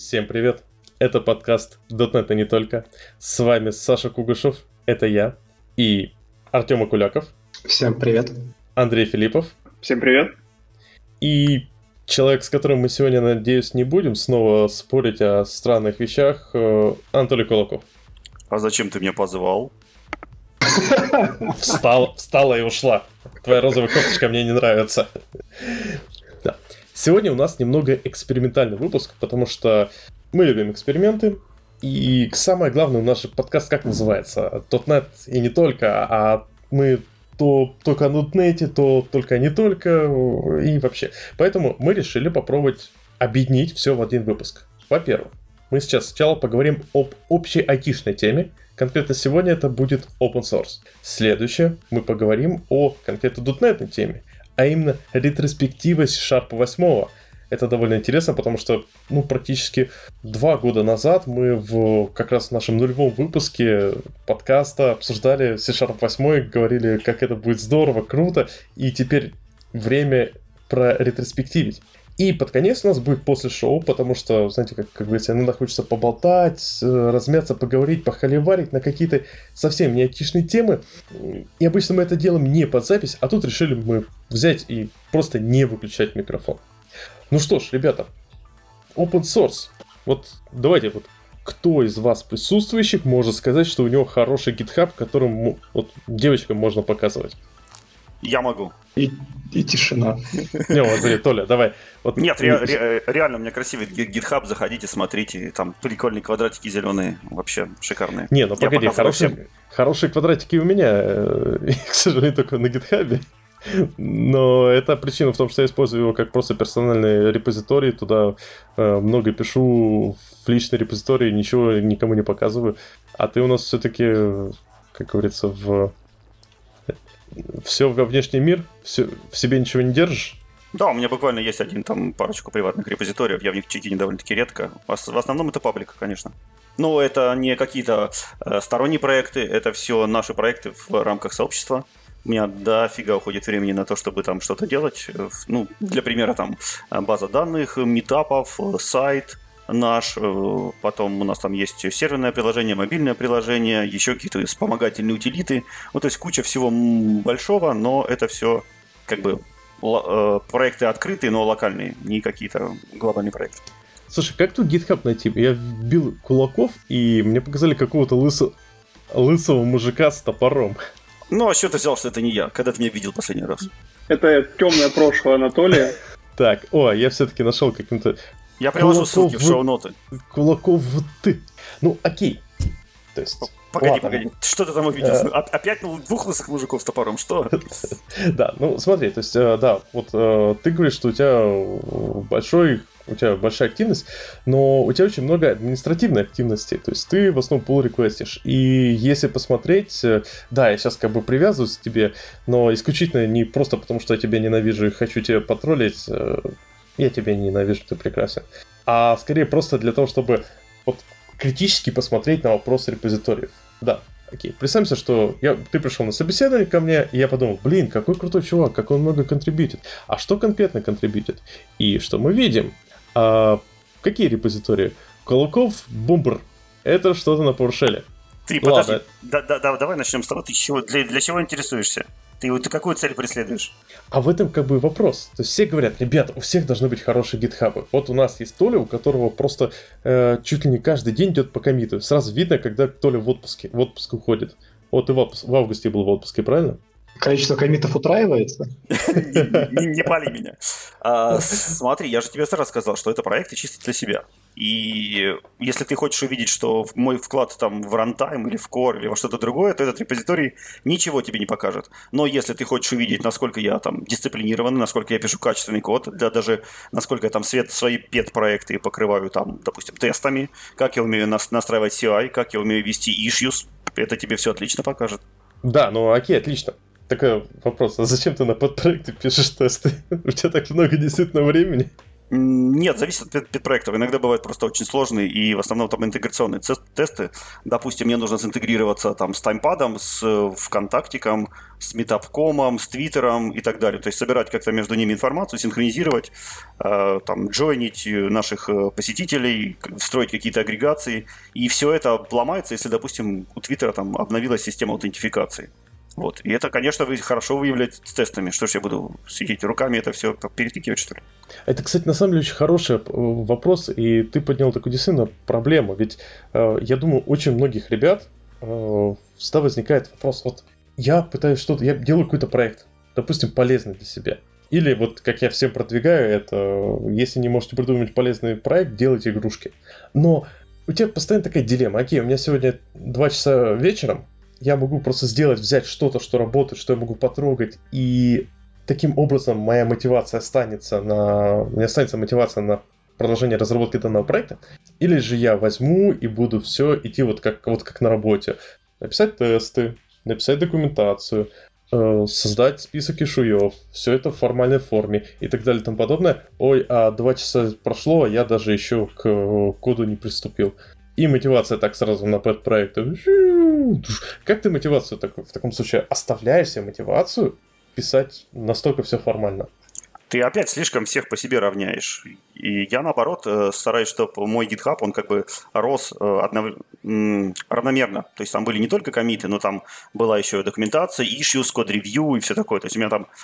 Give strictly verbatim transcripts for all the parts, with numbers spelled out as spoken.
Всем привет! Это подкаст .дот нет и не только. С вами Саша Кугушев, это я, и Артем Акуляков. Всем привет. Андрей Филиппов. Всем привет. И человек, с которым мы сегодня, надеюсь, не будем снова спорить о странных вещах, Анатолий Кулаков. А зачем ты меня позвал? Встала, встала и ушла. Твоя розовая кофточка мне не нравится. Да. Сегодня у нас немного экспериментальный выпуск, потому что мы любим эксперименты. И самое главное, наш подкаст как называется? .дот нет и не только, а мы то только о .дот нет, то только не только и вообще. Поэтому мы решили попробовать объединить все в один выпуск. Во-первых, мы сейчас сначала поговорим об общей айтишной теме. Конкретно сегодня это будет open source. Следующее, мы поговорим о конкретно .дот нет теме, а именно ретроспектива C-Sharp восемь. Это довольно интересно, потому что ну, практически два года назад мы в как раз в нашем нулевом выпуске подкаста обсуждали C-Sharp восемь, говорили, как это будет здорово, круто, и теперь время проретроспективить. И под конец у нас будет после шоу, потому что, знаете, как, как говорится, иногда хочется поболтать, размяться, поговорить, похоливарить на какие-то совсем не айтишные темы. И обычно мы это делаем не под запись, а тут решили мы взять и просто не выключать микрофон. Ну что ж, ребята, open source. Вот давайте, вот кто из вас присутствующих может сказать, что у него хороший GitHub, которым вот, девочкам можно показывать? Я могу. И, и тишина. Не, вот смотри, Толя, давай. Вот, Нет, ре- ре- реально у меня красивый GitHub, заходите, смотрите, там прикольные квадратики зеленые, вообще шикарные. Не, ну погоди, хорошие, хорошие квадратики у меня, к сожалению, только на GitHub. Но это причина в том, что я использую его как просто персональный репозиторий, туда э, много пишу в личный репозиторий, ничего никому не показываю. А ты у нас все-таки, как говорится, в все во внешний мир, все, в себе ничего не держишь? Да, у меня буквально есть один, там, парочку приватных репозиториев, я в них чекиню довольно-таки редко. В основном это паблик, конечно. Но это не какие-то э, сторонние проекты, это все наши проекты в рамках сообщества. У меня дофига уходит времени на то, чтобы там что-то делать. Ну, для примера, там, база данных, митапов, сайт наш. Потом у нас там есть серверное приложение, мобильное приложение, еще какие-то вспомогательные утилиты. Ну, то есть куча всего большого, но это все как бы проекты открытые, но локальные, не какие-то глобальные проекты. Слушай, как тут GitHub найти? Я вбил Кулаков, и мне показали какого-то лысо... лысого мужика с топором. Ну, а что ты взял, что это не я? Когда ты меня видел последний раз? Это темное прошлое Анатолия. Так, о, я все-таки нашел каким-то... Я приложу ссылки в шоу-ноты. Кулаков вот ты. Ну, окей. То есть... Погоди, ладно. погоди. Что ты там увидел? А... Опять ну, двух лысых мужиков с топором, что? Да, ну смотри, то есть, да, вот ты говоришь, что у тебя большой... у тебя большая активность, но у тебя очень много административной активности, то есть ты в основном pull реквестишь. И если посмотреть, да, я сейчас как бы привязываюсь к тебе, но исключительно не просто потому, что я тебя ненавижу и хочу тебя потроллить, я тебя не ненавижу, ты прекрасен, а скорее просто для того, чтобы вот критически посмотреть на вопрос репозиториев. Да, окей. Представься, что я, ты пришел на собеседование ко мне, и я подумал, блин, какой крутой чувак, как он много контрибьютит. А что конкретно контрибьютит? И что мы видим? А, какие репозитории? Кулаков, Бумбр. Это что-то на PowerShell. Ты, подожди, да, да, да, давай начнем с того, ты чего, для, для чего интересуешься? Ты, ты какую цель преследуешь? А в этом как бы вопрос. То есть все говорят, ребята, у всех должны быть хорошие гитхабы. Вот у нас есть Толя, у которого просто э, чуть ли не каждый день идет по коммиту. Сразу видно, когда Толя в отпуске, в отпуск уходит. Вот ты в, отпуск, в августе был в отпуске, правильно? Количество коммитов утраивается? Не пали меня. Смотри, я же тебе сразу сказал, что это проекты чисто для себя. И если ты хочешь увидеть, что мой вклад там в рантайм или в core или во что-то другое, то этот репозиторий ничего тебе не покажет. Но если ты хочешь увидеть, насколько я там дисциплинированный, насколько я пишу качественный код, для даже насколько я там свет, свои пет-проекты покрываю там, допустим, тестами, как я умею настраивать си ай, как я умею вести issues, это тебе все отлично покажет. Да, ну окей, отлично. Такой вопрос, а зачем ты на подпроекты пишешь тесты? У тебя так много действительно времени? Нет, зависит от подпроектов. Иногда бывают просто очень сложные и в основном там интеграционные тесты. Допустим, мне нужно синтегрироваться там с таймпадом, с ВКонтактиком, с Метапкомом, с Твиттером и так далее. То есть собирать как-то между ними информацию, синхронизировать, э, там, джойнить наших посетителей, строить какие-то агрегации. И все это ломается, если, допустим, у Твиттера там обновилась система аутентификации. Вот. И это, конечно, вы хорошо выявлять с тестами. Что ж я буду сидеть руками это все перетыкивать, что ли? Это, кстати, на самом деле очень хороший вопрос, и ты поднял такую действительно проблему. Ведь э, я думаю, очень многих ребят э, всегда возникает вопрос, вот я пытаюсь что-то, я делаю какой-то проект, допустим, полезный для себя. Или вот, как я всем продвигаю, это, если не можете придумать полезный проект, делайте игрушки. Но у тебя постоянно такая дилемма. Окей, у меня сегодня два часа вечером, я могу просто сделать, взять что-то, что работает, что я могу потрогать, и таким образом моя мотивация останется на... У меня останется мотивация на продолжение разработки данного проекта. Или же я возьму и буду все идти вот как, вот как на работе. Написать тесты, написать документацию, э, создать список ишуев, все это в формальной форме и так далее и тому подобное. Ой, а два часа прошло, а я даже еще к коду не приступил. И мотивация так сразу на пэт-проект. Как ты мотивацию так, в таком случае оставляешь себе мотивацию писать настолько все формально? Ты опять слишком всех по себе равняешь. И я, наоборот, стараюсь, чтобы мой GitHub, он как бы рос однов... равномерно. То есть там были не только коммиты, но там была еще документация, issues, код-ревью и все такое. То есть у меня там...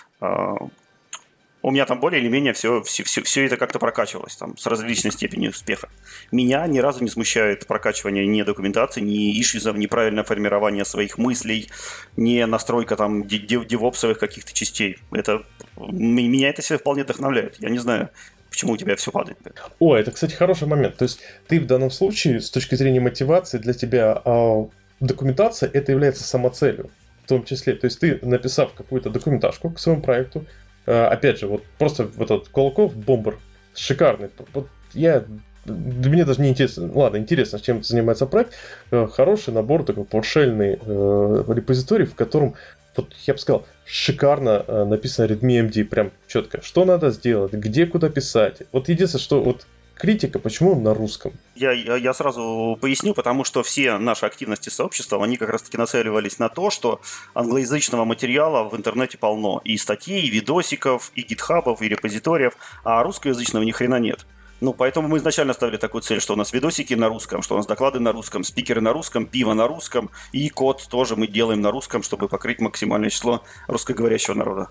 У меня там более или менее все, все, все, все это как-то прокачивалось там, с различной степенью успеха. Меня ни разу не смущает прокачивание ни документации, ни ишьюзов, ни правильное формирование своих мыслей, ни настройка там девопсовых каких-то частей. Это, меня это все вполне вдохновляет. Я не знаю, почему у тебя все падает. О, это, кстати, хороший момент. То есть ты в данном случае, с точки зрения мотивации, для тебя э, документация это является самоцелью. В том числе, то есть ты, написав какую-то документашку к своему проекту, опять же, вот просто вот этот Кулаков бомбер шикарный. Вот я, для меня даже не интересно, ладно, интересно, чем занимается проект. Хороший набор, такой PowerShell э, репозиторий, в котором, вот я бы сказал, шикарно э, написано Readme эм ди, прям четко. Что надо сделать, где, куда писать. Вот единственное, что вот критика, почему он на русском? Я, я, я сразу поясню, потому что все наши активности с сообществом, они как раз-таки нацеливались на то, что англоязычного материала в интернете полно. И статей, и видосиков, и гитхабов, и репозиториев, а русскоязычного ни хрена нет. Ну, поэтому мы изначально ставили такую цель, что у нас видосики на русском, что у нас доклады на русском, спикеры на русском, пиво на русском, и код тоже мы делаем на русском, чтобы покрыть максимальное число русскоговорящего народа.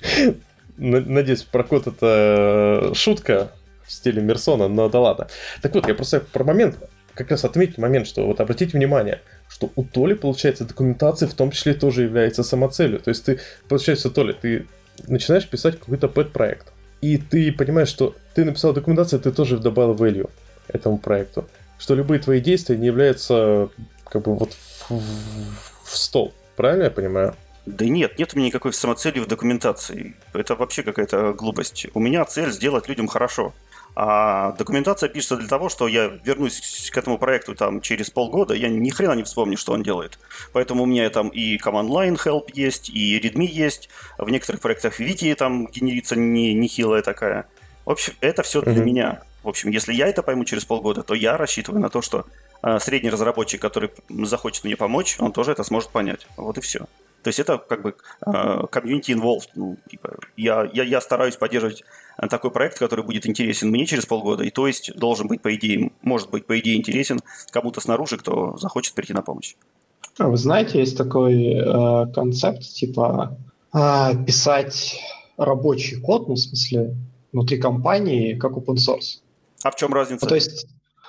Надеюсь, про код это шутка в стиле Мерсона, но да ладно. Так вот, я просто про момент, как раз отметить момент, что вот обратите внимание, что у Толи, получается, документация в том числе тоже является самоцелью. То есть ты, получается, Толя, ты начинаешь писать какой-то пэт-проект, и ты понимаешь, что ты написал документацию, ты тоже добавил value этому проекту. Что любые твои действия не являются как бы вот в, в стол. Правильно я понимаю? Да нет, нет у меня никакой самоцели в документации. Это вообще какая-то глупость. У меня цель сделать людям хорошо. А документация пишется для того, что я вернусь к этому проекту там через полгода, я ни хрена не вспомню, что он делает. Поэтому у меня там и command line help есть, и readme есть. В некоторых проектах Вити там генерится не, нехилая такая. В общем, это все для mm-hmm. меня. В общем, если я это пойму через полгода, то я рассчитываю на то, что э, средний разработчик, который захочет мне помочь, он тоже это сможет понять. Вот и все. То есть это как бы community involved. Ну, типа, я, я, я стараюсь поддерживать такой проект, который будет интересен мне через полгода, и то есть должен быть, по идее, может быть, по идее, интересен кому-то снаружи, кто захочет прийти на помощь. А вы знаете, есть такой э, концепт, типа э, писать рабочий код, ну, в смысле, внутри компании, как open source. А в чем разница? Ну, то есть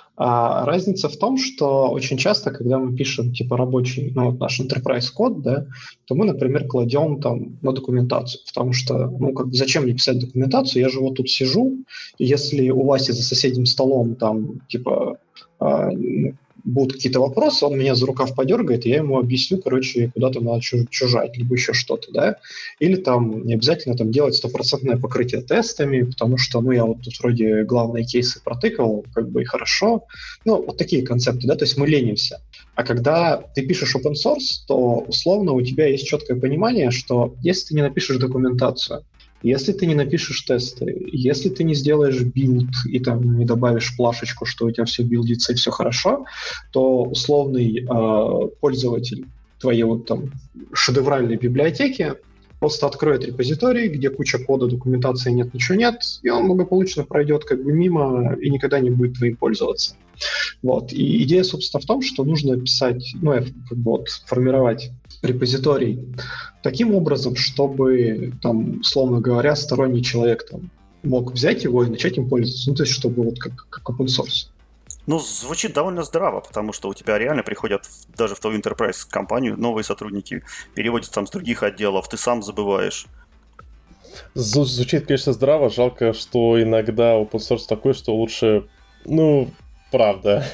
А разница в том, что очень часто, когда мы пишем типа рабочий, ну вот наш enterprise код, да, то мы, например, кладем там на документацию, потому что, ну как зачем мне писать документацию, я же вот тут сижу, и если у Васи за соседним столом там типа а, будут какие-то вопросы, он меня за рукав подергает, и я ему объясню, короче, куда-то надо чужать, либо еще что-то, да, или там не обязательно там делать стопроцентное покрытие тестами, потому что, ну, я вот тут вроде главные кейсы протыкал, как бы и хорошо, ну, вот такие концепты, да, то есть мы ленимся. А когда ты пишешь open source, то условно у тебя есть четкое понимание, что если ты не напишешь документацию, Если ты не напишешь тесты, если ты не сделаешь билд и там не добавишь плашечку, что у тебя все билдится и все хорошо, то условный э, пользователь твоей вот там шедевральной библиотеки просто откроет репозиторий, где куча кода, документации нет, ничего нет, и он благополучно пройдет как бы мимо и никогда не будет твоим пользоваться. Вот. И идея, собственно, в том, что нужно писать, ну, как бы вот, формировать репозиторий таким образом, чтобы, там, условно говоря, сторонний человек там, мог взять его и начать им пользоваться. Ну, то есть, чтобы вот как, как open source. Ну, звучит довольно здраво, потому что у тебя реально приходят даже в твою enterprise-компанию новые сотрудники, переводят там с других отделов, ты сам забываешь. Звучит, конечно, здраво. Жалко, что иногда open source такой, что лучше... Ну, правда.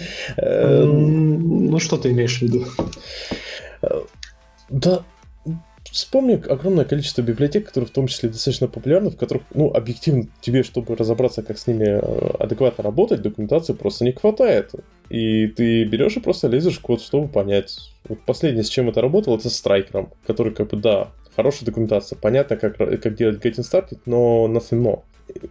Ну, что ты имеешь в виду? Да... Вспомни огромное количество библиотек, которые в том числе достаточно популярны, в которых, ну, объективно тебе, чтобы разобраться, как с ними адекватно работать, документации просто не хватает. И ты берешь и просто лезешь в код, чтобы понять. Вот последнее, с чем это работало, это с Striker, который, как бы, да, хорошая документация, понятно, как, как делать getting started, но nothing more.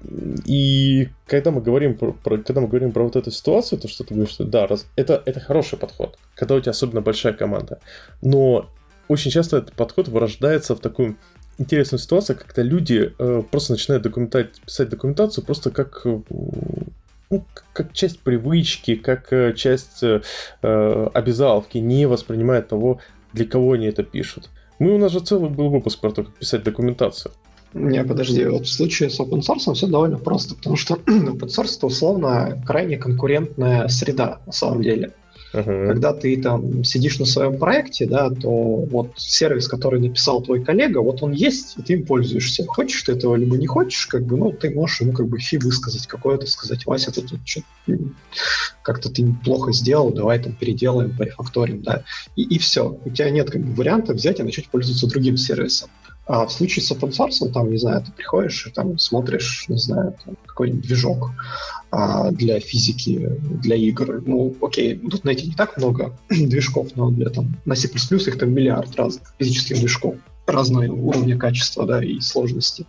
И когда мы говорим про, про, когда мы говорим про вот эту ситуацию, то что ты говоришь, что да, раз, это, это хороший подход, когда у тебя особенно большая команда. Но очень часто этот подход вырождается в такую интересную ситуацию, когда люди э, просто начинают писать документацию просто как, э, ну, как часть привычки, как э, часть э, обязаловки, не воспринимая того, для кого они это пишут. Мы, у нас же целый был выпуск про то, как писать документацию. Не, подожди, вот в случае с open source все довольно просто, потому что open source это условно крайне конкурентная среда на самом деле. Uh-huh. Когда ты там сидишь на своем проекте, да, то вот сервис, который написал твой коллега, вот он есть, и ты им пользуешься. Хочешь ты этого, либо не хочешь, как бы, ну, ты можешь ему как бы фи высказать какое-то, сказать, Вася, ты тут что-то как-то ты плохо сделал, давай там переделаем, порефакторим, да, и, и все. У тебя нет как бы варианта взять и начать пользоваться другим сервисом. А в случае с open source, там, не знаю, ты приходишь и там смотришь, не знаю, там, какой-нибудь движок а, для физики, для игр. Ну, окей, тут найти не так много движков, но для там на C++ их там миллиард разных физических движков разного уровня качества, да, и сложности.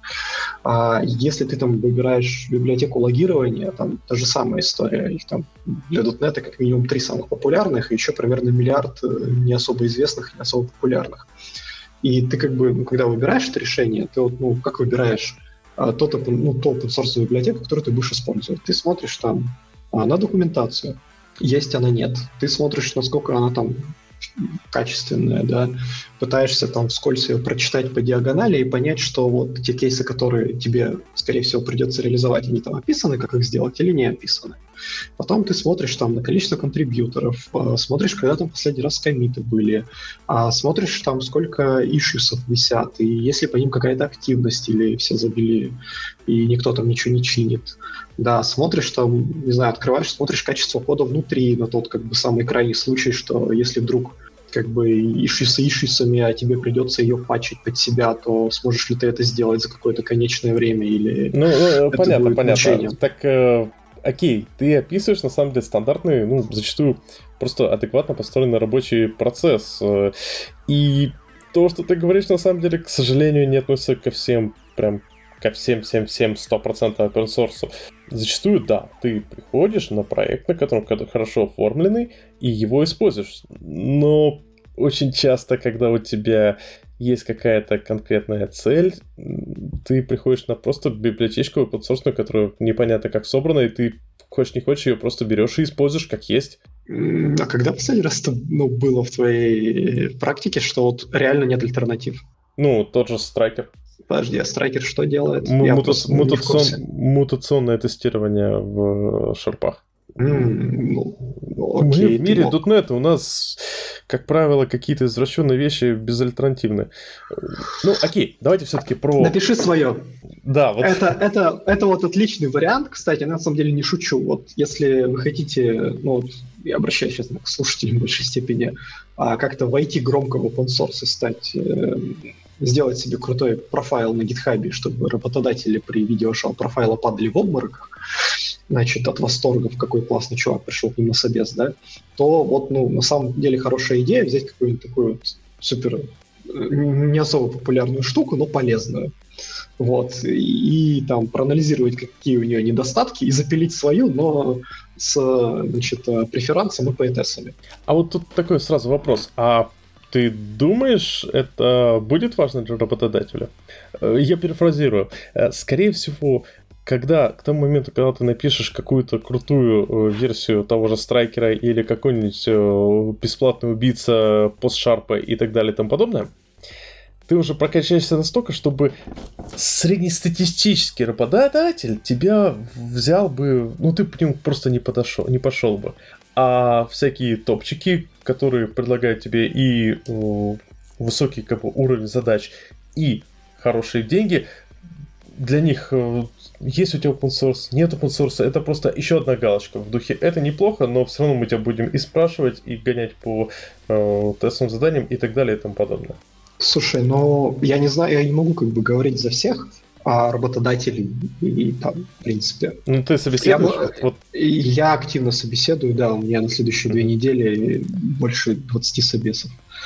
А если ты там выбираешь библиотеку логирования, там та же самая история. Их там для .дот нет как минимум три самых популярных, и еще примерно миллиард не особо известных, не особо популярных. И ты как бы, ну, когда выбираешь это решение, ты вот, ну, как выбираешь а, тот, ну, ту open-source библиотеку, которую ты будешь использовать. Ты смотришь там а, на документацию, есть она, нет. Ты смотришь, насколько она там качественная, да, пытаешься там вскользь ее прочитать по диагонали и понять, что вот те кейсы, которые тебе, скорее всего, придется реализовать, они там описаны, как их сделать, или не описаны. Потом ты смотришь там на количество контрибьюторов, смотришь, когда там последний раз коммиты были, смотришь там, сколько ишьюсов висят, и если по ним какая-то активность, или все забили, и никто там ничего не чинит. Да, смотришь там, не знаю, открываешь, смотришь качество кода внутри, на тот как бы самый крайний случай, что если вдруг как бы ишьюсы ишьюсами, а тебе придется ее патчить под себя, то сможешь ли ты это сделать за какое-то конечное время, или ну, это понятно, будет понятно. мучением? Так, э, окей, ты описываешь, на самом деле, стандартный, ну, зачастую просто адекватно построенный рабочий процесс. И то, что ты говоришь, на самом деле, к сожалению, не относится ко всем, прям ко всем-всем-всем сто процентов open source. Зачастую, да, ты приходишь на проект, на котором хорошо оформленный, и его используешь. Но очень часто, когда у тебя есть какая-то конкретная цель, ты приходишь на просто библиотечку open source, которая непонятно как собрана, и ты хочешь не хочешь, ее просто берешь и используешь как есть. А когда последний раз это, ну, было в твоей практике, что вот реально нет альтернатив? Ну, тот же Striker. Подожди, а Striker что делает? М- Я мута- просто не в мутацион- курсе. Мутационное тестирование в шарпах. М, ну, Мы окей, в мире ты мог- .дот нет, у нас, как правило, какие-то извращенные вещи безальтернативны. Ну, окей, давайте все-таки про... Напиши свое. Да, вот... Это, это, это вот отличный вариант, кстати, я на самом деле не шучу. Вот если вы хотите, ну, вот, я обращаюсь сейчас к слушателям в большей степени, а, как-то войти громко в open source и стать, э, сделать себе крутой профайл на гитхабе, чтобы работодатели при видеошоу профайла падали в обмороках, значит, от восторга, в какой классный чувак пришел к ним на собес, да, то вот, ну, на самом деле хорошая идея взять какую-нибудь такую вот супер не особо популярную штуку, но полезную. Вот. И, и там проанализировать, какие у нее недостатки, и запилить свою, но с, значит, преферансом и поэтессами. А вот тут такой сразу вопрос. А ты думаешь, это будет важно для работодателя? Я перефразирую. Скорее всего, когда к тому моменту, когда ты напишешь какую-то крутую версию того же Страйкера или какой-нибудь бесплатный убийца постшарпа и так далее и тому подобное, ты уже прокачаешься настолько, чтобы среднестатистический работодатель тебя взял бы, ну ты по нему просто не подошел, не пошел бы. А всякие топчики, которые предлагают тебе и о, высокий как бы, уровень задач, и хорошие деньги, для них о, есть у тебя open source, нет open source, это просто еще одна галочка в духе. Это неплохо, но все равно мы тебя будем и спрашивать, и гонять по о, тестовым заданиям и так далее и тому подобное. Слушай, ну, я не знаю, я не могу как бы говорить за всех а работодателей и, и там, в принципе. Ну, ты собеседуешь? Я, вот. я активно собеседую, да, у меня на следующие две недели больше двадцати собесов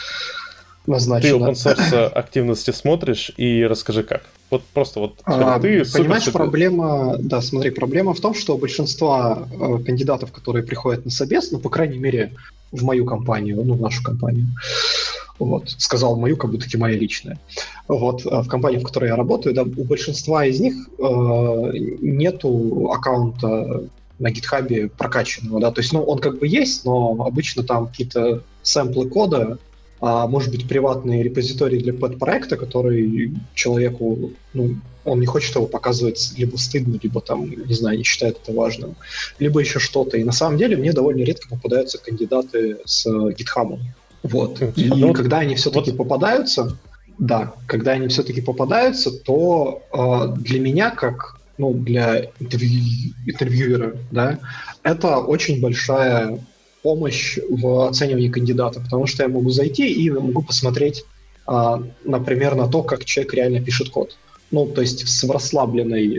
назначено. Ты open source активности смотришь и расскажи как. Вот просто вот а, ты понимаешь, супер... проблема, да, смотри, проблема в том, что большинство э, кандидатов, которые приходят на собес, ну, по крайней мере, в мою компанию, ну, в нашу компанию, вот, сказал мою, как будто моя личная. Вот, в компании, в которой я работаю, да, у большинства из них э, нету аккаунта на GitHub прокачанного, да, то есть, ну, он как бы есть, но обычно там какие-то сэмплы кода, а может быть приватные репозитории для пэт-проекта, который человеку, ну, он не хочет его показывать, либо стыдно, либо там, не знаю, не считает это важным, либо еще что-то. И на самом деле мне довольно редко попадаются кандидаты с GitHub. Вот. И ну, когда они все-таки вот... попадаются, да, когда они все-таки попадаются, то э, для меня, как ну, для интервью... интервьюера, да, это очень большая помощь в оценивании кандидата, потому что я могу зайти и могу посмотреть, э, например, на то, как человек реально пишет код. Ну, то есть в расслабленной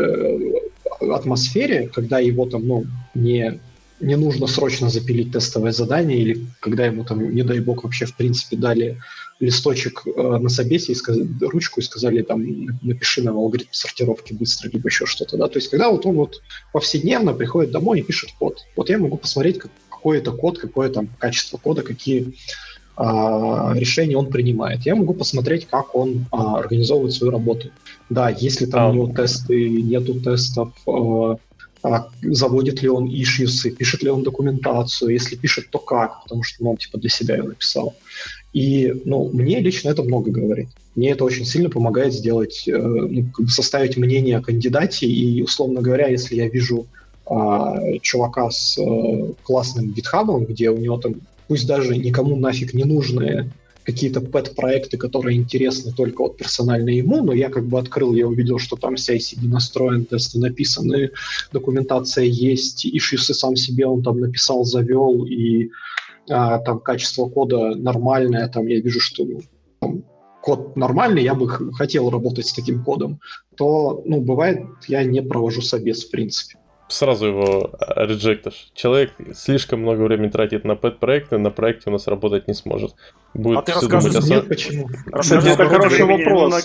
э, атмосфере, когда его там, ну, не... не нужно срочно запилить тестовое задание, или когда ему там, не дай бог, вообще в принципе дали листочек э, на собесе, и сказ... ручку и сказали, там, напиши нам алгоритм сортировки быстро, либо еще что-то, да, то есть когда вот он вот повседневно приходит домой и пишет код, вот я могу посмотреть, как, какой это код, какое там качество кода, какие э, решения он принимает. Я могу посмотреть, как он э, организовывает свою работу. Да, если там а. у него тесты, нету тестов, э, заводит ли он ишьюсы, пишет ли он документацию, если пишет, то как, потому что ну, он типа для себя ее написал. И ну, мне лично это много говорит. Мне это очень сильно помогает сделать, э, ну, составить мнение о кандидате, и, условно говоря, если я вижу э, чувака с э, классным гитхабом, где у него там, пусть даже никому нафиг не нужные какие-то пэт-проекты, которые интересны только вот персонально ему, но я как бы открыл, я увидел, что там си ай си ди настроен, тесты написаны, документация есть, ишьюсы сам себе он там написал, завел, и а, там качество кода нормальное, там я вижу, что там, код нормальный, я бы х- хотел работать с таким кодом, то, ну, бывает, я не провожу собес в принципе. Сразу его реджектишь. Человек слишком много времени тратит на пэт-проекты, на проекте у нас работать не сможет. Будет а ты расскажи, думать, нет, почему? Расскажи, это хороший вопрос.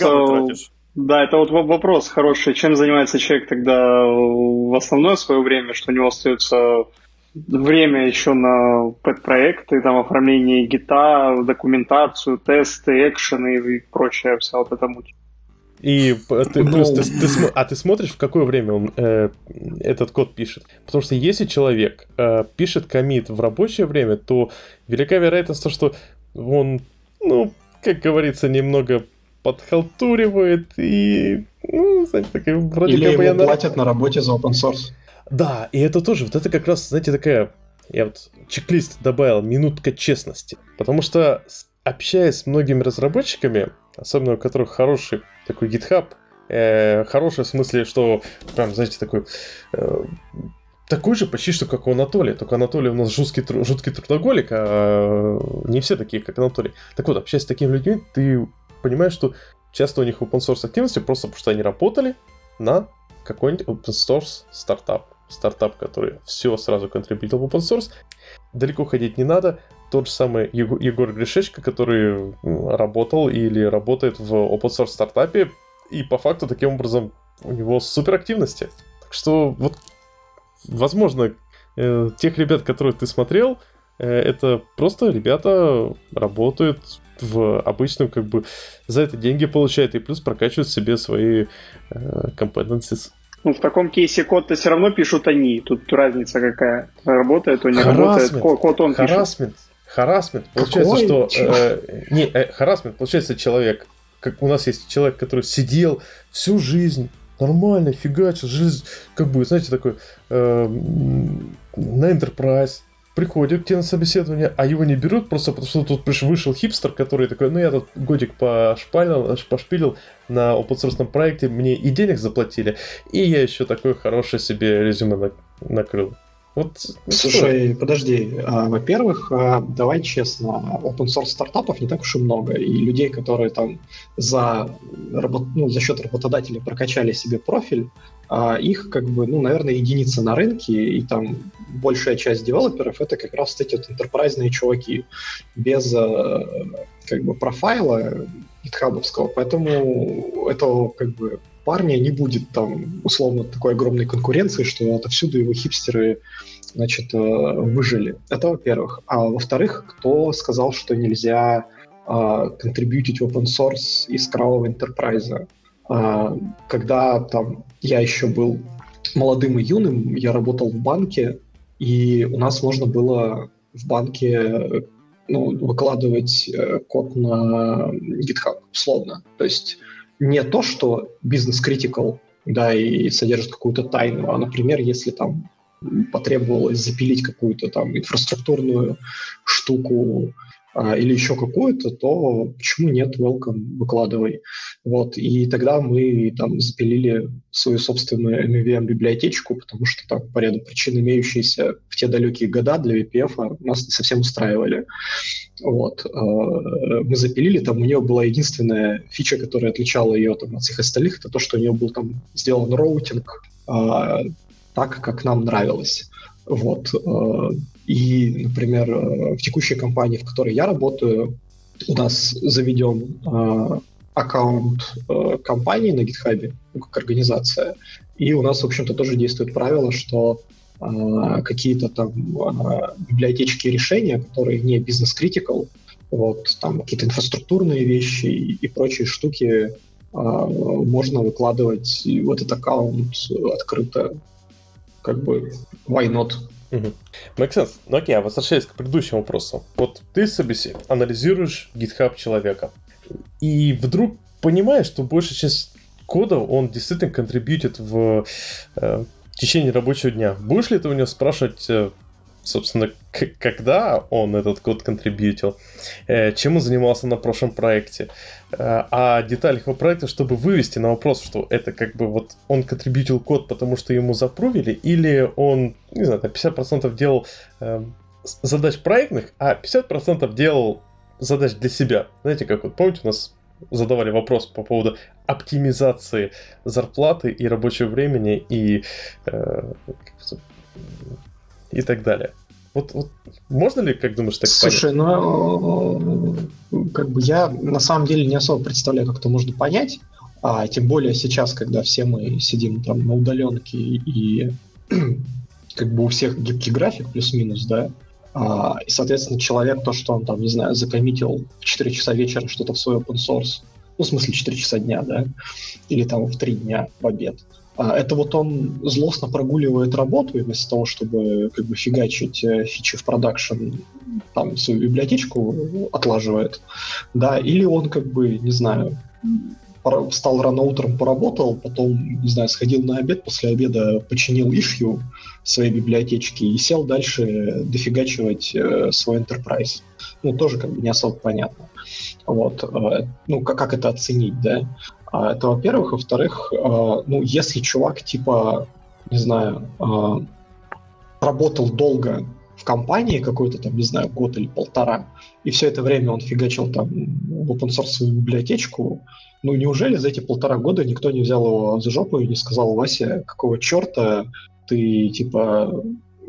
Да, это вот вопрос хороший. Чем занимается человек тогда в основное свое время, что у него остается время еще на пэт-проекты, там оформление гита, документацию, тесты, экшены и прочее, вся вот эта муть. И ты, плюс ты, ты, а ты смотришь, в какое время он э, этот код пишет. Потому что если человек э, пишет коммит в рабочее время, то велика вероятность, что он, ну, как говорится, немного подхалтуривает и, ну, знаете, такая вроде Или как бы... ему я платят на работе за open source. Да, и это тоже, вот это как раз, знаете, такая... Я вот чек-лист добавил, минутка честности. Потому что, общаясь с многими разработчиками, особенно у которых хороший такой GitHub, э, хороший в смысле, что прям, знаете, такой... Э, такой же почти, что как у Анатолия. Только Анатолий у нас жуткий, жуткий трудоголик, а не все такие, как Анатолий. Так вот, общаясь с такими людьми, ты понимаешь, что часто у них open source активности просто потому, что они работали на какой-нибудь open source стартап. Стартап, который все сразу контрибьютил в open source. Далеко ходить не надо. тот же самый Егор Гришечко, который работал или работает в open source стартапе, и по факту таким образом у него суперактивности. Так что вот, возможно, тех ребят, которых ты смотрел, это просто ребята работают в обычном, как бы, за это деньги получают и плюс прокачивают себе свои competencies. Ну, в таком кейсе код-то все равно пишут они. Тут разница какая. Работает, он не работает. Код он пишет. Харассмент. Харассмент. Получается, что... Э, не, э, харассмент. Получается, человек... Как у нас есть человек, который сидел всю жизнь, нормально, фигачил, жизнь, как бы, знаете, такой... Э, на Enterprise. Приходит к тебе на собеседование, а его не берут просто потому, что тут вышел хипстер, который такой, ну я тут годик пошпалил, пошпилил на open-source проекте, мне и денег заплатили, и я еще такое хорошее себе резюме накрыл. Вот, слушай, что? Подожди. А, во-первых, а, давай честно, open-source стартапов не так уж и много, и людей, которые там за, работ... ну, за счет работодателя прокачали себе профиль, а, их, как бы, ну, наверное, единицы на рынке, и там большая часть девелоперов — это как раз эти вот энтерпрайзные чуваки без, как бы, профайла гитхабовского, поэтому этого, как бы, парня не будет там, условно, такой огромной конкуренции, что отовсюду его хипстеры, значит, выжили. Это во-первых. А во-вторых, кто сказал, что нельзя а, контрибьютить в open source из кровавого энтерпрайза? А, когда там я еще был молодым и юным, я работал в банке, и у нас можно было в банке, ну, выкладывать код на GitHub, условно. То есть не то, что бизнес-критикал, да, и содержит какую-то тайну, а, например, если там потребовалось запилить какую-то там инфраструктурную штуку а, или еще какую-то, то почему нет, welcome, выкладывай. Вот, и тогда мы там запилили свою собственную эм ви эм-библиотечку, потому что там по ряду причин, имеющиеся в те далекие года для ви пи эф, нас не совсем устраивали. Вот. Мы запилили, там у нее была единственная фича, которая отличала ее там от всех остальных, это то, что у нее был там сделан роутинг а, так, как нам нравилось. Вот. И, например, в текущей компании, в которой я работаю, у нас заведен а, аккаунт а, компании на GitHub, ну, как организация, и у нас, в общем-то, тоже действует правило, что а, какие-то там а, библиотечки и решения, которые не бизнес-критикал, вот, там какие-то инфраструктурные вещи и, и прочие штуки а, можно выкладывать в этот аккаунт открыто, как бы, why not? Угу. Make sense. Ну окей, а возвращаясь к предыдущему вопросу. Вот ты собеси анализируешь GitHub человека, и вдруг понимаешь, что большая часть кода, он действительно контрибьютит в, э, в течение рабочего дня. Будешь ли ты у него спрашивать, э, собственно, к- когда он этот код контрибьютил, э, чем он занимался на прошлом проекте, э, о деталях его проекта, чтобы вывести на вопрос, что это как бы вот он контрибьютил код, потому что ему запрувили, или он, не знаю, пятьдесят процентов делал э, задач проектных, а пятьдесят процентов делал задач для себя. Знаете, как вот, помните, у нас задавали вопрос по поводу оптимизации зарплаты и рабочего времени и, э, и так далее. Вот, вот можно ли, как думаешь, так Слушай, понять? ну, как бы я на самом деле не особо представляю, как это можно понять, а тем более сейчас, когда все мы сидим там на удаленке и как бы у всех гибкий график плюс-минус, да, а, и, соответственно, человек, то, что он там, не знаю, закоммитил в четыре часа вечера что-то в свой open source, ну, в смысле четыре часа дня, да, или там в три дня в обед, а, это вот он злостно прогуливает работу, и вместо того, чтобы как бы фигачить э, фичи в продакшн, там свою библиотечку отлаживает, да, или он как бы, не знаю, встал рано утром, поработал, потом, не знаю, сходил на обед, после обеда починил ишью в своей библиотечке и сел дальше дофигачивать э, свой enterprise. Ну, тоже как бы не особо понятно. Вот. Э, ну, как, как это оценить, да? А, это, во-первых. Во-вторых, э, ну, если чувак, типа, не знаю, э, работал долго в компании какой-то там, не знаю, год или полтора, и все это время он фигачил там в open source свою библиотечку, ну, неужели за эти полтора года никто не взял его за жопу и не сказал: Вася, какого черта ты, типа,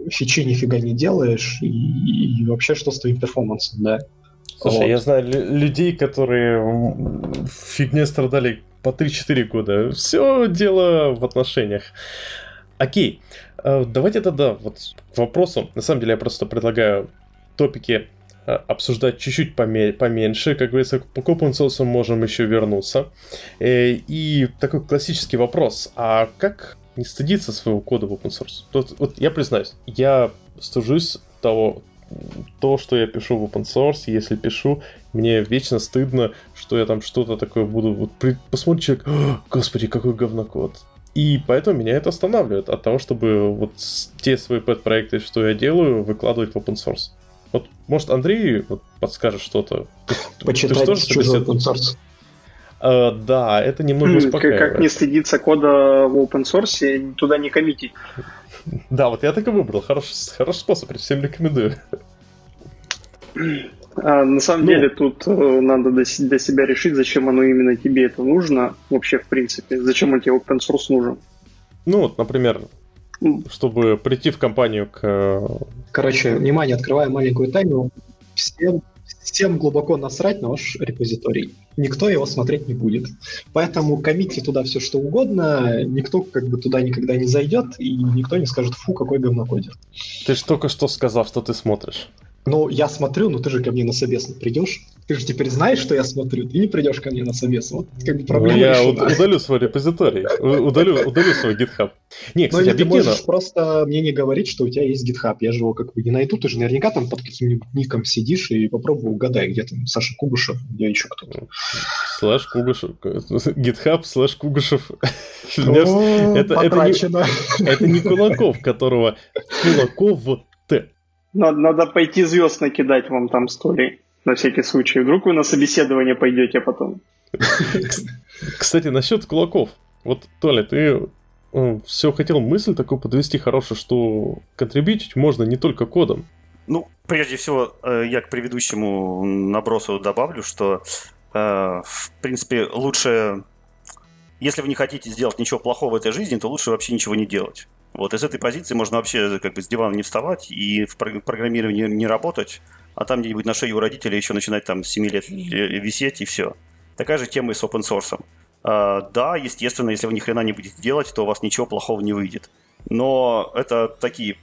фичи нифига не делаешь, и, и вообще что с твоим перформансом, да? Слушай, вот. я знаю л- людей, которые в фигне страдали по три-четыре года. Все дело в отношениях. Окей, давайте тогда вот к вопросу. На самом деле я просто предлагаю топики обсуждать чуть-чуть поме- поменьше. Как говорится, по open source можем еще вернуться. И такой классический вопрос. А как не стыдиться своего кода в open source? Вот, вот я признаюсь, я стыжусь того, то, что я пишу в open source. Если пишу, мне вечно стыдно, что я там что-то такое буду... Вот при... посмотрит человек, господи, какой говнокод. И поэтому меня это останавливает от того, чтобы вот те свои пэт-проекты, что я делаю, выкладывать в open source. Вот, может, Андрей вот, подскажет что-то? Почитать чужой open source. А, да, это немного успокаивает. Как не стыдиться кода в open source, туда не коммитить. Да, вот я так и выбрал. Хороший, хороший способ, всем рекомендую. А, на самом ну, деле тут э, надо для себя решить, зачем оно именно тебе это нужно, вообще в принципе, зачем он тебе open source нужен. Ну вот, например, чтобы прийти в компанию к... Короче, внимание, открывая маленькую тайну, всем, всем глубоко насрать на ваш репозиторий. Никто его смотреть не будет. Поэтому коммитьте туда все что угодно, никто как бы туда никогда не зайдет, и никто не скажет, фу, какой говнокодер. Ты ж только что сказал, что ты смотришь. Ну, я смотрю, но ты же ко мне на собес не придешь. Ты же теперь знаешь, что я смотрю, ты не придешь ко мне на собес. Вот как бы проблема. Ну, я решена. уд- удалю свой репозиторий, удалю, удалю свой GitHub. Не, кстати, но объективно... ты можешь просто мне не говорить, что у тебя есть GitHub. Я же его как бы не найду. Ты же наверняка там под каким-нибудь ником сидишь и попробуй угадай, где там Саша Кугушев, где еще кто-то. Слэш Кугушев. GitHub слэш Кугушев. Это не Кулаков, которого Кулаков Т. Надо, надо пойти звезд накидать вам там столей, на всякий случай. Вдруг вы на собеседование пойдете потом. Кстати, насчет кулаков. Вот, Толя, ты все хотел мысль такую подвести хорошую, что контрибьютить можно не только кодом. Ну, прежде всего, я к предыдущему набросу добавлю, что, в принципе, лучше... Если вы не хотите сделать ничего плохого в этой жизни, то лучше вообще ничего не делать. Вот, и с этой позиции можно вообще как бы с дивана не вставать и в программировании не работать, а там где-нибудь на шее у родителей еще начинать там с семи лет висеть, и все. Такая же тема и с open source. А, да, естественно, если вы ни хрена не будете делать, то у вас ничего плохого не выйдет. Но это такие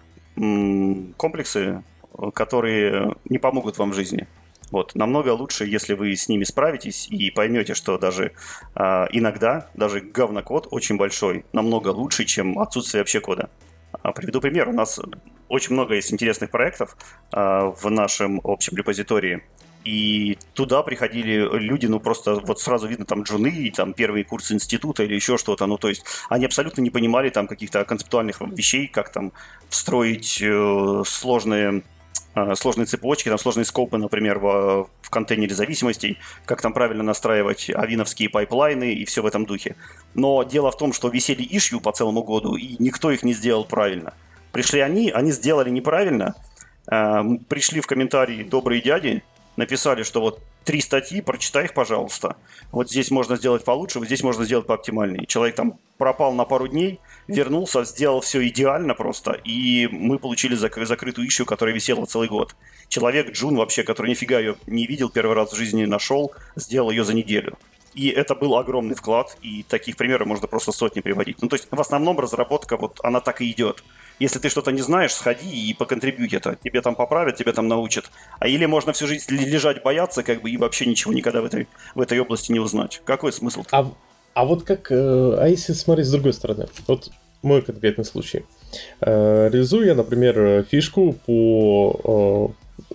м- комплексы, которые не помогут вам в жизни. Вот. Намного лучше, если вы с ними справитесь и поймете, что даже э, иногда, даже говнокод очень большой, намного лучше, чем отсутствие вообще кода. А, приведу пример. У нас очень много есть интересных проектов э, в нашем общем репозитории. И туда приходили люди, ну просто вот сразу видно там джуны, там первые курсы института или еще что-то. Ну то есть они абсолютно не понимали там каких-то концептуальных вещей, как там встроить э, сложные... сложные цепочки, там сложные скопы, например, в, в контейнере зависимостей, как там правильно настраивать авиновские пайплайны и все в этом духе. Но дело в том, что висели ишью по целому году, и никто их не сделал правильно. Пришли они, они сделали неправильно, э, пришли в комментарии добрые дяди, написали, что вот три статьи, прочитай их, пожалуйста. Вот здесь можно сделать получше, вот здесь можно сделать пооптимальнее. Человек там пропал на пару дней, вернулся, сделал все идеально просто, и мы получили зак- закрытую ищу, которая висела целый год. Человек, Джун вообще, который нифига ее не видел, первый раз в жизни нашел, сделал ее за неделю. И это был огромный вклад, и таких примеров можно просто сотни приводить. Ну, то есть, в основном разработка, вот она так и идет. Если ты что-то не знаешь, сходи и поконтрибьють это. Тебе там поправят, тебе там научат. А или можно всю жизнь лежать, бояться, как бы, и вообще ничего никогда в этой, в этой области не узнать. Какой смысл? А, а вот как... А если смотреть с другой стороны? Вот мой конкретный случай. Реализую я, например, фишку по...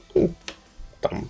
Там...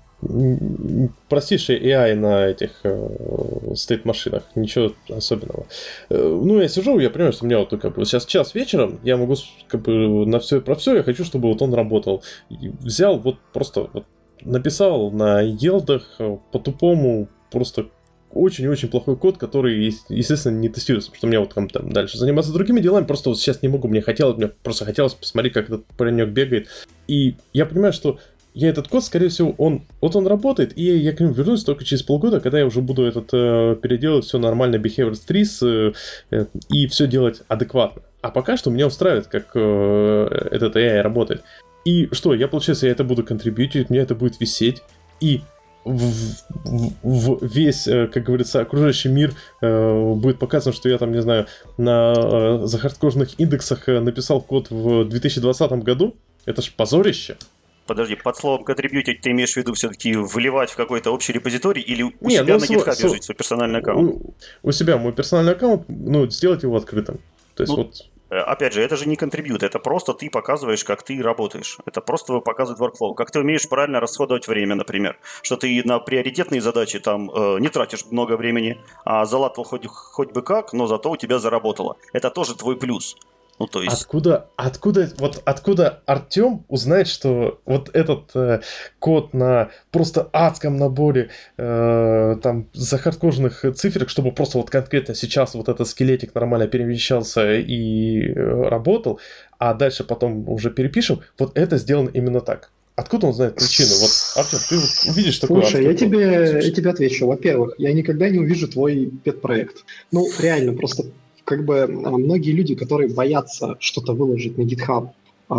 простейший эй ай на этих э, стейт-машинах, ничего особенного. Э, ну, я сижу, я понимаю, что у меня вот как бы сейчас час вечером, я могу как бы на все про все, я хочу, чтобы вот он работал. И взял, вот просто вот, написал на елдах по-тупому просто очень-очень плохой код, который, естественно, не тестируется, потому что мне вот там, там дальше заниматься другими делами, просто вот сейчас не могу, мне хотелось, мне просто хотелось посмотреть, как этот паренек бегает. И я понимаю, что я этот код, скорее всего, он вот он работает, и я к нему вернусь только через полгода, когда я уже буду этот э, переделать все нормально, behavior trees, э, э, и все делать адекватно. А пока что меня устраивает, как э, этот эй ай работает. И что, я, получается, я это буду контрибьютить, мне это будет висеть, и в, в, в весь, как говорится, окружающий мир э, будет показано, что я там, не знаю, на э, захардкорных индексах написал код в две тысячи двадцатом году. Это ж позорище. Подожди, под словом контрибьютить ты имеешь в виду все-таки вливать в какой-то общий репозиторий или у Не, себя ну, на свой, GitHub свой, жить свой персональный аккаунт? У, у себя мой персональный аккаунт, ну, сделать его открытым. То есть ну, вот... Опять же, это же не контрибьют, это просто ты показываешь, как ты работаешь. Это просто показывает workflow. Как ты умеешь правильно расходовать время, например. Что ты на приоритетные задачи там э, не тратишь много времени, а залатал хоть, хоть бы как, но зато у тебя заработало. Это тоже твой плюс. Ну, то есть... Откуда, откуда, вот откуда Артем узнает, что вот этот э, код на просто адском наборе э, там захардкожных циферок, чтобы просто вот конкретно сейчас вот этот скелетик нормально перемещался и э, работал, а дальше потом уже перепишем, вот это сделано именно так. Откуда он знает причину? Вот, Артем, ты вот увидишь такое... Слушай, я тебе, я тебе отвечу. Во-первых, я никогда не увижу твой пет-проект. Ну, реально, просто... Как бы многие люди, которые боятся что-то выложить на GitHub,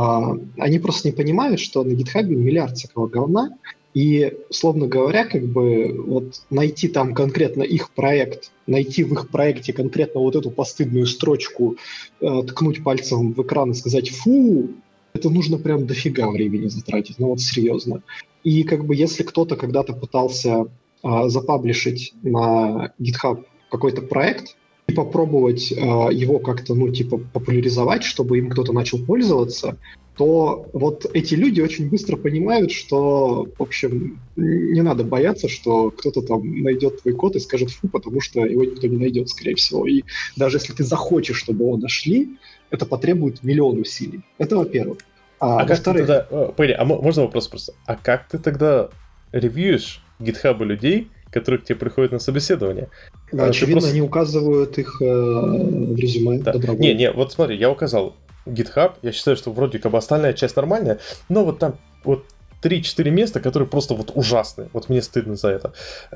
они просто не понимают, что на GitHub миллиард всякого говна, и, условно говоря, как бы вот найти там конкретно их проект, найти в их проекте конкретно вот эту постыдную строчку, ткнуть пальцем в экран и сказать «фу», это нужно прям дофига времени затратить, ну вот серьезно. И как бы если кто-то когда-то пытался запаблишить на GitHub какой-то проект, и попробовать э, его как-то, ну, типа, популяризовать, чтобы им кто-то начал пользоваться, то вот эти люди очень быстро понимают, что, в общем, не надо бояться, что кто-то там найдет твой код и скажет «фу», потому что его никто не найдет, скорее всего. И даже если ты захочешь, чтобы его нашли, это потребует миллион усилий. Это во-первых. А, а как ты тогда... Погоди, а можно вопрос просто? А как ты тогда ревьюешь GitHub людей, которые к тебе приходят на собеседование? Да, очевидно, просто... они указывают их э, в резюме да. добровольно. Не, не, вот смотри, я указал GitHub, я считаю, что вроде как бы остальная часть нормальная, но вот там вот три-четыре места, которые просто вот ужасные, вот мне стыдно за это.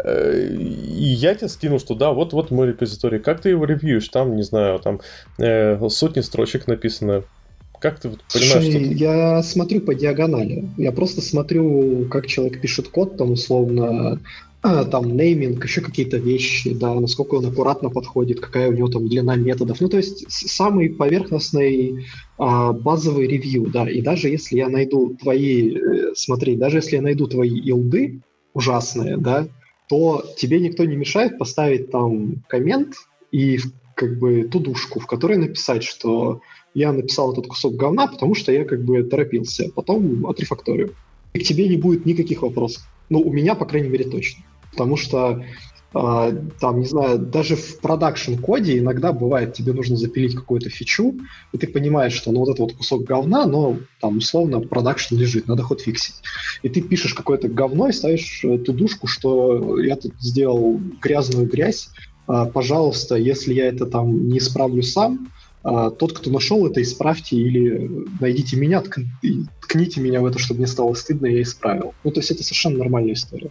И я тебе скинул, что да, вот, вот мой репозиторий, как ты его ревьюешь? Там, не знаю, там э, сотни строчек написано. Как ты вот понимаешь, Слушай, что... я смотрю по диагонали. Я просто смотрю, как человек пишет код, там, условно... там нейминг, еще какие-то вещи, да, насколько он аккуратно подходит, какая у него там длина методов. Ну, то есть самый поверхностный а, базовый ревью, да, и даже если я найду твои, э, смотри, даже если я найду твои илды ужасные, да, то тебе никто не мешает поставить там коммент и как бы тудушку, в которой написать, что я написал этот кусок говна, потому что я как бы торопился, потом отрефакторю. И к тебе не будет никаких вопросов. Ну, у меня, по крайней мере, точно. Потому что, э, там, не знаю, даже в продакшн-коде иногда бывает, тебе нужно запилить какую-то фичу, и ты понимаешь, что ну вот этот вот кусок говна, но там условно продакшн лежит, надо ход фиксить. И ты пишешь какое-то говно и ставишь тудушку, что я тут сделал грязную грязь, э, пожалуйста, если я это там не исправлю сам, э, тот, кто нашел это, исправьте или найдите меня, ткн, ткните меня в это, чтобы мне стало стыдно, и я исправил. Ну, то есть это совершенно нормальная история.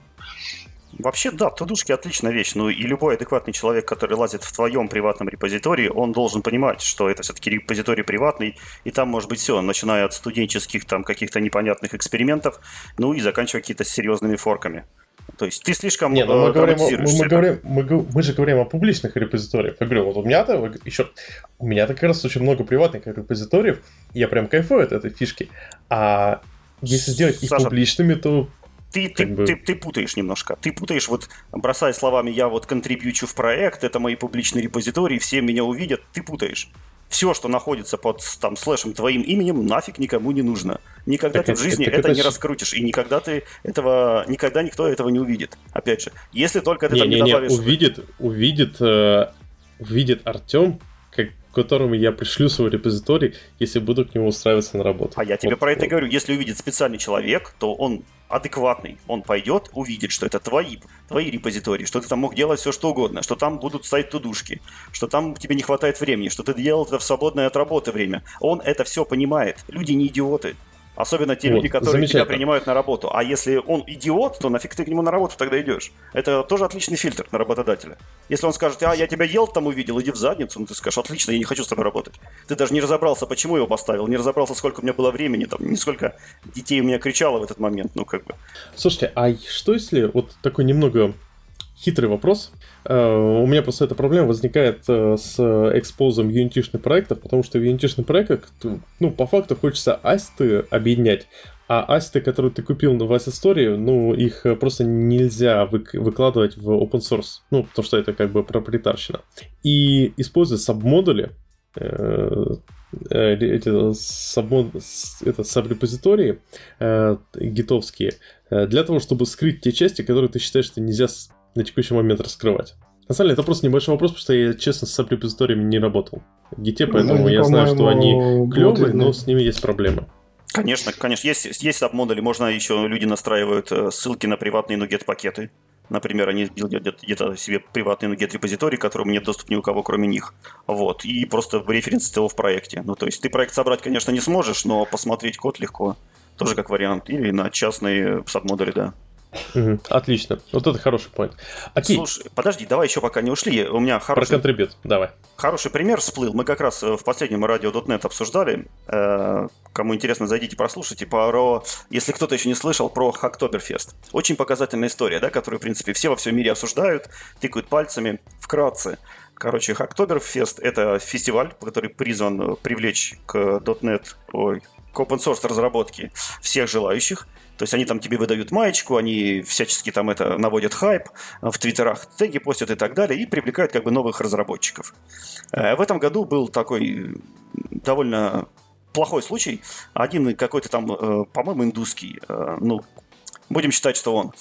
Вообще, да, тудушки отличная вещь, но и любой адекватный человек, который лазит в твоем приватном репозитории, он должен понимать, что это все-таки репозиторий приватный, и там может быть все, начиная от студенческих там каких-то непонятных экспериментов, ну и заканчивая какими-то серьезными форками. То есть ты слишком Не, ну мы, говорим, мы, мы, говорим, мы, мы же говорим о публичных репозиториях. Я говорю, вот у меня-то еще, у меня-то как раз очень много приватных репозиториев, я прям кайфую от этой фишки, а если сделать их Саша, публичными, то... Ты, ты, бы... ты, ты путаешь немножко. Ты путаешь, вот бросая словами «я вот контрибьючу в проект, это мои публичные репозитории, все меня увидят», ты путаешь. Все, что находится под там слэшем твоим именем, нафиг никому не нужно. Никогда так ты это, в жизни это, это, это не раскрутишь, и никогда ты этого, никогда никто этого не увидит. Опять же, если только ты не, там не, не добавишь... увидит, увидит, э, увидит Артем, как которому я пришлю свой репозиторий, если буду к нему устраиваться на работу. А я тебе вот, про это вот. говорю. Если увидит специальный человек, то он адекватный. Он пойдет, увидит, что это твои, твои репозитории, что ты там мог делать все, что угодно, что там будут стоять тудушки, что там тебе не хватает времени, что ты делал это в свободное от работы время. Он это все понимает. Люди не идиоты. Особенно те вот, люди, которые тебя принимают на работу. А если он идиот, то нафиг ты к нему на работу тогда идешь? Это тоже отличный фильтр на работодателя. Если он скажет, а, я тебя ел там увидел, иди в задницу, ну ты скажешь, отлично, я не хочу с тобой работать. Ты даже не разобрался, почему его поставил, не разобрался, сколько у меня было времени, там, не сколько детей у меня кричало в этот момент, ну как бы. Слушайте, а что если, вот такой немного хитрый вопрос, Uh, у меня просто эта проблема возникает uh, с экспозом юнитишных проектов, потому что в юнитишных проектах, ну, по факту хочется асеты объединять, а асеты, которые ты купил на Vice Story, ну, их просто нельзя вы- выкладывать в open source, ну, потому что это как бы проприетарщина. И используя сабмодули, uh, эти сабмод... это сабрепозитории uh, гитовские, uh, для того, чтобы скрыть те части, которые ты считаешь, что нельзя на текущий момент раскрывать. На самом деле, это просто небольшой вопрос, потому что я, честно, с сабрепозиториями не работал в Git, поэтому они, я знаю, что они клевые, но с ними есть проблемы. Конечно, конечно. Есть, есть сабмодули, можно еще, люди настраивают ссылки на приватные NuGet-пакеты. Например, они делают где-то себе приватный NuGet-репозиторий, к которому нет доступа ни у кого, кроме них. Вот. И просто референс его в проекте. Ну, то есть ты проект собрать, конечно, не сможешь, но посмотреть код легко. Тоже как вариант. Или на частные сабмодули, да. Угу, отлично. Вот это хороший point. Окей. Слушай, подожди, давай еще пока не ушли. У меня хороший... Про контрибьют, давай. Хороший пример всплыл. Мы как раз в последнем радио точка нет обсуждали. Кому интересно, зайдите, прослушайте. Про... Если кто-то еще не слышал, про Hacktoberfest. Очень показательная история, да, которую, в принципе, все во всем мире обсуждают, тыкают пальцами. Вкратце. Короче, Hacktoberfest — это фестиваль, который призван привлечь к точка нет, ой, к open source разработке всех желающих. То есть они там тебе выдают маечку, они всячески там это наводят хайп, в твиттерах теги постят и так далее, и привлекают как бы новых разработчиков. В этом году был такой довольно плохой случай. Один какой-то там, по-моему, индусский, ну, будем считать, что он,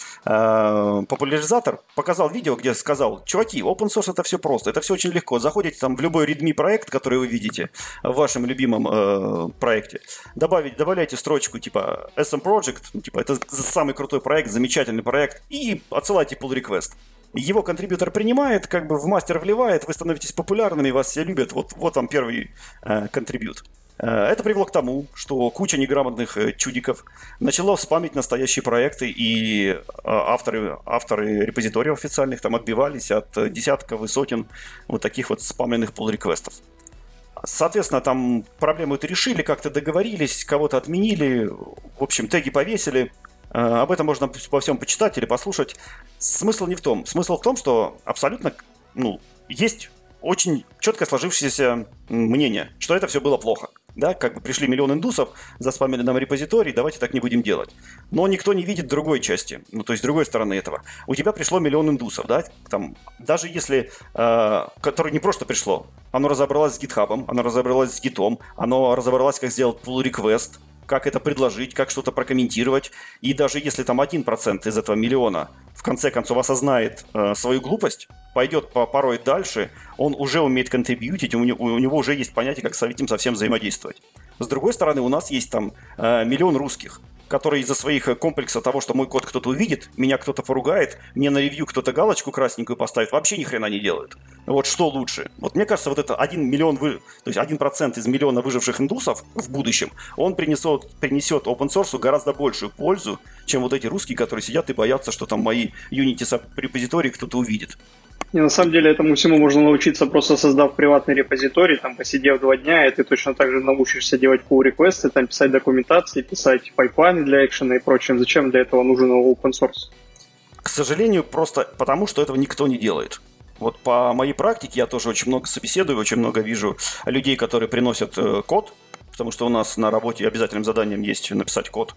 э, популяризатор, показал видео, где сказал: чуваки, open source это все просто, это все очень легко. Заходите там в любой readme проект, который вы видите в вашем любимом э, проекте, добавить, добавляйте строчку типа эс эм Project, ну, типа это самый крутой проект, замечательный проект, и отсылайте pull request. Его контрибьютор принимает, как бы в мастер вливает, вы становитесь популярными, вас все любят, вот, вот вам первый э, контрибьют. Это привело к тому, что куча неграмотных чудиков начала спамить настоящие проекты, и авторы, авторы репозиториев официальных там отбивались от десятков и сотен вот таких вот спамленных pull-реквестов. Соответственно, там проблему эту решили, как-то договорились, кого-то отменили, в общем, теги повесили. Об этом можно во всем почитать или послушать. Смысл не в том. Смысл в том, что абсолютно, ну, есть очень четко сложившееся мнение, что это все было плохо. Да, как бы пришли миллион индусов, заспамили нам репозиторий, давайте так не будем делать. Но никто не видит другой части, ну, то есть другой стороны этого. У тебя пришло миллион индусов, да, там, даже если, э, которое не просто пришло, оно разобралось с гитхабом, оно разобралось с гитом, оно разобралось, как сделать pull request, как это предложить, как что-то прокомментировать. И даже если там один процент из этого миллиона в конце концов осознает э, свою глупость, пойдет по порой дальше, он уже умеет контрибьютить, у него, у него уже есть понятие, как с этим совсем взаимодействовать. С другой стороны, у нас есть там э, миллион русских, которые из-за своих комплексов того, что мой код кто-то увидит, меня кто-то поругает, мне на ревью кто-то галочку красненькую поставит, вообще ни хрена не делают. Вот что лучше? Вот мне кажется, вот это один миллион, вы... то есть один процент из миллиона выживших индусов в будущем, он принесет, принесет open source гораздо большую пользу, чем вот эти русские, которые сидят и боятся, что там мои Unity репозитории кто-то увидит. И на самом деле этому всему можно научиться, просто создав приватный репозиторий, там, посидев два дня, и ты точно так же научишься делать pull-реквесты, там, писать документации, писать пайплайны для экшена и прочее. Зачем для этого нужен open source? К сожалению, просто потому, что этого никто не делает. Вот по моей практике я тоже очень много собеседую, очень много вижу людей, которые приносят э, код, потому что у нас на работе обязательным заданием есть написать код.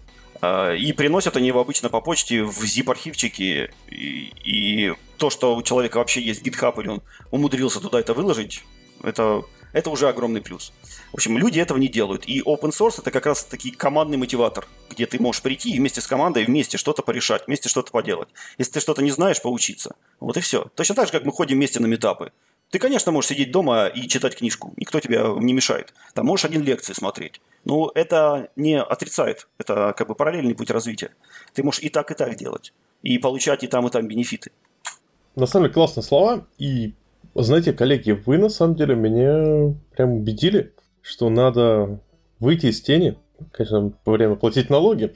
И приносят они его обычно по почте в zip-архивчики. И, и то, что у человека вообще есть GitHub, или он умудрился туда это выложить, это, это уже огромный плюс. В общем, люди этого не делают. И open source — это как раз таки командный мотиватор, где ты можешь прийти и вместе с командой вместе что-то порешать, вместе что-то поделать. Если ты что-то не знаешь, поучиться. Вот и все. Точно так же, как мы ходим вместе на митапы. Ты, конечно, можешь сидеть дома и читать книжку. Никто тебя не мешает. Там можешь один лекции смотреть. Но это не отрицает. Это как бы параллельный путь развития. Ты можешь и так, и так делать. И получать и там, и там бенефиты. На самом деле классные слова. И, знаете, коллеги, вы на самом деле меня прям убедили, что надо выйти из тени, конечно, время платить налоги.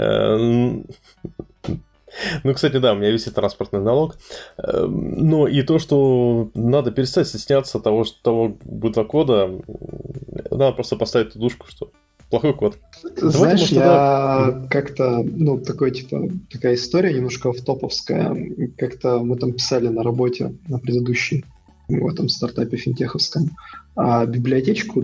Ну, кстати, да, у меня висит транспортный налог. Но и то, что надо перестать стесняться того, что того быдлокода, надо просто поставить ту душку, что плохой код. Знаешь, Давайте, я тогда... как-то, ну, такой, типа, такая история немножко автоповская. Как-то мы там писали на работе, на предыдущей, в этом стартапе финтеховском, библиотечку,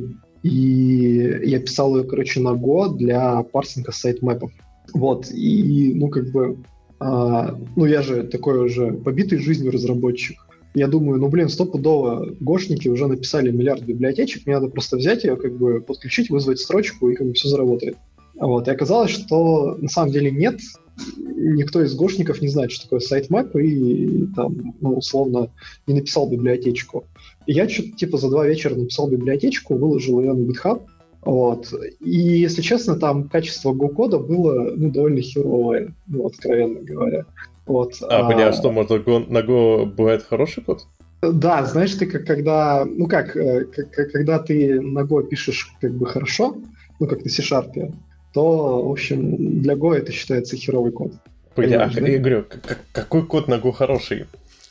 и я писал ее, короче, на Go для парсинга сайт-мэпов. Вот, и, ну, как бы, а, ну, я же такой уже побитый жизнью разработчик. Я думаю, ну, блин, стопудово гошники уже написали миллиард библиотечек, мне надо просто взять ее, как бы, подключить, вызвать строчку, и как бы все заработает. Вот, и оказалось, что на самом деле нет, никто из гошников не знает, что такое сайт-мэп, и, там, ну, условно, не написал библиотечку. И я что-то, типа, за два вечера написал библиотечку, выложил ее на GitHub, вот, и, если честно, там качество Go-кода было, ну, довольно херовое, ну, откровенно говоря. Вот, а, а, а что, может, на Go бывает хороший код? Да, знаешь, ты как когда, ну как, как, когда ты на Go пишешь как бы хорошо, ну как на C-Sharp, то, в общем, для Go это считается херовый код. Погоди, а, да? Я говорю, как, какой код на Go хороший?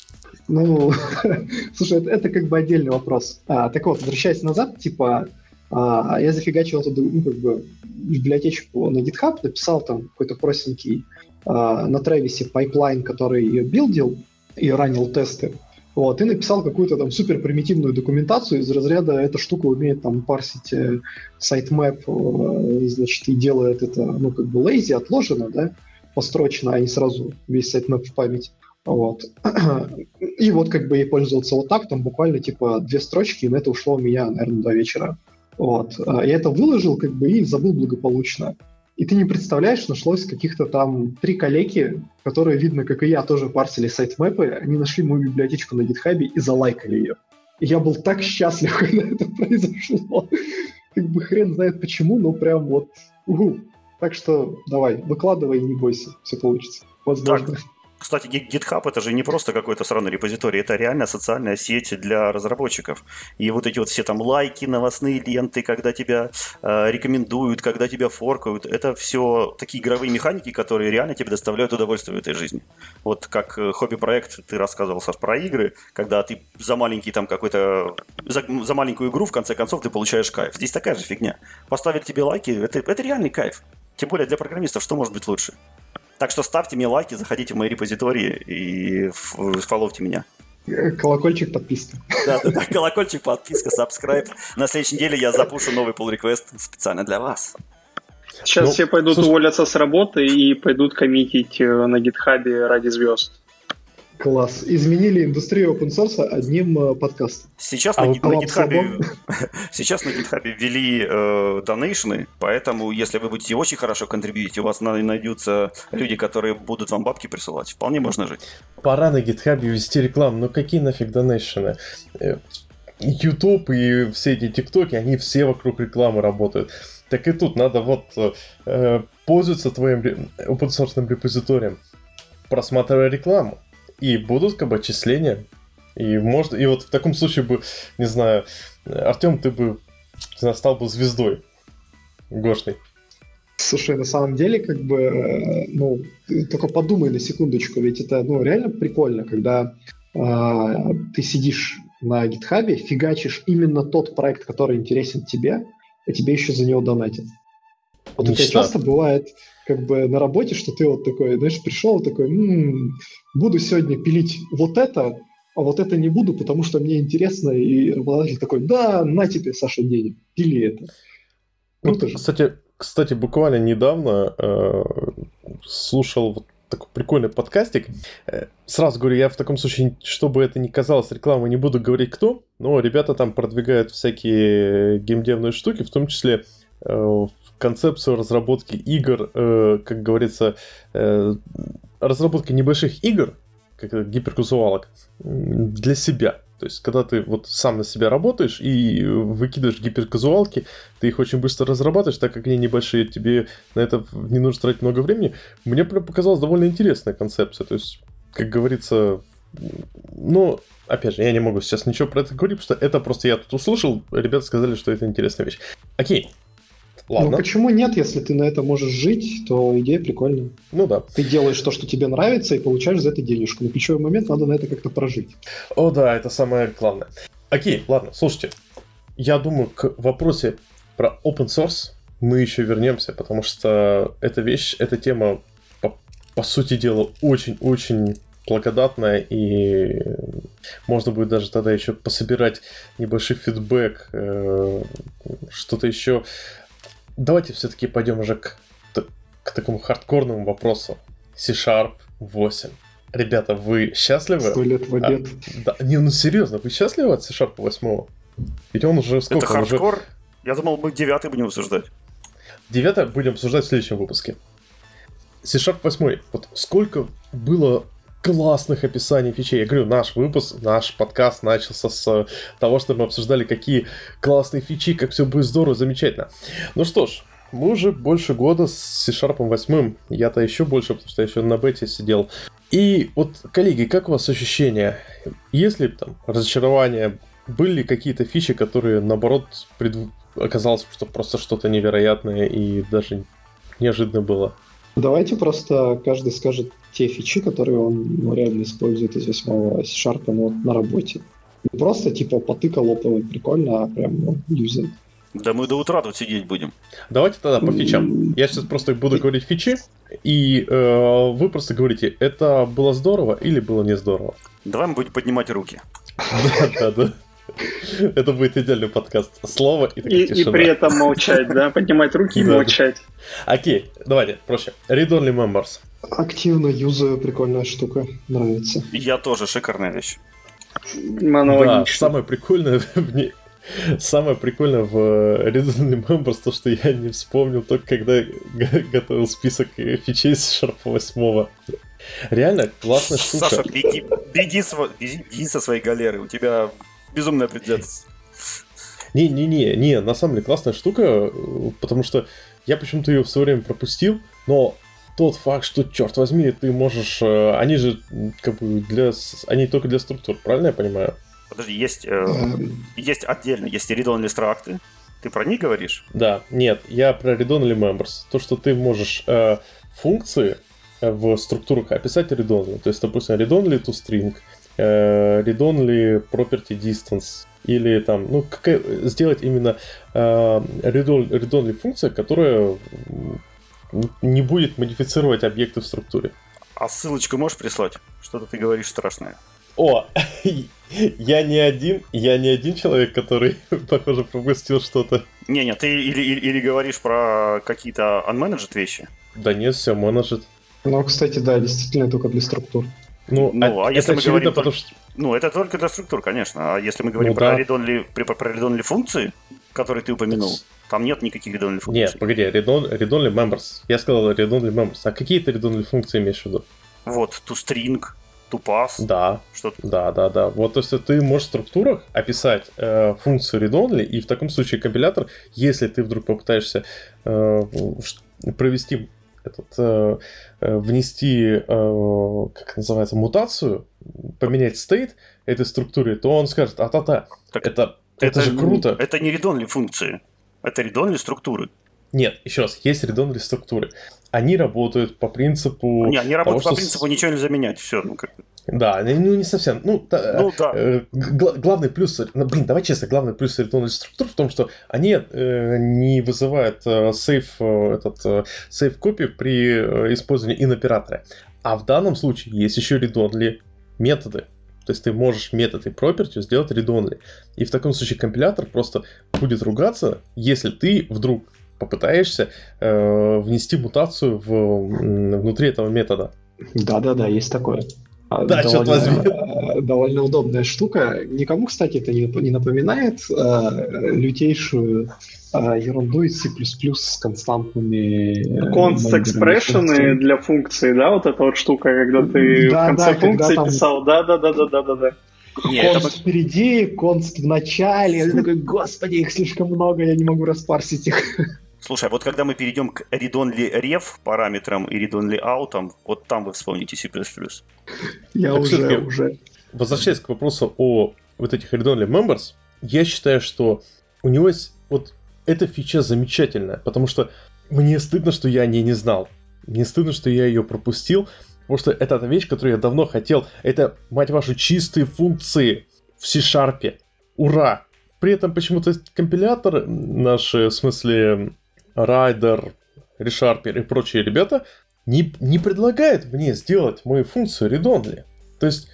Ну, слушай, это, это как бы отдельный вопрос. А, так вот, возвращаясь назад, типа, а, я зафигачил туда, ну, как бы, библиотечку на GitHub, написал там какой-то простенький а, на Travis пайплайн, который ее билдил и ранил тесты. Вот, и написал какую-то там супер примитивную документацию из разряда эта штука умеет там парсить э, сайт-мэп, э, значит, и делает это, ну, как бы lazy, отложено, да, построчно, а не сразу весь сайт-мэп в память. Вот. И вот как бы я пользовался вот так, там буквально типа две строчки, и на это ушло у меня, наверное, до вечера. Вот. Я это выложил как бы и забыл благополучно. И ты не представляешь, нашлось каких-то там три коллеги, которые, видно, как и я, тоже парсили сайт-мэпы, они нашли мою библиотечку на гитхабе и залайкали ее. И я был так счастлив, когда это произошло. Как бы хрен знает почему, но прям вот... Угу. Так что давай, выкладывай и не бойся, все получится. Возможно. Так. Кстати, GitHub — это же не просто какой-то сраный репозиторий, это реально социальная сеть для разработчиков. И вот эти вот все там лайки, новостные ленты, когда тебя э, рекомендуют, когда тебя форкают, это все такие игровые механики, которые реально тебе доставляют удовольствие в этой жизни. Вот как хобби-проект, ты рассказывал, Саш, про игры, когда ты за маленький там какой-то... За, за маленькую игру, в конце концов, ты получаешь кайф. Здесь такая же фигня. Поставили тебе лайки, это, это реальный кайф. Тем более для программистов, что может быть лучше? Так что ставьте мне лайки, заходите в мои репозитории и фолловьте меня. Колокольчик, подписка. Да-да-да, колокольчик, подписка, subscribe. На следующей неделе я запушу новый pull request специально для вас. Сейчас ну, все пойдут слушай... уволятся с работы и пойдут коммитить на гитхабе ради звезд. Класс. Изменили индустрию open source одним э, подкастом. Сейчас а на, вот на GitHub сейчас на GitHub ввели э, донейшны, поэтому если вы будете очень хорошо контрибьютить, у вас найдутся люди, которые будут вам бабки присылать. Вполне можно жить. Пора на GitHub ввести рекламу. Ну какие нафиг донейшны? YouTube и все эти тиктоки, они все вокруг рекламы работают. Так и тут надо вот э, пользоваться твоим open source репозиторием, просматривая рекламу. И будут как бы отчисления. И, может, и вот в таком случае бы, не знаю, Артем, ты бы не знаю, стал бы звездой гошной. Слушай, на самом деле, как бы, ну, только подумай на секундочку, ведь это, ну, реально прикольно, когда э, ты сидишь на гитхабе, фигачишь именно тот проект, который интересен тебе, а тебе еще за него донатят. Вот Мечта. У тебя часто бывает... как бы на работе, что ты вот такой, знаешь, пришел такой, м-м, буду сегодня пилить вот это, а вот это не буду, потому что мне интересно, и работодатель такой, да, на тебе, Саша, денег, пили это. Вот, кстати, кстати, буквально недавно э, слушал вот такой прикольный подкастик. Сразу говорю, я в таком случае, чтобы это не казалось рекламой, не буду говорить кто, но ребята там продвигают всякие геймдевные штуки, в том числе э, концепцию разработки игр, э, как говорится, э, разработки небольших игр, как гиперказуалок, для себя. То есть, когда ты вот сам на себя работаешь и выкидываешь гиперказуалки, ты их очень быстро разрабатываешь, так как они небольшие, тебе на это не нужно тратить много времени. Мне прям показалась довольно интересная концепция. То есть, как говорится, ну, опять же, я не могу сейчас ничего про это говорить, потому что это просто я тут услышал, ребята сказали, что это интересная вещь. Окей. ладно. Ну почему нет, если ты на это можешь жить, то идея прикольная. Ну да. Ты делаешь то, что тебе нравится, и получаешь за это денежку. На ключевой момент надо на это как-то прожить. О да, это самое главное. Окей, ладно, слушайте. Я думаю, к вопросе про open source мы еще вернемся, потому что эта вещь, эта тема, по, по сути дела, очень-очень благодатная, и можно будет даже тогда еще пособирать небольшой фидбэк, э, что-то еще. Давайте все-таки пойдем уже к, к такому хардкорному вопросу. C-Sharp восемь. Ребята, вы счастливы? Сто лет в обед. А, да, не, ну серьезно, вы счастливы от C-Sharp восемь? Ведь он уже сколько? Это хардкор? Уже... Я думал, мы девятый будем обсуждать. Девятый будем обсуждать в следующем выпуске. C-Sharp восемь. Вот сколько было классных описаний фичей. Я говорю, наш выпуск, наш подкаст начался с того, что мы обсуждали, какие классные фичи, как все будет здорово, замечательно. Ну что ж, мы уже больше года с C-Sharp восемь. Я-то еще больше, потому что я еще на бете сидел. И вот, коллеги, как у вас ощущения? Есть ли там разочарования? Были ли какие-то фичи, которые, наоборот, пред... оказалось, что просто что-то невероятное и даже неожиданно было? Давайте просто каждый скажет те фичи, которые он ну, реально использует из восьмого C-Sharp ну, на работе. Не просто типа потыкал опыт, прикольно, а прям ну, юзает. Да мы до утра тут сидеть будем. Давайте тогда по фичам. Я сейчас просто буду говорить фичи, и э, вы просто говорите, это было здорово или было не здорово. Давай мы будем поднимать руки. Да-да-да. Это будет идеальный подкаст. Слово и такая и, тишина. И при этом молчать, да? Поднимать руки и молчать. Окей, давайте, проще. Read-only members. Активно юзаю, прикольная штука, нравится. Я тоже, шикарная вещь. Да, самое прикольное в ней... Самое прикольное в Read-only members то, что я не вспомнил только когда готовил список фичей с C-Sharp восемь. Реально классная штука. Саша, беги, беги, беги со своей галеры, у тебя безумная предвзятость. Не-не-не, не, на самом деле классная штука, потому что я почему-то ее в свое время пропустил, но тот факт, что, черт возьми, ты можешь... Они же как бы для... Они только для структур, правильно я понимаю? Подожди, есть, э, есть отдельно, есть read-only стракты. Ты про них говоришь? Да, нет, я про read-only members. То, что ты можешь э, функции в структурах описать read-only. То есть, допустим, read-only toString, э, read-only property distance, или там, ну, какая, сделать именно э, read-only, read-only функция, которая не будет модифицировать объекты в структуре. А ссылочку можешь прислать? Что-то ты говоришь страшное. О, я не один, я не один человек, который, похоже, пропустил что-то. Не-не, ты или, или, или говоришь про какие-то unmanaged вещи? Да нет, все managed. Ну, кстати, да, действительно только для структур. Ну, ну а, а если это мы очевидно, говорим... потому только... что... Ну, это только для структур, конечно. А если мы говорим ну, про, да. read-only, про read-only функции, которые ты упомянул, там нет никаких read-only функций. Нет, погоди, read-only, read-only members. Я сказал read-only members. А какие ты read-only функции имеешь в виду? Вот, toString, toPass. Да, что-то. да, да, да. Вот, то есть ты можешь в структурах описать э, функцию read-only, и в таком случае компилятор, если ты вдруг попытаешься э, провести этот, э, внести, э, как называется, мутацию, поменять стейт этой структуры, то он скажет, а-та-та, это, это, это же круто. Это не read-only функции, это read-only структуры. Нет, еще раз, есть read-only структуры. Они работают по принципу... Не, они работают того, по принципу с... ничего нельзя менять, все. Ну, как... Да, ну не совсем. Ну, та, ну да. Э, г- главный плюс... Ну, блин, давай честно, главный плюс read-only структур в том, что они э, не вызывают э, save, э, этот, э, save copy при э, использовании in-оператора. А в данном случае есть еще read-only методы. То есть ты можешь метод и property сделать read-only. И в таком случае компилятор просто будет ругаться, если ты вдруг попытаешься э, внести мутацию в, м, внутри этого метода. Да-да-да, есть такое. Да, черт возьми. Довольно удобная штука. Никому, кстати, это не напоминает э, лютейшую э, ерунду из C++ с константными... Const-экспрессионы для функций, да, вот эта вот штука, когда ты да, в конце да, функции там... писал. Да-да-да-да-да-да. Конст впереди, конст в начале. Я такой, господи, их слишком много, я не могу распарсить их. Слушай, а вот когда мы перейдем к read-only ref параметрам и read-only out, вот там вы вспомните C++. Я так уже, уже. Возвращаясь к вопросу о вот этих read-only members, я считаю, что у него есть вот эта фича замечательная, потому что мне стыдно, что я о ней не знал. Мне стыдно, что я ее пропустил, потому что это та вещь, которую я давно хотел. Это, мать вашу, чистые функции в C-Sharp. Ура! При этом почему-то компилятор наш, в смысле Rider, ReSharper и прочие ребята, не, не предлагает мне сделать мою функцию read-only. То есть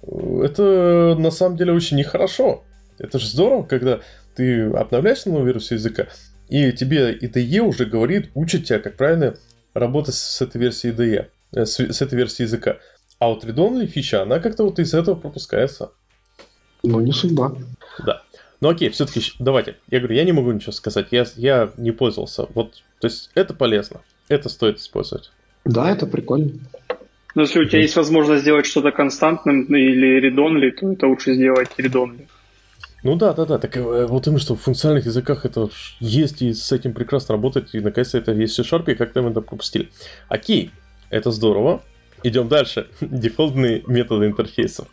это на самом деле очень нехорошо. Это же здорово, когда ты обновляешь новую версию языка, и тебе ай ди и уже говорит, учит тебя, как правильно работать с этой версией ай ди и, с, с этой версией языка. А вот read-only фича, она как-то вот из этого пропускается. Ну, не судьба. Да. Ну окей, все-таки давайте. Я говорю, я не могу ничего сказать. Я, я не пользовался. Вот, то есть это полезно. Это стоит использовать. Да, это прикольно. Но если у тебя есть возможность сделать что-то константным или read-only, то это лучше сделать read-only. Ну да, да, да. Так вот именно, что в функциональных языках это есть, и с этим прекрасно работать, и наконец-то это есть в C-Sharp, и как-то мы это пропустили. Окей, это здорово. Идем дальше. Дефолтные методы интерфейсов.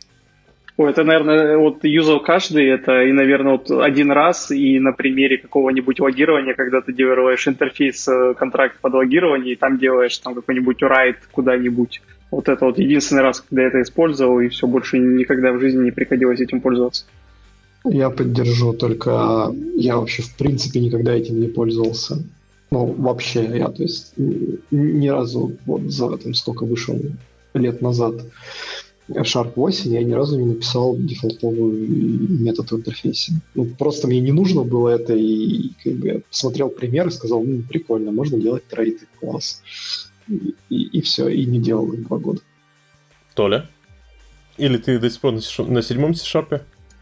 Ой, это, наверное, вот юзал каждый, это и, наверное, вот один раз, и на примере какого-нибудь логирования, когда ты делаешь интерфейс контракт под логирование, и там делаешь там какой-нибудь write куда-нибудь. Вот это вот единственный раз, когда я это использовал, и все, больше никогда в жизни не приходилось этим пользоваться. Я поддержу, только я вообще в принципе никогда этим не пользовался. Ну, вообще, я, то есть, ни разу вот за там сколько вышел лет назад Sharp восемь, я ни разу не написал дефолтовый метод в интерфейсе. Ну, просто мне не нужно было это, и как бы я посмотрел пример и сказал, ну, прикольно, можно делать трейты, класс. И, и, и все, и не делал их два года. Толя? Или ты до сих пор на седьмом C-Sharp?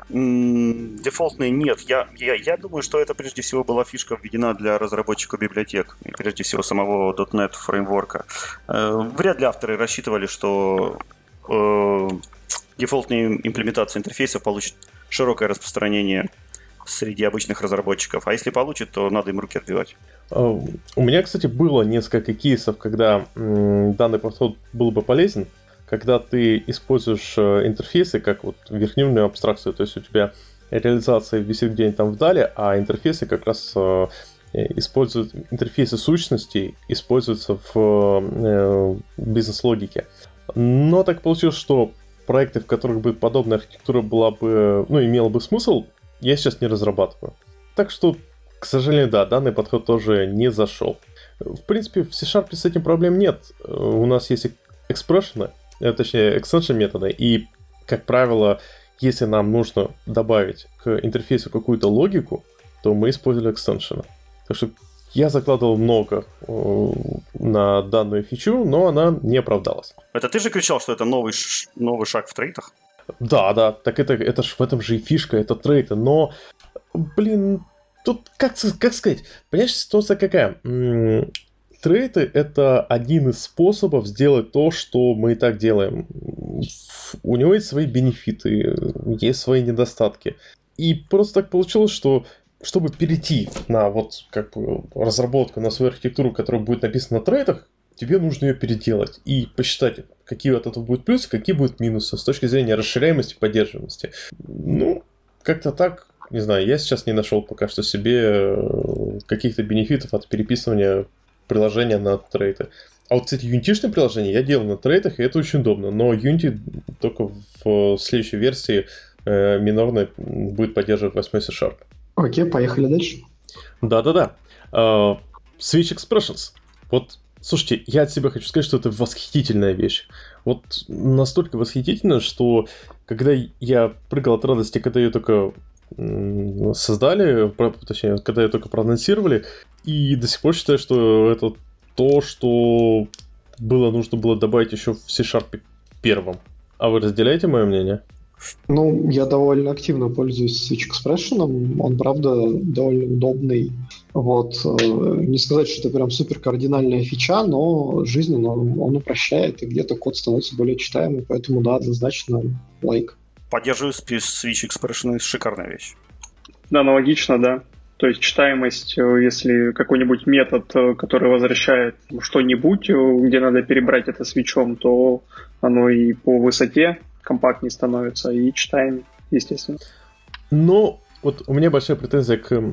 Дефолтные нет. Я, я, я думаю, что это прежде всего была фишка введена для разработчиков библиотек, и прежде всего самого .дот нет фреймворка. Вряд ли авторы рассчитывали, что э, дефолтные имплементации интерфейсов получат широкое распространение среди обычных разработчиков. А если получит, то надо им руки отбивать. У меня, кстати, было несколько кейсов, когда м, данный подход был бы полезен. Когда ты используешь интерфейсы как вот верхнюю абстракцию, то есть у тебя реализация висит где-нибудь там вдали, а интерфейсы как раз э, используют, интерфейсы сущностей используются в э, бизнес-логике. Но так получилось, что проекты, в которых бы подобная архитектура была бы, ну, имела бы смысл, я сейчас не разрабатываю. Так что, к сожалению, да, данный подход тоже не зашел. В принципе, в C-Sharp с этим проблем нет. У нас есть экспрессионы, точнее, extension методы, и, как правило, если нам нужно добавить к интерфейсу какую-то логику, то мы использовали экстеншены. Так что я закладывал много э, на данную фичу, но она не оправдалась. Это ты же кричал, что это новый, ш- новый шаг в трейтах? Да, да, так это, это ж в этом же и фишка, это трейты, но, блин, тут, как, как сказать, понимаешь, ситуация какая? М-м- Трейты — это один из способов сделать то, что мы и так делаем. У него есть свои бенефиты, есть свои недостатки. И просто так получилось, что чтобы перейти на вот как бы разработку, на свою архитектуру, которая будет написана на трейтах, тебе нужно ее переделать и посчитать, какие от этого будут плюсы, какие будут минусы с точки зрения расширяемости и поддерживаемости. Ну, как-то так, не знаю, я сейчас не нашел пока что себе каких-то бенефитов от переписывания приложения на трейты. А вот, кстати, юнитишные приложения я делал на трейтах, и это очень удобно. Но Unity только в следующей версии э, минорной будет поддерживать восьмой C-Sharp. Окей, поехали дальше. Да-да-да. Uh, Switch Expressions. Вот, слушайте, я от себя хочу сказать, что это восхитительная вещь. Вот настолько восхитительная, что когда я прыгал от радости, когда ее только создали, точнее, когда ее только проанонсировали, и до сих пор считаю, что это то, что было нужно было добавить еще в C-Sharp первом. А вы разделяете мое мнение? Ну, я довольно активно пользуюсь Switch Expression. Он, правда, довольно удобный. Вот. Не сказать, что это прям супер кардинальная фича, но жизненно он упрощает, и где-то код становится более читаемый, поэтому, да, однозначно лайк. Поддерживаю Switch Expression, шикарная вещь. Да, аналогично, да. То есть читаемость, если какой-нибудь метод, который возвращает что-нибудь, где надо перебрать это свитчом, то оно и по высоте компактнее становится, и читаем, естественно. Ну, вот у меня большая претензия к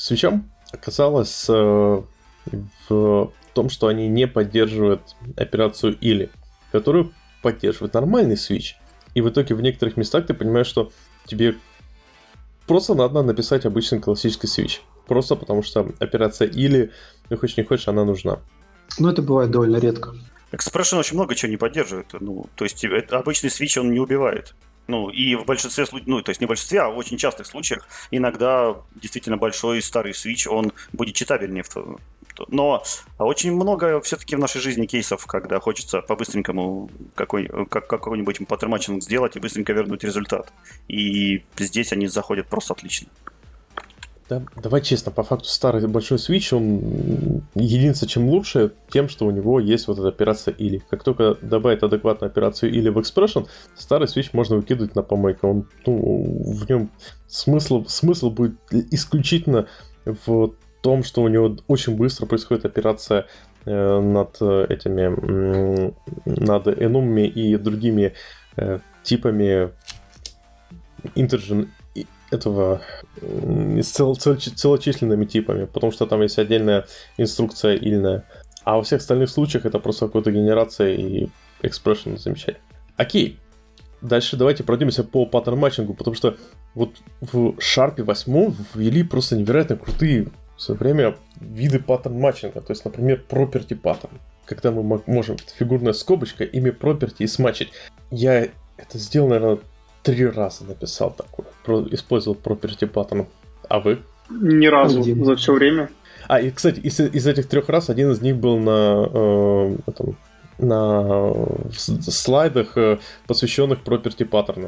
свечам оказалось э, в том, что они не поддерживают операцию или, которую поддерживает нормальный свич. И в итоге в некоторых местах ты понимаешь, что тебе просто надо написать обычный классический свич. Просто потому что операция или, ты хочешь не хочешь, она нужна. Ну, это бывает довольно редко. Expression очень много чего не поддерживает. Ну, то есть это, обычный свич он не убивает. Ну, и в большинстве случаев, ну, то есть не в большинстве, а в очень частых случаях иногда действительно большой старый свич, он будет читабельнее. Но очень много все-таки в нашей жизни кейсов, когда хочется по-быстренькому какой, как, какой-нибудь паттерн-матчинг сделать и быстренько вернуть результат. И здесь они заходят просто отлично. Да, давай честно, по факту старый большой свич, он единственное, чем лучше, тем, что у него есть вот эта операция или. Как только добавить адекватную операцию или в Expression, старый свич можно выкидывать на помойку. Он, ну, в нем смысл, смысл будет исключительно в том, что у него очень быстро происходит операция э, над этими, э, над энумами и другими э, типами интерджен этого с цел, цел, целочисленными типами, потому что там есть отдельная инструкция ильная. А во всех остальных случаях это просто какая-то генерация и expression замечательно. Окей. Дальше давайте пройдемся по паттерн-матчингу, потому что вот в Sharp восемь ввели просто невероятно крутые в свое время виды паттерн-матчинга. То есть, например, property pattern. Когда мы можем, фигурная скобочка, имя property и сматчить. Я это сделал, наверное, три раза написал такое. Про, использовал property pattern. А вы? Ни разу один. За все время. А, и, кстати, из, из этих трех раз один из них был на, э, этом, на слайдах, э, посвященных property pattern.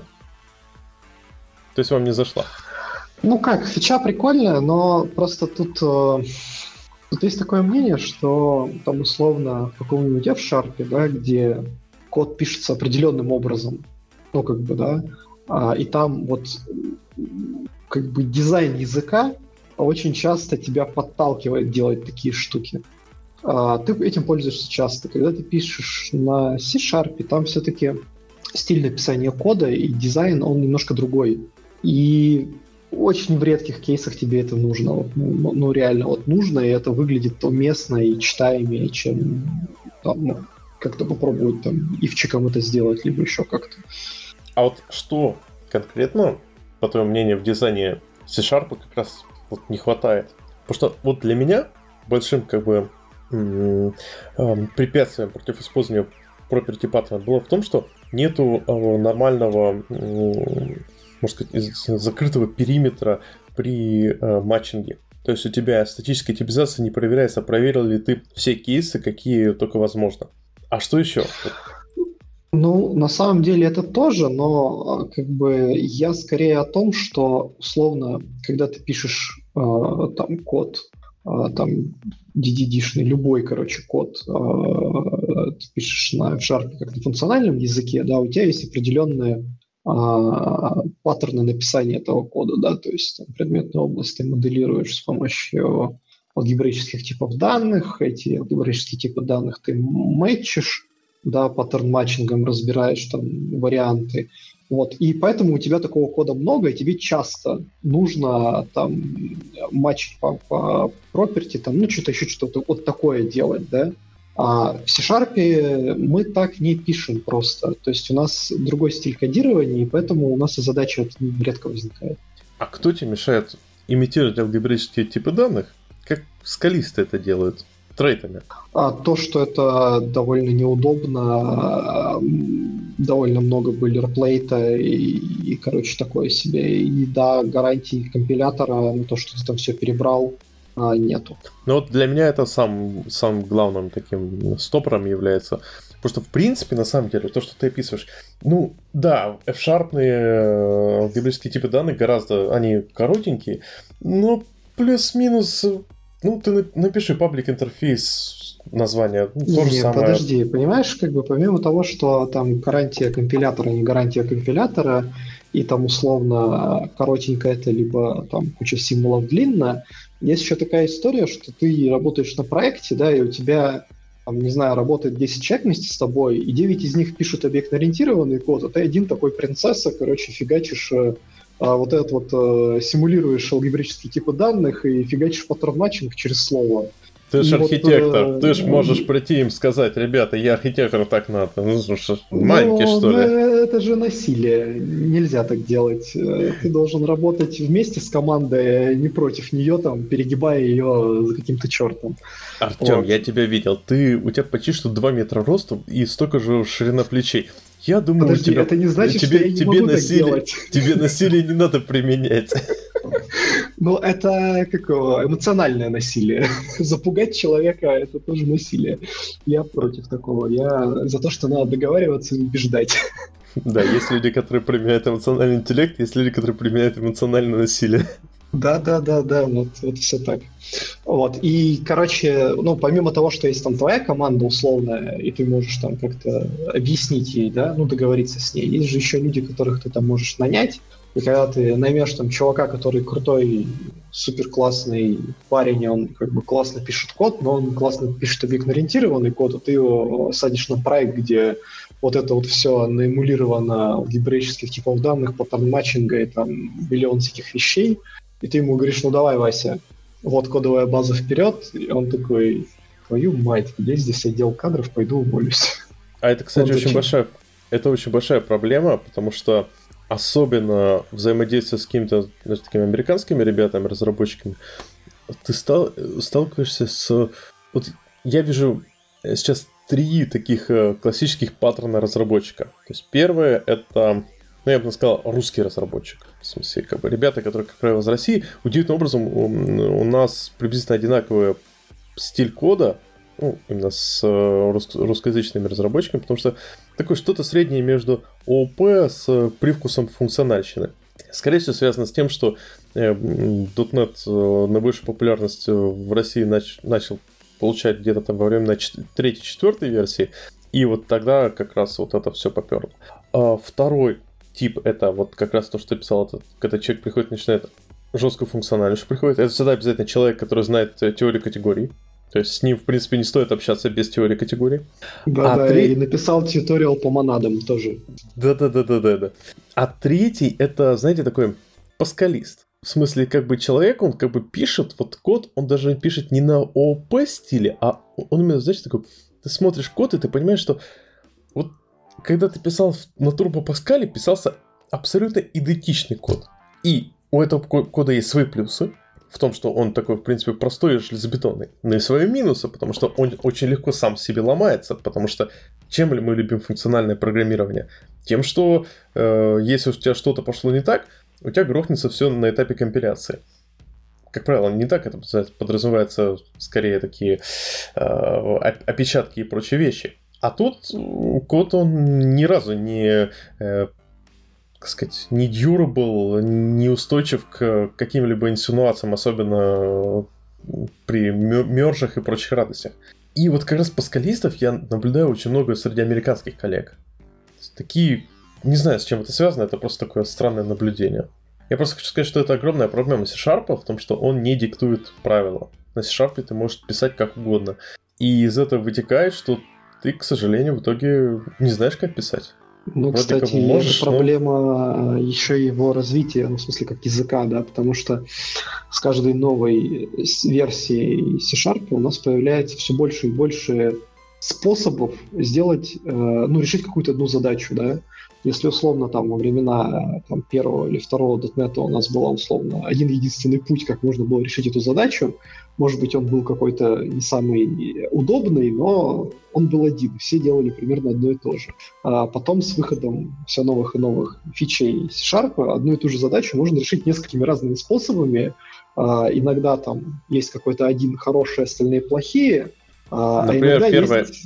То есть вам не зашла? Ну как, фича прикольная, но просто тут, э, тут есть такое мнение, что там условно в каком-нибудь F-Sharp, да, где код пишется определенным образом, ну как бы, да, а, и там вот как бы дизайн языка очень часто тебя подталкивает делать такие штуки. А, ты этим пользуешься часто. Когда ты пишешь на C-Sharp, там все-таки стиль написания кода и дизайн, он немножко другой. И очень в редких кейсах тебе это нужно. Вот, ну, ну, реально вот нужно, и это выглядит уместно и читаемее, чем там, ну, как-то попробовать там ивчиком это сделать, либо еще как-то. А вот что конкретно, по твоему мнению, в дизайне C-Sharp как раз вот не хватает? Потому что вот для меня большим как бы м- м- препятствием против использования property pattern было в том, что нету э, нормального, м- можно сказать, закрытого периметра при э, матчинге. То есть у тебя статическая типизация не проверяется, проверил ли ты все кейсы, какие только возможно. А что еще? Ну, на самом деле это тоже, но как бы я скорее о том, что условно, когда ты пишешь э, там код, э, там ди ди ди-шный, любой, короче, код, э, ты пишешь на F-Sharp как на функциональном языке, да, у тебя есть определенные а, паттерны написания этого кода, да, то есть там, предметную область ты моделируешь с помощью алгебраических типов данных, эти алгебраические типы данных ты мэтчишь, да, паттерн-матчингом разбираешь там варианты, вот, и поэтому у тебя такого кода много, и тебе часто нужно там матчить по, по property, там, ну, что-то еще, что-то вот такое делать, да. А в C-Sharp мы так не пишем просто. То есть у нас другой стиль кодирования, и поэтому у нас и задача редко возникает. А кто тебе мешает имитировать алгебраические типы данных? Как скалисты это делают? Трейтами. А то, что это довольно неудобно, довольно много бойлерплейта и, и, короче, такое себе. И да, гарантии компилятора на то, что ты там все перебрал, нету. Ну вот для меня это сам, самым главным таким стопором является. Потому что, в принципе, на самом деле, то, что ты описываешь, ну, да, F-Sharpные алгебраические типы данных гораздо, они коротенькие, но плюс-минус, ну, ты напиши паблик интерфейс название, ну, то же Нет, самое. Подожди, понимаешь, как бы помимо того, что там гарантия компилятора, не гарантия компилятора, и там условно коротенько это, либо там куча символов длинно, есть еще такая история, что ты работаешь на проекте, да, и у тебя, там, не знаю, работает десять человек вместе с тобой, и девять из них пишут объектно-ориентированный код, а ты один такой принцесса, короче, фигачишь а вот этот вот э, симулируешь алгебрические типы данных и фигачишь паттерн-матчинг через слово. Ты ж архитектор, вот, ты ж э, можешь прийти им сказать, ребята, я архитектор, так надо. Ну, что, маленький, но, что ли? Это же насилие, нельзя так делать. Ты должен работать вместе с командой, не против нее, там, перегибая ее за каким-то чертом. Артем, вот. я тебя видел, ты, у тебя почти что два метра роста и столько же ширина плечей. Я думаю, Подожди, у тебя, это не значит, тебе, что я не тебе могу насилие, так делать. тебе насилие не надо применять. Ну, это какого, эмоциональное насилие. Запугать человека – это тоже насилие. Я против такого. Я за то, что надо договариваться и убеждать. Да, есть люди, которые применяют эмоциональный интеллект, есть люди, которые применяют эмоциональное насилие. Да, да, да, да, вот, вот все так. Вот. И, короче, ну, помимо того, что есть там твоя команда условная, и ты можешь там как-то объяснить ей, да, ну, договориться с ней, есть же еще люди, которых ты там можешь нанять. И когда ты наймешь там чувака, который крутой, супер классный парень, и он как бы классно пишет код, но он классно пишет объектно-ориентированный код, а ты его садишь на проект, где вот это вот все наэмулировано алгебраических типов данных, паттерн-матчинга и там миллион всяких вещей, и ты ему говоришь, ну давай, Вася, вот кодовая база вперед, и он такой, твою мать, есть здесь отдел кадров, пойду уволюсь. А это, кстати, очень большая, это очень большая проблема, потому что особенно взаимодействие с какими-то, даже такими американскими ребятами, разработчиками, ты стал, сталкиваешься с... Вот я вижу сейчас три таких классических паттерна разработчика. То есть первое — это, ну, я бы сказал, русский разработчик. В смысле, как бы ребята, которые, как правило, из России. Удивительным образом у нас приблизительно одинаковый стиль кода, ну, именно с русскоязычными разработчиками, потому что такое что-то среднее между ООП с привкусом функциональщины. Скорее всего, связано с тем, что .дот нет наибольшую популярность в России нач- начал получать где-то там во время третьей-четвертой версии, и вот тогда как раз вот это все поперло. А второй тип — это вот как раз то, что ты писал, это, когда человек приходит и начинает жесткую функциональность приходит. Это всегда обязательно человек, который знает теорию категорий. То есть с ним, в принципе, не стоит общаться без теории категорий. Да, а да, тре... и написал тьюториал по монадам тоже. Да-да-да-да-да. А третий — это, знаете, такой паскалист. В смысле, как бы человек, он как бы пишет, вот код, он даже пишет не на ООП стиле, а он именно, знаешь, такой, ты смотришь код, и ты понимаешь, что вот когда ты писал на Turbo Pascal, писался абсолютно идентичный код. И у этого кода есть свои плюсы, в том, что он такой, в принципе, простой и железобетонный. Но и свои минусы, потому что он очень легко сам себе ломается, потому что чем мы любим функциональное программирование? Тем, что э, если у тебя что-то пошло не так, у тебя грохнется все на этапе компиляции. Как правило, не так это подразумевается, скорее такие э, опечатки и прочие вещи. А тут код, он ни разу не... Э, так сказать, не durable, не устойчив к каким-либо инсинуациям, особенно при мержах и прочих радостях. И вот как раз паскалистов я наблюдаю очень много среди американских коллег. Такие, не знаю, с чем это связано, это просто такое странное наблюдение. Я просто хочу сказать, что это огромная проблема C-Sharp в том, что он не диктует правила. На C-Sharp ты можешь писать как угодно. И из этого вытекает, что ты, к сожалению, в итоге не знаешь, как писать. Ну, Вроде кстати, можешь, это проблема но... еще его развития, ну, в смысле, как языка, да, потому что с каждой новой версией C-Sharp у нас появляется все больше и больше способов сделать, э, ну, решить какую-то одну задачу, да. Если условно там во времена там, первого или второго .дот нет у нас был условно один единственный путь, как можно было решить эту задачу, может быть, он был какой-то не самый удобный, но он был один, все делали примерно одно и то же. А потом с выходом все новых и новых фичей C-Sharp одну и ту же задачу можно решить несколькими разными способами. А, иногда там есть какой-то один хороший, остальные плохие. Например, а иногда первое... есть...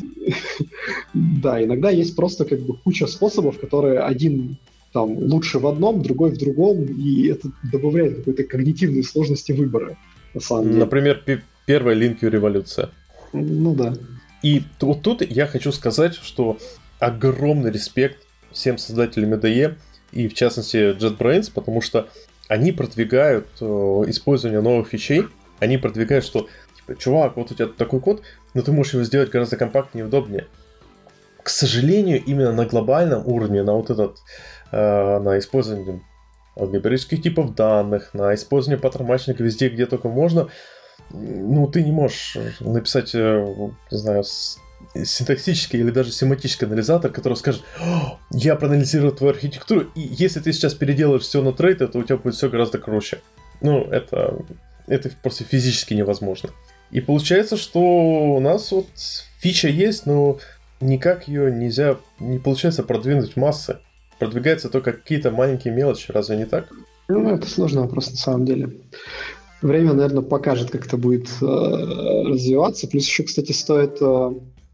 да, иногда есть просто как бы куча способов, которые один там лучше в одном, другой в другом, и это добавляет какой-то когнитивной сложности выбора, на самом деле. Например, п- первая линкью революция. Ну да. И вот тут я хочу сказать, что огромный респект всем создателям ай ди и, и в частности JetBrains, потому что они продвигают э, использование новых фичей, они продвигают, что типа, чувак, вот у тебя такой код, но ты можешь его сделать гораздо компактнее и удобнее. К сожалению, именно на глобальном уровне, на вот этот, э, на использование алгебраических типов данных, на использование паттерн-матчинга везде, где только можно, ну, ты не можешь написать, не знаю, синтаксический или даже семантический анализатор, который скажет: я проанализировал твою архитектуру, и если ты сейчас переделаешь все на трейд, то у тебя будет все гораздо круче. Ну, это, это просто физически невозможно. И получается, что у нас вот фича есть, но никак ее нельзя, не получается продвинуть в массы. Продвигаются только какие-то маленькие мелочи, разве не так? Ну, это сложный вопрос на самом деле. Время, наверное, покажет, как это будет э, развиваться. Плюс еще, кстати, стоит э,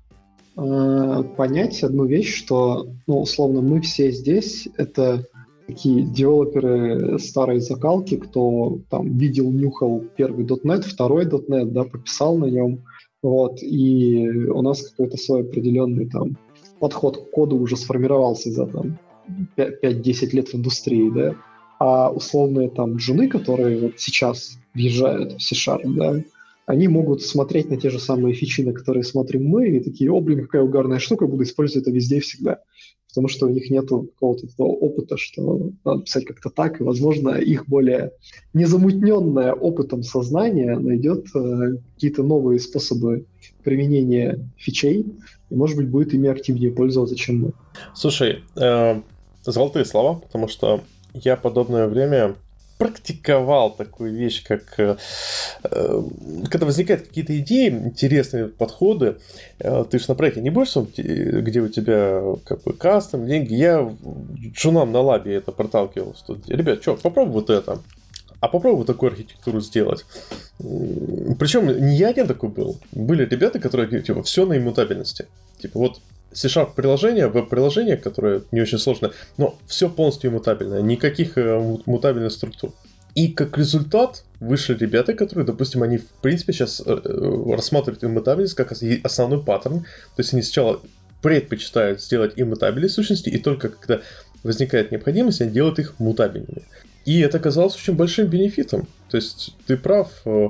э, понять одну вещь, что, ну, условно, мы все здесь — это такие девелоперы старой закалки, кто там видел, нюхал первый .дот нет, второй .дот нет, да, пописал на нем, вот, и у нас какой-то свой определенный там подход к коду уже сформировался за там пять-десять лет в индустрии, да, а условные там джуны, которые вот сейчас въезжают в C-Sharp, да, они могут смотреть на те же самые фичи, на которые смотрим мы, и такие: о, блин, какая угарная штука, буду использовать это везде и всегда. Потому что у них нет какого-то такого опыта, что надо писать как-то так, и, возможно, их более незамутненное опытом сознание найдет э, какие-то новые способы применения фичей, и, может быть, будет ими активнее пользоваться, чем мы. Слушай, э, золотые слова, потому что я подобное время практиковал такую вещь, как э, когда возникают какие-то идеи, интересные подходы, э, ты же на проекте не будешь, где у тебя как бы кастом, деньги. Я джунам на лабе это проталкивал. Что, ребят, что, попробуй вот это. А попробуй вот такую архитектуру сделать. Причем не я один такой был. Были ребята, которые типа все на иммутабельности. Типа вот C-Sharp приложение, веб-приложение, которое не очень сложное, но все полностью иммутабельное, никаких э, мутабельных структур. И как результат вышли ребята, которые, допустим, они в принципе сейчас э, рассматривают иммутабельность как основной паттерн. То есть они сначала предпочитают сделать иммутабельные сущности, и только когда возникает необходимость, они делают их мутабельными. И это оказалось очень большим бенефитом. То есть ты прав,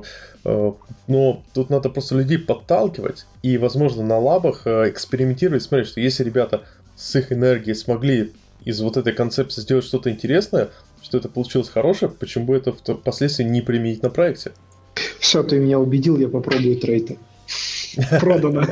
но тут надо просто людей подталкивать и, возможно, на лабах экспериментировать, смотреть, что если ребята с их энергией смогли из вот этой концепции сделать что-то интересное, что это получилось хорошее, почему бы это впоследствии не применить на проекте? Все, ты меня убедил, я попробую трейта. Продано.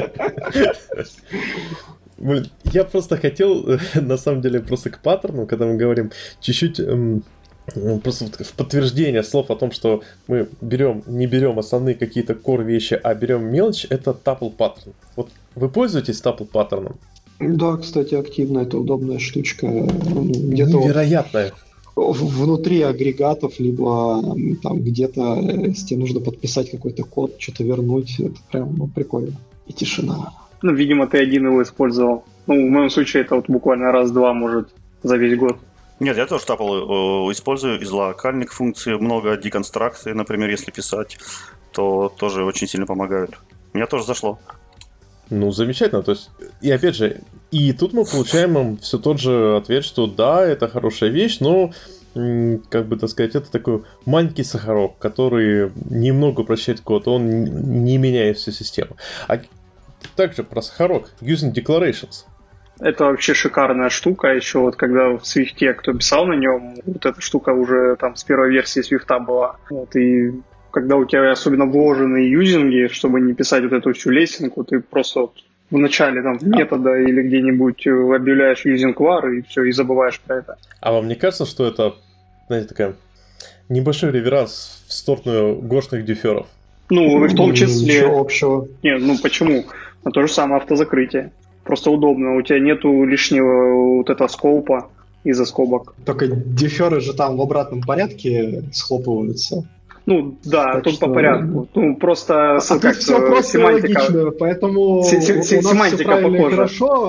Блин, я просто хотел, на самом деле, просто к паттерну, когда мы говорим, чуть-чуть эм, просто в подтверждение слов о том, что мы берем, не берем основные какие-то core вещи, а берем мелочь, это tuple паттерн. Вот вы пользуетесь tuple паттерном? Да, кстати, активно, это удобная штучка. Где-то невероятная. Вот внутри агрегатов, либо там где-то, если тебе нужно подписать какой-то код, что-то вернуть, это прям, ну, прикольно. И тишина. Ну, видимо, ты один его использовал. Ну, в моем случае это вот буквально раз-два, может, за весь год. Нет, я тоже tuple использую из локальных функций. Много деконстракции, например, если писать, то тоже очень сильно помогают. Мне тоже зашло. Ну, замечательно. То есть, и опять же, и тут мы получаем все тот же ответ, что да, это хорошая вещь, но, как бы так сказать, это такой маленький сахарок, который немного упрощает код, он не меняет всю систему. А также про сахарок. Using declarations. Это вообще шикарная штука. Еще вот когда в Swift, кто писал на нем, вот эта штука уже там с первой версии Swift была. Вот, и когда у тебя особенно вложенные юзинги, чтобы не писать вот эту всю лесенку, ты просто вот в начале там метода или где-нибудь объявляешь using var и все, и забываешь про это. А вам не кажется, что это, знаете, такая небольшой реверанс в сторону гошных деферов? Ну, в том числе... Ничего общего. Нет, ну почему? Но то же самое автозакрытие. Просто удобно. У тебя нету лишнего вот этого скоупа из-за скобок. Только деферы же там в обратном порядке схлопываются. Ну, да, так тут что... по порядку. Ну, просто... А как, тут все просто семантика... логично, поэтому с- с- у нас семантика все правильно похожа. И хорошо,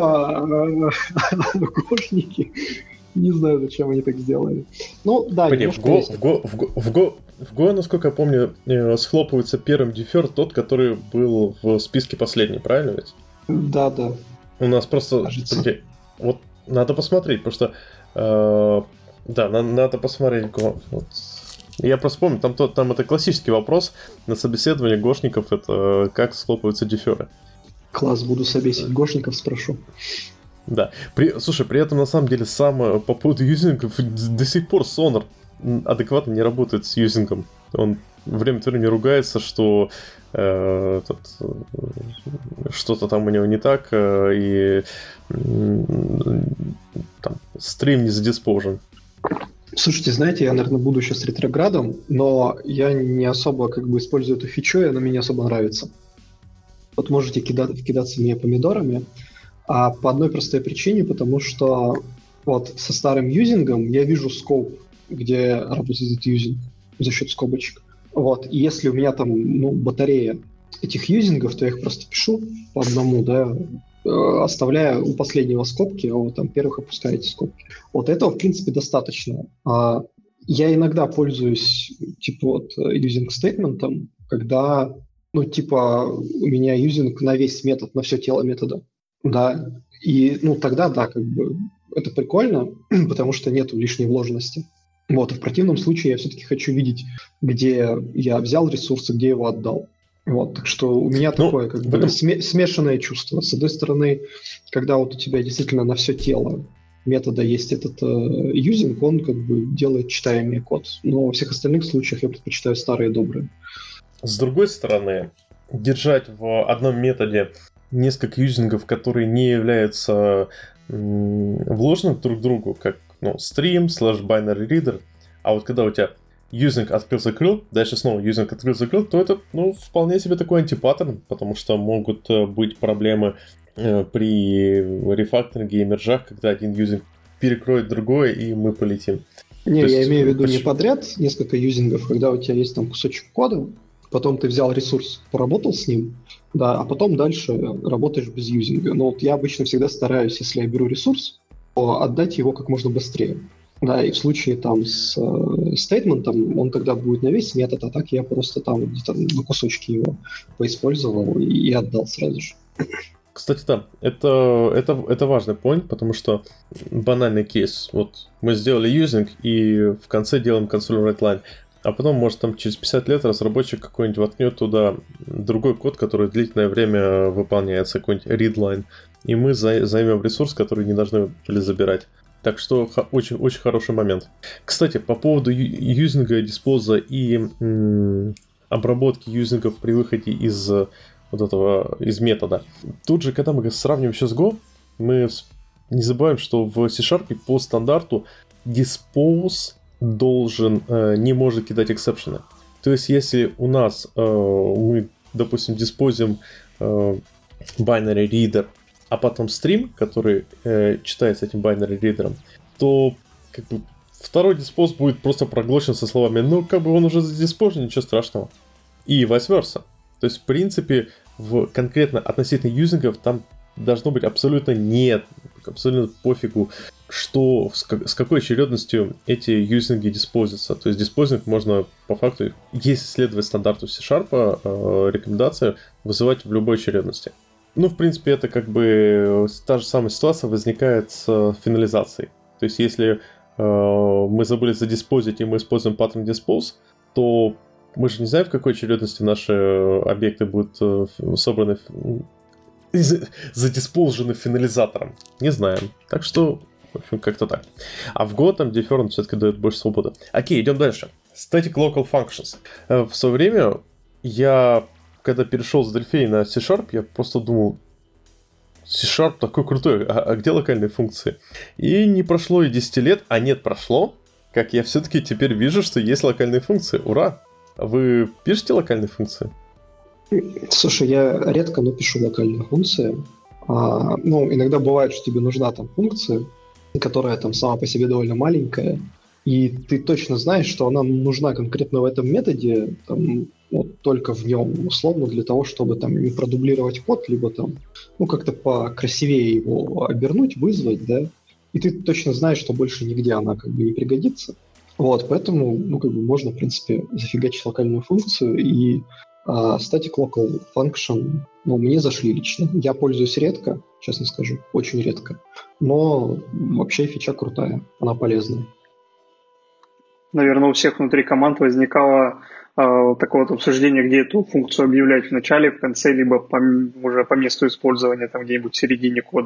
а гошники... Не знаю, зачем они так сделали. Ну, да, Понятно, в, Go, в, Go, в, Go, в, Go, в Go, насколько я помню, схлопывается первым дефер тот, который был в списке последний, правильно ведь? Да, да. У нас просто... Кажется. Вот надо посмотреть, потому что... Э, да, на, надо посмотреть Go. Вот. Я просто помню, там, то, там это классический вопрос на собеседовании гошников, это как схлопываются деферы. Класс, буду собесить гошников, спрошу. Да. При, слушай, при этом, на самом деле, сам по поводу юзингов до сих пор Sonar адекватно не работает с юзингом. Он время от времени ругается, что э, этот, что-то там у него не так, э, и э, там, стрим не задиспожен. Слушайте, знаете, я, наверное, буду сейчас ретроградом, но я не особо как бы использую эту фичу, и она мне не особо нравится. Вот можете кидать, кидаться мне помидорами, а по одной простой причине, потому что вот со старым юзингом я вижу скоп, где работает этот юзинг за счет скобочек. Вот, и если у меня там, ну, батарея этих юзингов, то я их просто пишу по одному, да, оставляя у последнего скобки, а вот там первых опускаете скобки. Вот этого, в принципе, достаточно. А я иногда пользуюсь, типа, вот, using statement'ом, когда, ну, типа, у меня юзинг на весь метод, на все тело метода, да, и, ну, тогда, да, как бы, это прикольно, потому что нету лишней вложенности. Вот, а в противном случае я все-таки хочу видеть, где я взял ресурсы, где его отдал. Вот, так что у меня ну, такое как бы этом... смешанное чувство. С одной стороны, когда вот у тебя действительно на все тело метода есть этот э, юзинг, он как бы делает читаемый код. Но во всех остальных случаях я предпочитаю старые добрые. С другой стороны, держать в одном методе несколько юзингов, которые не являются м- вложенным друг к другу, как ну, stream, slash binary reader, а вот когда у тебя юзинг открыл-закрыл, дальше снова юзинг открыл-закрыл, то это, ну, вполне себе такой антипаттерн, потому что могут быть проблемы э, при рефакторинге и мержах, когда один юзинг перекроет другое, и мы полетим. Не, то я есть, имею в виду почему? Не подряд несколько юзингов, когда у тебя есть там кусочек кода, потом ты взял ресурс, поработал с ним, да, а потом дальше работаешь без юзинга. Но вот я обычно всегда стараюсь, если я беру ресурс, то отдать его как можно быстрее. Да, и в случае там с э, стейтментом он тогда будет на весь метод, а так я просто там где-то на кусочки его поиспользовал и, и отдал сразу же. Кстати, да, это, это, это важный point, потому что банальный кейс. Вот мы сделали юзинг и в конце делаем console write line, а потом, может, там через пятьдесят лет разработчик какой-нибудь воткнет туда другой код, который длительное время выполняется, какой-нибудь read line, и мы за, займем ресурс, который не должны были забирать. Так что очень-очень хороший момент. Кстати, по поводу юзинга, диспоза и м, обработки юзингов при выходе из вот этого, из метода. Тут же, когда мы сравниваем еще с Go, мы не забываем, что в C-Sharp по стандарту dispose должен, э, не может кидать эксепшены. То есть, если у нас э, мы, допустим, диспозим э, binary reader, а потом стрим, который э, читается этим binary reader'ом, то как бы второй диспоз будет просто проглочен со словами «ну, как бы он уже задиспожен, ничего страшного». И vice versa. То есть, в принципе, в конкретно относительно юзингов там должно быть абсолютно нет, абсолютно пофигу, что, с, как, с какой очередностью эти юзинги диспозятся. То есть, диспозинг можно по факту, если следовать стандарту C-Sharp, э, рекомендацию вызывать в любой очередности. Ну, в принципе, это как бы та же самая ситуация возникает с финализацией. То есть, если э, мы забыли задиспозить, и мы используем паттерн dispose, то мы же не знаем, в какой очередности наши объекты будут э, собраны, задиспозжены финализатором. Не знаем. Так что, в общем, как-то так. А в Go там Deferent все-таки дает больше свободы. Окей, идем дальше. Static Local Functions. Э, в свое время я... Когда перешел с Delphi на C-Sharp, я просто думал, C-Sharp такой крутой, а, а где локальные функции? И не прошло и десять лет, а нет, прошло, как я все-таки теперь вижу, что есть локальные функции. Ура! Вы пишете локальные функции? Слушай, я редко напишу локальные функции. А, ну, иногда бывает, что тебе нужна там функция, которая там сама по себе довольно маленькая, и ты точно знаешь, что она нужна конкретно в этом методе, там, вот только в нем, условно, для того, чтобы там не продублировать код, либо там, ну, как-то покрасивее его обернуть, вызвать, да, и ты точно знаешь, что больше нигде она как бы не пригодится. Вот, поэтому, ну, как бы можно, в принципе, зафигачить локальную функцию, и а, static local function, ну, мне зашли лично. Я пользуюсь редко, честно скажу, очень редко, но вообще фича крутая, она полезная. Наверное, у всех внутри команд возникало э, такое вот обсуждение, где эту функцию объявлять в начале, в конце, либо по, уже по месту использования, там где-нибудь в середине кода.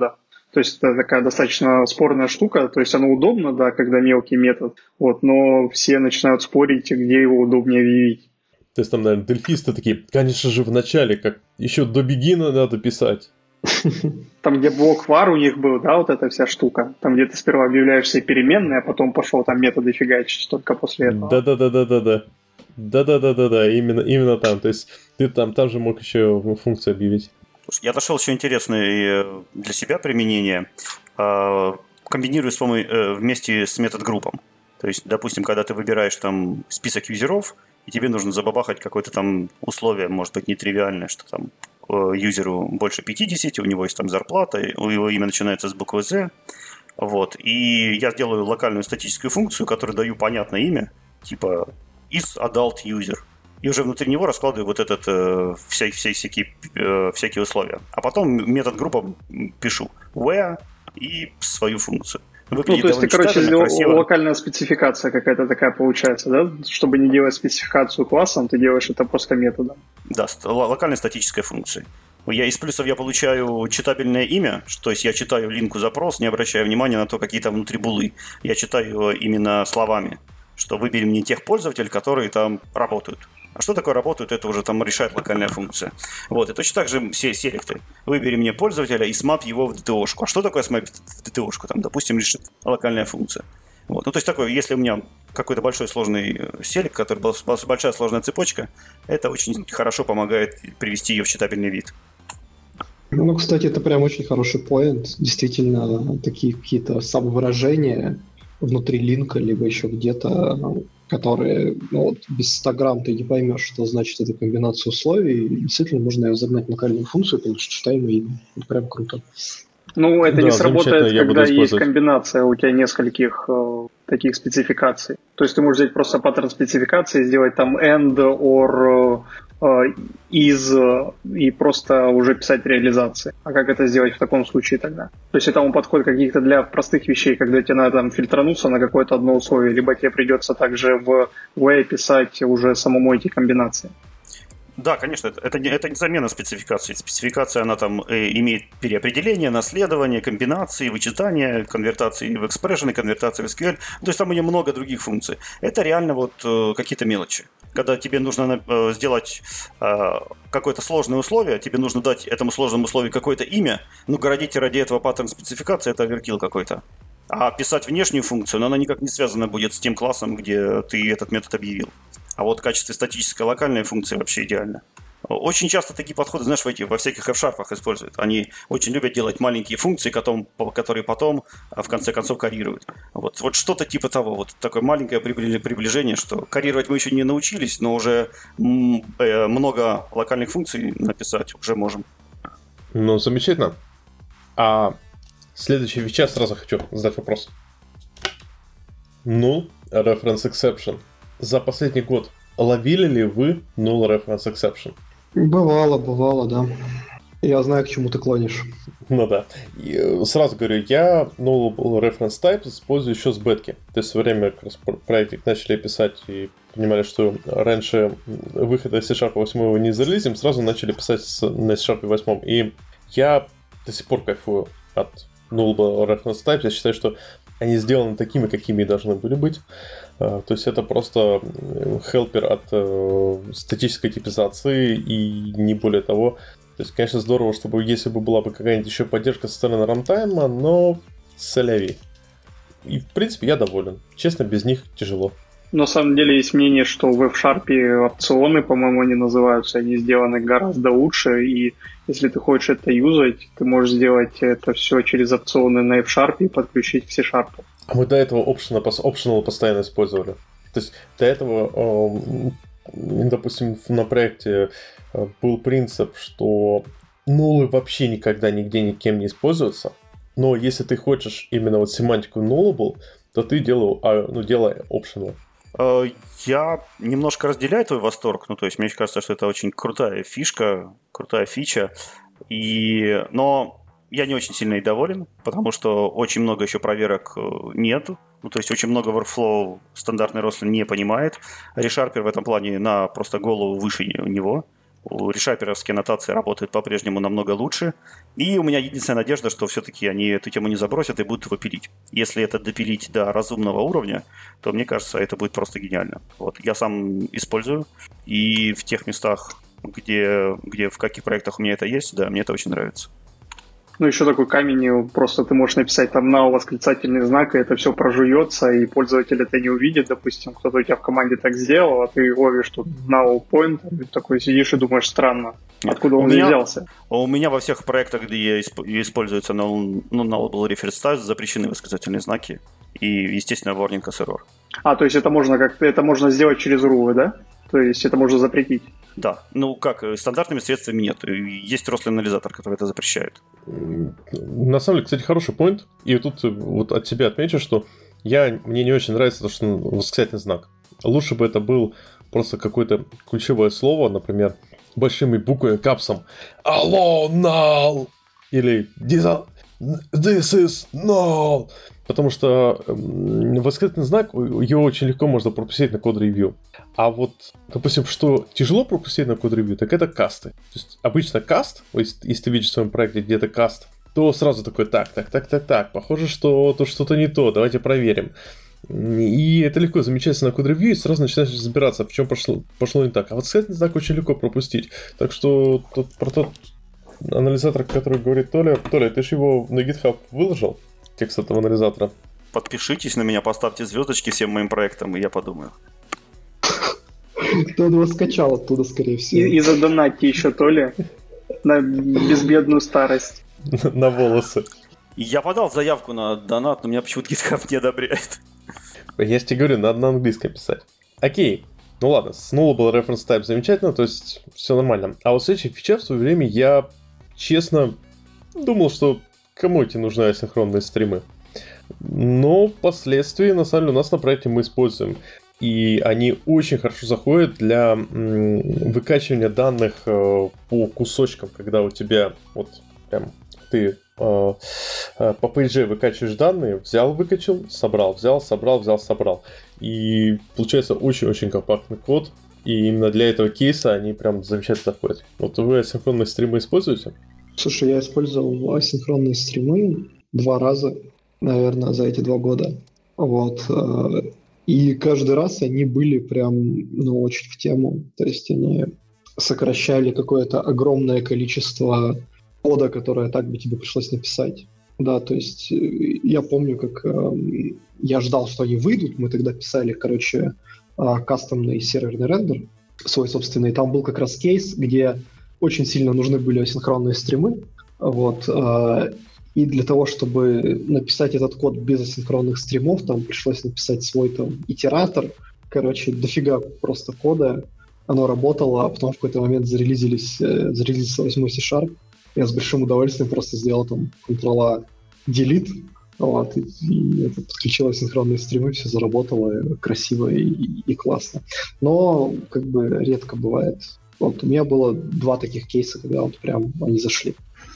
То есть это такая достаточно спорная штука, то есть оно удобно, да, когда мелкий метод, вот, но все начинают спорить, где его удобнее объявить. То есть там, наверное, дельфисты такие, конечно же, в начале, как еще до бегина надо писать. Там, где блок var у них был, да, вот эта вся штука, там, где ты сперва объявляешь все переменные, а потом пошел там методы фигачить только после этого. Да-да-да-да-да-да. Да-да-да-да-да, именно, именно там. То есть ты там, там же мог еще функцию объявить. Я нашел еще интересное для себя применение. Комбинирую с помощью, вместе с метод-группом. То есть, допустим, когда ты выбираешь там список юзеров, и тебе нужно забабахать какое-то там условие, может быть, нетривиальное, что там юзеру больше пятьдесят, у него есть там зарплата, у его имя начинается с буквы Z. Вот. И я делаю локальную статическую функцию, которой даю понятное имя, типа is adult user. И уже внутри него раскладываю вот этот э, вся, вся, всякие, э, всякие условия. А потом метод группа пишу where и свою функцию. Выглядит ну, то есть ты, короче, красиво. Локальная спецификация какая-то такая получается, да? Чтобы не делать спецификацию классом, ты делаешь это просто методом. Да, локальная статическая функция. Я из плюсов я получаю читабельное имя, то есть я читаю линку запрос, не обращая внимания на то, какие там внутри булы. Я читаю его именно словами, что выбери мне тех пользователей, которые там работают. А что такое работают, это уже там решает локальная функция. Вот, и точно так же все селекты. Выбери мне пользователя и смап его в ди ти о-шку. А что такое смап в ди ти о-шку? Там, допустим, решит локальная функция. Вот. Ну, то есть такое, если у меня какой-то большой сложный селект, который был большая сложная цепочка, это очень хорошо помогает привести ее в читабельный вид. Ну, кстати, это прям очень хороший поинт. Действительно, такие какие-то самовыражения внутри линка, либо еще где-то, которые, ну, вот без ста грамм ты не поймешь, что значит эта комбинация условий. И действительно, можно ее загнать в локальную функцию, получить читаемое имя. Это прям круто. Ну, это да, не сработает, когда есть комбинация у тебя нескольких э, таких спецификаций. То есть ты можешь взять просто паттерн спецификации, сделать там and, or, э, is и просто уже писать реализации. А как это сделать в таком случае тогда? То есть это он подходит каких-то для простых вещей, когда тебе надо там фильтрануться на какое-то одно условие, либо тебе придется также в way писать уже самому эти комбинации. Да, конечно, это, это, не, это не замена спецификации. Спецификация, она там э, имеет переопределение, наследование, комбинации, вычитание, конвертации в экспрессионы, конвертации в эс кью эль. То есть там у нее много других функций. Это реально вот э, какие-то мелочи. Когда тебе нужно э, сделать э, какое-то сложное условие, тебе нужно дать этому сложному условию какое-то имя, ну, городить ради этого паттерн спецификации, это оверкилл какой-то. А писать внешнюю функцию, но она никак не связана будет с тем классом, где ты этот метод объявил. А вот в качестве статической локальной функции вообще идеально. Очень часто такие подходы, знаешь, в эти, во всяких F-шарпах используют. Они очень любят делать маленькие функции, которые потом, в конце концов, карируют. Вот, вот что-то типа того. Вот такое маленькое приближение, что карировать мы еще не научились, но уже много локальных функций написать уже можем. Ну, замечательно. А следующий вечер сразу хочу задать вопрос. Null Reference Exception. За последний год ловили ли вы Null Reference Exception? Бывало, бывало, да. Я знаю, к чему ты клонишь. Ну да. И сразу говорю, я Null Reference Type использую еще с бетки. То есть во время как раз проектик начали писать и понимали, что раньше выхода C-Sharp восемь мы не зарелизим, сразу начали писать на C-Sharp восемь. И я до сих пор кайфую от Null Reference Type. Я считаю, что они сделаны такими, какими и должны были быть. То есть это просто хелпер от э, статической типизации и не более того. То есть, конечно, здорово, чтобы если бы была бы какая-нибудь еще поддержка со стороны рантайма, но соляви. И, в принципе, я доволен. Честно, без них тяжело. На самом деле есть мнение, что в F-Sharp опционы, по-моему, они называются, они сделаны гораздо лучше, и если ты хочешь это юзать, ты можешь сделать это все через опционы на F-Sharp и подключить к C-Sharp. Мы до этого optional, optional постоянно использовали. То есть до этого, допустим, на проекте был принцип, что нулы вообще никогда нигде никем не используются, но если ты хочешь именно вот семантику nullable, то ты делай, ну, делай optional. Я немножко разделяю твой восторг, ну, то есть мне кажется, что это очень крутая фишка, крутая фича, и... но я не очень сильно и доволен, потому что очень много еще проверок нет, ну, то есть очень много workflow стандартный Рослин не понимает, ReSharper в этом плане на просто голову выше него, решаперовские аннотации работают по-прежнему намного лучше. И у меня единственная надежда, что все-таки они эту тему не забросят и будут его пилить. Если это допилить до разумного уровня, то, мне кажется, это будет просто гениально. Вот. Я сам использую, и в тех местах, где, где в каких проектах у меня это есть, да, мне это очень нравится. Ну, еще такой камень, просто ты можешь написать там now восклицательный знак, и это все прожуется, и пользователь это не увидит, допустим, кто-то у тебя в команде так сделал, а ты ловишь тут now point, и такой сидишь и думаешь, странно, откуда он меня, взялся. У меня во всех проектах, где используется null, ну, nullable reference types, запрещены восклицательные знаки, и, естественно, warning as error. А, то есть это можно как-то, это можно сделать через рулы, да? То есть это можно запретить? Да, ну как, стандартными средствами нет. Есть рослый-анализатор, который это запрещает. На самом деле, кстати, хороший поинт. И тут вот от себя отмечу, что я, мне не очень нравится то, что восклицательный знак. Лучше бы это был просто какое-то ключевое слово, например, большими буквами, капсом. Allo, null! Или this is null! Потому что восклицательный знак, его очень легко можно пропустить на код-ревью. А вот, допустим, что тяжело пропустить на код-ревью, так это касты. То есть обычно каст, если, если ты видишь в своем проекте где-то каст, то сразу такой, так, так, так, так, так, похоже, что то что-то не то, давайте проверим. И это легко замечается на код-ревью, и сразу начинаешь разбираться, в чем пошло, пошло не так. А вот восклицательный знак очень легко пропустить. Так что тут, про тот анализатор, который говорит Толя, Толя, ты же его на GitHub выложил? Текст этого анализатора. Подпишитесь на меня, поставьте звездочки всем моим проектам, и я подумаю. Кто его скачал оттуда, скорее всего. И, и задонатьте еще, то ли, на безбедную старость. На волосы. Я подал заявку на донат, но меня почему-то GitHub не одобряет. Я же тебе говорю, надо на английском писать. Окей. Ну ладно, с nullable reference type замечательно, то есть все нормально. А вот следующая фича в свое время я, честно, думал, что кому эти нужны асинхронные стримы. Но впоследствии, на самом деле, у нас на проекте мы используем. И они очень хорошо заходят для м, выкачивания данных э, по кусочкам, когда у тебя вот прям ты э, э, по пи джи выкачиваешь данные, взял, выкачал, собрал, взял, собрал, взял, собрал. И получается очень-очень компактный код. И именно для этого кейса они прям замечательно заходят. Вот вы асинхронные стримы используете? Слушай, я использовал асинхронные стримы два раза, наверное, за эти два года. Вот. И каждый раз они были прям, ну, очень в тему. То есть они сокращали какое-то огромное количество кода, которое так бы тебе пришлось написать. Да, то есть я помню, как э, я ждал, что они выйдут. Мы тогда писали, короче, э, кастомный серверный рендер свой собственный. Там был как раз кейс, где очень сильно нужны были асинхронные стримы. Вот. Э, и для того, чтобы написать этот код без асинхронных стримов, там пришлось написать свой там итератор. Короче, дофига просто кода. Оно работало, а потом в какой-то момент зарелизились, э, зарелизился восьмой C-Sharp. Я с большим удовольствием просто сделал там Ctrl-A-Delete, вот, и, и это подключило синхронные стримы, все заработало красиво и, и, и классно. Но как бы редко бывает. Вот у меня было два таких кейса, когда вот прям они зашли.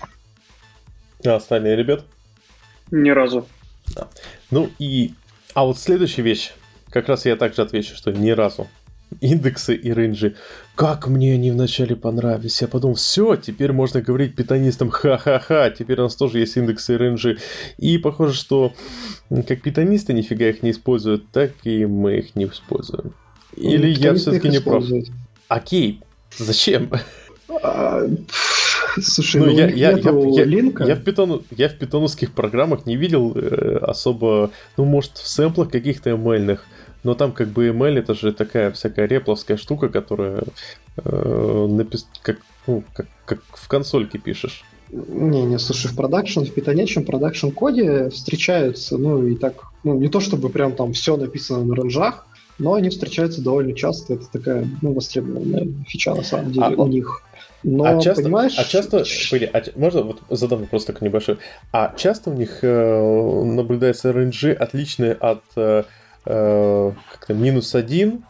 А остальные ребят? Ни разу. Да. Ну и... А вот следующая вещь. Как раз я также отвечу, что ни разу. Индексы и рейнджи. Как мне они вначале понравились. Я подумал, все, теперь можно говорить питонистам, ха-ха-ха, теперь у нас тоже есть индексы и рейнджи. И похоже, что как питонисты нифига их не используют, так и мы их не используем. Или ну, я все-таки не прав. Окей, зачем? А, слушай, ну, ну я, я, я, линка. Я, я, в питон, я в питоновских программах не видел э, особо, ну, может, в сэмплах каких-то эм эльных. Но там как бы эм эль это же такая всякая репловская штука, которая э, напис... как, ну, как, как в консольке пишешь. Не-не, слушай, в продакшн, в питонячем продакшн-коде встречаются, ну и так, ну не то чтобы прям там все написано на ранжах, но они встречаются довольно часто, это такая, ну, востребованная фича на самом деле а, у них. Но, а часто, понимаешь... А часто, погоди, а, можно вот задам вопрос такой небольшой. А часто у них э, наблюдаются эр эн джи отличные от... Э, как-то минус один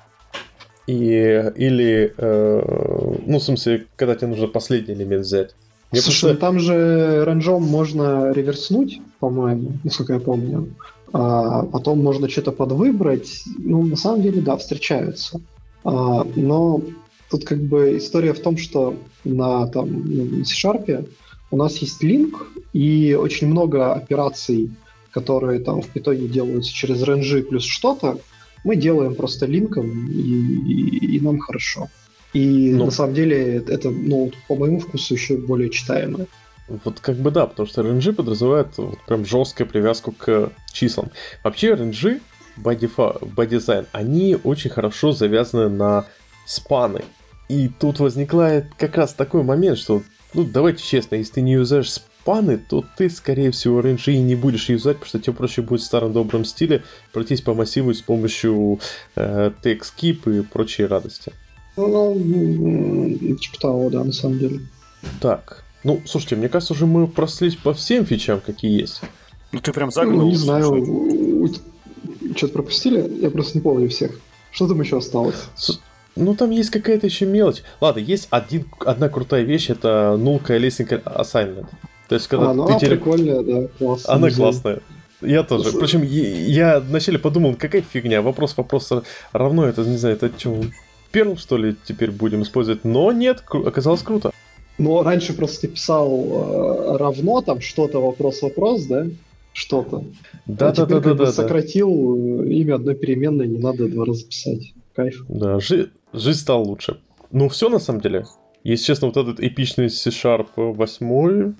и, или э, ну, в смысле, когда тебе нужно последний элемент взять. Мне Слушай, просто... там же ранжом можно реверснуть, по-моему, насколько я помню. А потом можно что-то подвыбрать. Ну, на самом деле, да, встречаются. А, но Тут как бы история в том, что на там, на C-Sharp у нас есть линк, и очень много операций, которые там в Python делаются через ренжи плюс что-то, мы делаем просто линком, и, и, и нам хорошо. И ну, на самом деле это, ну, по моему вкусу, еще более читаемо. Вот как бы да, потому что ренжи подразумевает вот прям жесткую привязку к числам. Вообще ренжи by, default, by design, они очень хорошо завязаны на спаны. И тут возникает как раз такой момент, что, ну, давайте честно, если ты не юзаешь спаны, то ты, скорее всего, ренжи и не будешь юзать, потому что тебе проще будет в старом добром стиле пройтись по массиву с помощью э, text-keep и прочие радости. Ну, типа того, да, на самом деле. Так, ну, слушайте, мне кажется, уже мы проследили по всем фичам, какие есть. Ну, ты прям загнул. Ну, не знаю, что-то пропустили? Я просто не помню всех. Что там еще осталось? Ну, там есть какая-то еще мелочь. Ладно, есть один, одна крутая вещь, это нулка listening assignment. То есть, когда а, ну, ты она теле... прикольная, да, классная. Она классная. Я тоже. С... Причем я вначале подумал, какая фигня, вопрос вопроса равно, это, не знаю, это что, Perl, что ли, теперь будем использовать? Но нет, кру... оказалось круто. Ну, раньше просто ты писал э, равно, там, что-то, вопрос-вопрос, да? Что-то. Да-да-да-да-да. А да, сократил имя одной переменной, не надо два раза писать. Кайф. Да, жи- жизнь стала лучше. Ну, все на самом деле. Если честно, вот этот эпичный C-Sharp восемь,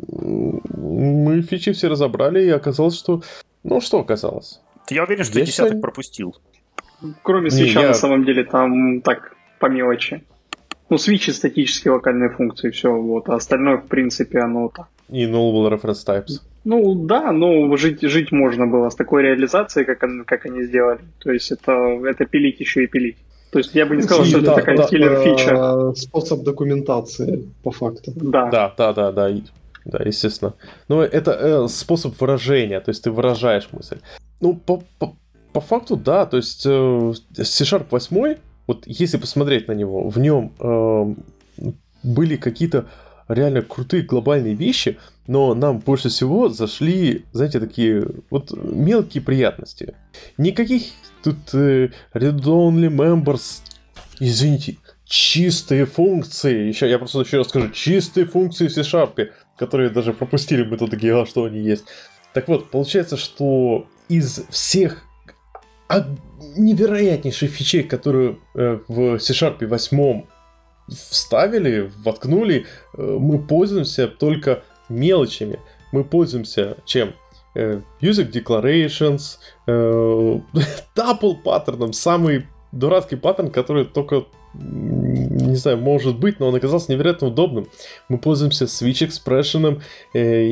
мы фичи все разобрали, и оказалось, что... Ну, что оказалось? Я уверен, что десяток они... пропустил. Кроме свеча, я... на самом деле, там так, по мелочи. Ну, свичи статические локальные функции, все, вот. А остальное, в принципе, оно так. И nullable reference types. Ну, да, но жить, жить можно было с такой реализацией, как, как они сделали. То есть это, это пилить еще и пилить. То есть я бы не сказал, и, что да, это такая да, киллер-фича. Да, способ документации, по факту. Да, да, да, да, да, да, естественно. Ну, это э, способ выражения, то есть ты выражаешь мысль. Ну, по, по, по факту, да, то есть э, C-Sharp восемь, вот если посмотреть на него, в нем э, были какие-то реально крутые глобальные вещи, но нам больше всего зашли, знаете, такие вот мелкие приятности. Никаких тут э, read-only members, извините, чистые функции, еще я просто еще раз скажу, чистые функции в C-Sharp, которые даже пропустили, мы тут такие, а что они есть. Так вот, получается, что из всех невероятнейших фичей, которые э, в C-Sharp восемь вставили, воткнули, э, мы пользуемся только мелочами. Мы пользуемся чем? Э, User Declarations, э, Tuple паттерном, самый дурацкий паттерн, который только, не знаю, может быть, но он оказался невероятно удобным. Мы пользуемся Switch Expression э,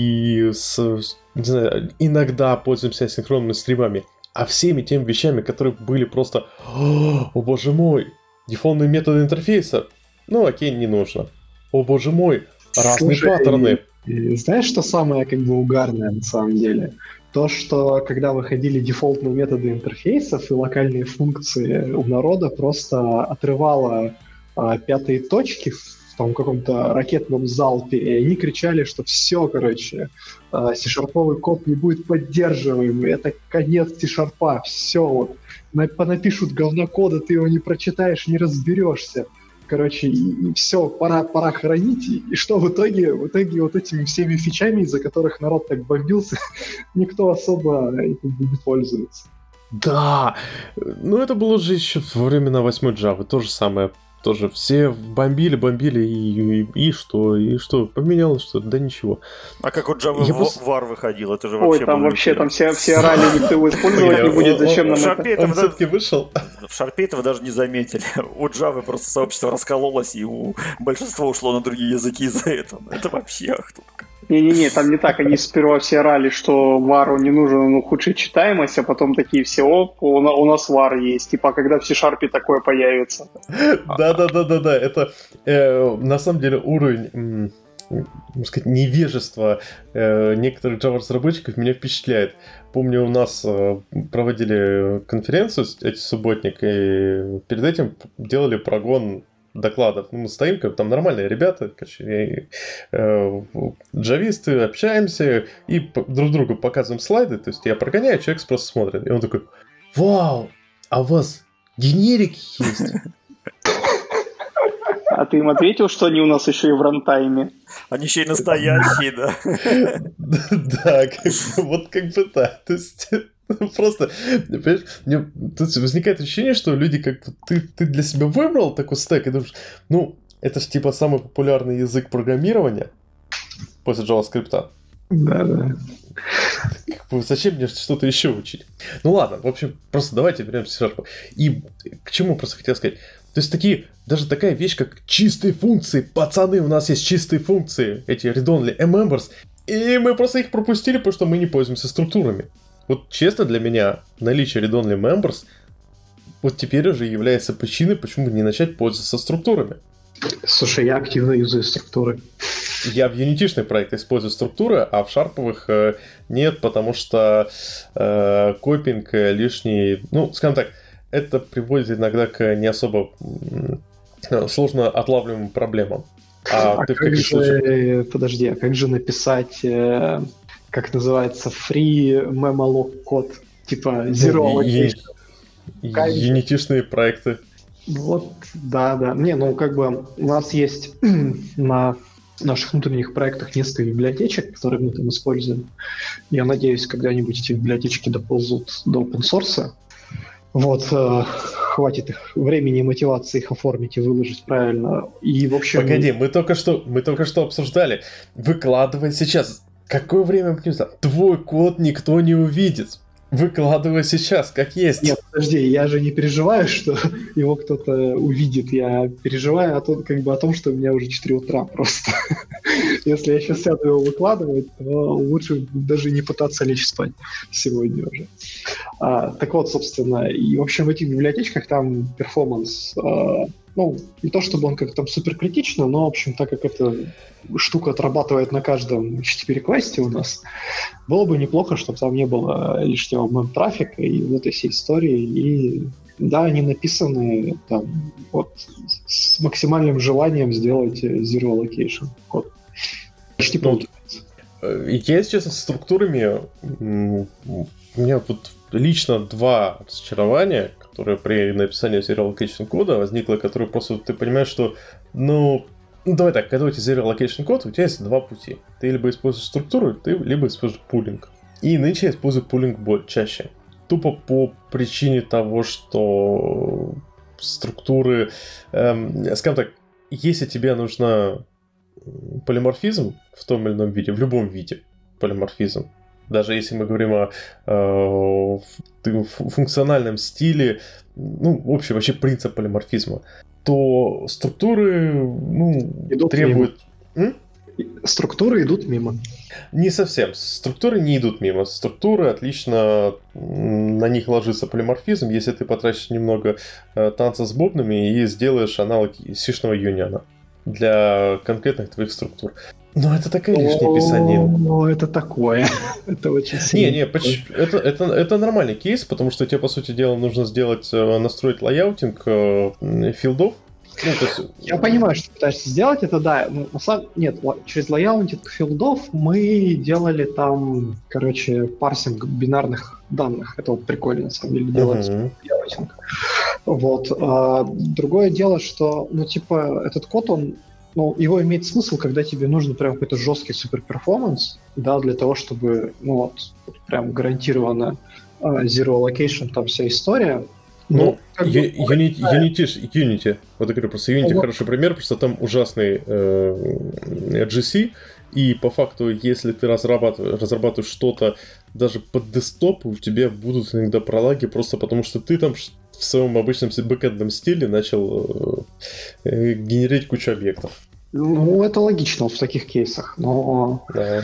и с, не знаю, иногда пользуемся асинхронными стримами. А всеми теми вещами, которые были просто, о, о боже мой, дефолтные методы интерфейса, ну окей, не нужно. О боже мой, разные Слушай, паттерны. И, и знаешь, что самое как бы угарное на самом деле? То, что когда выходили дефолтные методы интерфейсов и локальные функции, у народа просто отрывало а, пятые точки в том каком-то ракетном залпе, и они кричали, что все, короче, C-шарповый код не будет поддерживаем, это конец C-шарпа, все, вот, понапишут говнокода, ты его не прочитаешь, не разберешься. Короче, и, и все, пора, пора хранить. И, и что в итоге? В итоге вот этими всеми фичами, из-за которых народ так бомбился, никто особо этим не пользуется. Да, ну это было же еще во времена восьмой Java, то же самое. Тоже все бомбили, бомбили, и, и, и что? И что? Поменялось что-то? Да ничего. А как у Java Я просто... вар выходил, это же вообще... Ой, там вообще, там все, все орали, никто его использовать не будет, зачем нам это? Он все-таки вышел. В Шарпе этого даже не заметили. У Java просто сообщество раскололось, и у большинства ушло на другие языки из-за этого. Это вообще ахтунка. Не-не-не, там не так. Они сперва все орали, что вару не нужен, он ухудшит читаемость, а потом такие все, оп, у нас вар есть. Типа, когда в C-Sharp такое появится. Да-да-да-да-да. Это э, на самом деле уровень, м, можно сказать, невежества э, некоторых Java-разработчиков меня впечатляет. Помню, у нас э, проводили конференцию, эти субботник, и перед этим делали прогон докладов. Ну, мы стоим, как там нормальные ребята, короче, э, джависты, общаемся и по- друг другу показываем слайды. То есть я прогоняю, человек просто смотрит. И он такой: вау, а у вас генерик есть? а ты им ответил, что они у нас еще и в рантайме? Они еще и настоящие, да. Да, вот как бы да. То есть просто, понимаешь, тут возникает ощущение, что люди как бы, ты, ты для себя выбрал такой стэк и думаешь, ну, это же типа самый популярный язык программирования после JavaScript. Да, да. Как бы, зачем мне что-то еще учить? Ну ладно, в общем, просто давайте вернемся к C-Sharp. И к чему просто хотел сказать. То есть такие, даже такая вещь, как чистые функции. Пацаны, у нас есть чистые функции, эти read-only members, и мы просто их пропустили, потому что мы не пользуемся структурами. Вот честно, для меня наличие read-only members вот теперь уже является причиной, почему не начать пользоваться структурами. Слушай, я активно юзаю структуры. Я в юнитишных проектах использую структуры, а в шарповых э, нет, потому что э, копинг э, лишний... Ну, скажем так, это приводит иногда к не особо э, сложно отлавливаемым проблемам. А, а ты как в каких же... случаях? Подожди, а как же написать, э, как называется, free memolog код? Типа zero allocation? Юнитишные проекты. Вот, да, да. Не, ну как бы у нас есть на наших внутренних проектах несколько библиотечек, которые мы там используем. Я надеюсь, когда-нибудь эти библиотечки доползут до open source. Вот, э, хватит их времени и мотивации их оформить и выложить правильно. И, в общем... Погоди, мы только что, мы только что обсуждали. Выкладывай сейчас. Какое время? Твой код никто не увидит. Выкладывай сейчас, как есть. Нет, подожди, я же не переживаю, что его кто-то увидит. Я переживаю о том, как бы, о том, что у меня уже четыре утра просто. Если я сейчас сяду его выкладывать, то лучше даже не пытаться лечь спать сегодня уже. А, так вот, собственно, и, в общем, в этих библиотечках там перформанс, а, ну, не то чтобы он как-то там супер критично, но, в общем, так как эта штука отрабатывает на каждом эйч ти ти пи-реквесте у нас, было бы неплохо, чтобы там не было лишнего мем-трафика и вот этой всей истории. И да, они написаны там вот с максимальным желанием сделать zero allocation код. Почти получается. Я, если честно, с структурами у меня вот лично два разочарования, которые при написании zero allocation кода возникло, которые просто ты понимаешь, что, ну, ну давай так, когда у тебя zero allocation код, у тебя есть два пути. Ты либо используешь структуру, ты либо используешь пулинг. И нынче я использую пулинг чаще. Тупо по причине того, что структуры, эм, скажем так, если тебе нужна полиморфизм в том или ином виде, в любом виде полиморфизм, даже если мы говорим о э, функциональном стиле, ну, в общем, вообще принцип полиморфизма, то структуры, ну, идут требуют... Мимо. Структуры идут мимо. Не совсем. Структуры не идут мимо. Структуры отлично, на них ложится полиморфизм, если ты потратишь немного э, танца с бубнами и сделаешь аналог сишного юниона для конкретных твоих структур. Но это такая лишняя писанина. Ну, это такое. Это очень сильно. Не, не, это, это, это нормальный кейс, потому что тебе, по сути дела, нужно сделать, настроить лайаутинг филдов. Ну, то есть... Я понимаю, что ты пытаешься сделать это, да. Ну, на самом... Нет, через лайаутинг филдов мы делали там, короче, парсинг бинарных данных. Это вот прикольно, на самом деле, делать uh-huh. лайаутинг. Вот. А, другое дело, что, ну, типа, этот код, он, ну, его имеет смысл, когда тебе нужен прям какой-то жесткий суперперформанс, да, для того, чтобы, ну, вот, прям гарантированно uh, zero allocation, там вся история. Ну, ну Unity, Unity, Unity, вот я говорю, просто Unity вот. Хороший пример, потому что там ужасный э, джи си, и по факту, если ты разрабатываешь, разрабатываешь что-то даже под десктоп, у тебя будут иногда пролаги, просто потому что ты там в своем обычном бэкэндном стиле начал э, генерить кучу объектов. Ну, это логично в таких кейсах, но да.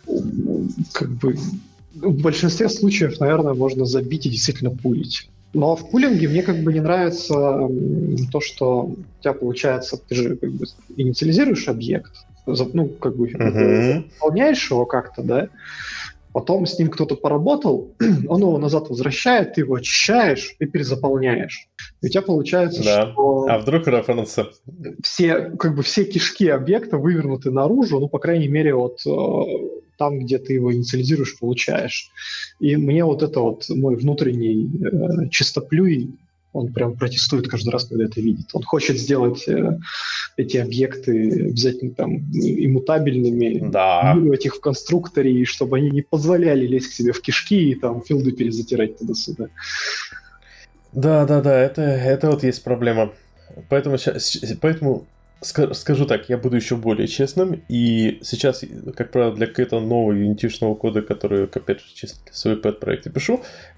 Как бы в большинстве случаев, наверное, можно забить и действительно пулить. Но в пулинге мне как бы не нравится то, что у тебя получается, ты же как бы инициализируешь объект, ну, как бы uh-huh. заполняешь его как-то, да, потом с ним кто-то поработал, он его назад возвращает, ты его очищаешь и перезаполняешь. И у тебя получается, да. что... А вдруг референсы? Все, как бы все кишки объекта вывернуты наружу, ну, по крайней мере, вот там, где ты его инициализируешь, получаешь. И мне вот это вот мой внутренний э, чистоплюй Он прям протестует каждый раз, когда это видит. Он хочет сделать э, эти объекты обязательно там иммутабельными, да. вырвать их в конструкторе, и чтобы они не позволяли лезть к себе в кишки и там филды перезатирать туда-сюда. Да-да-да, это, это вот есть проблема. Поэтому, поэтому скажу так, я буду еще более честным, и сейчас, как правило, для какого-то нового юнитишного кода, который, опять же, чисто для своего пэт-проекта пишу,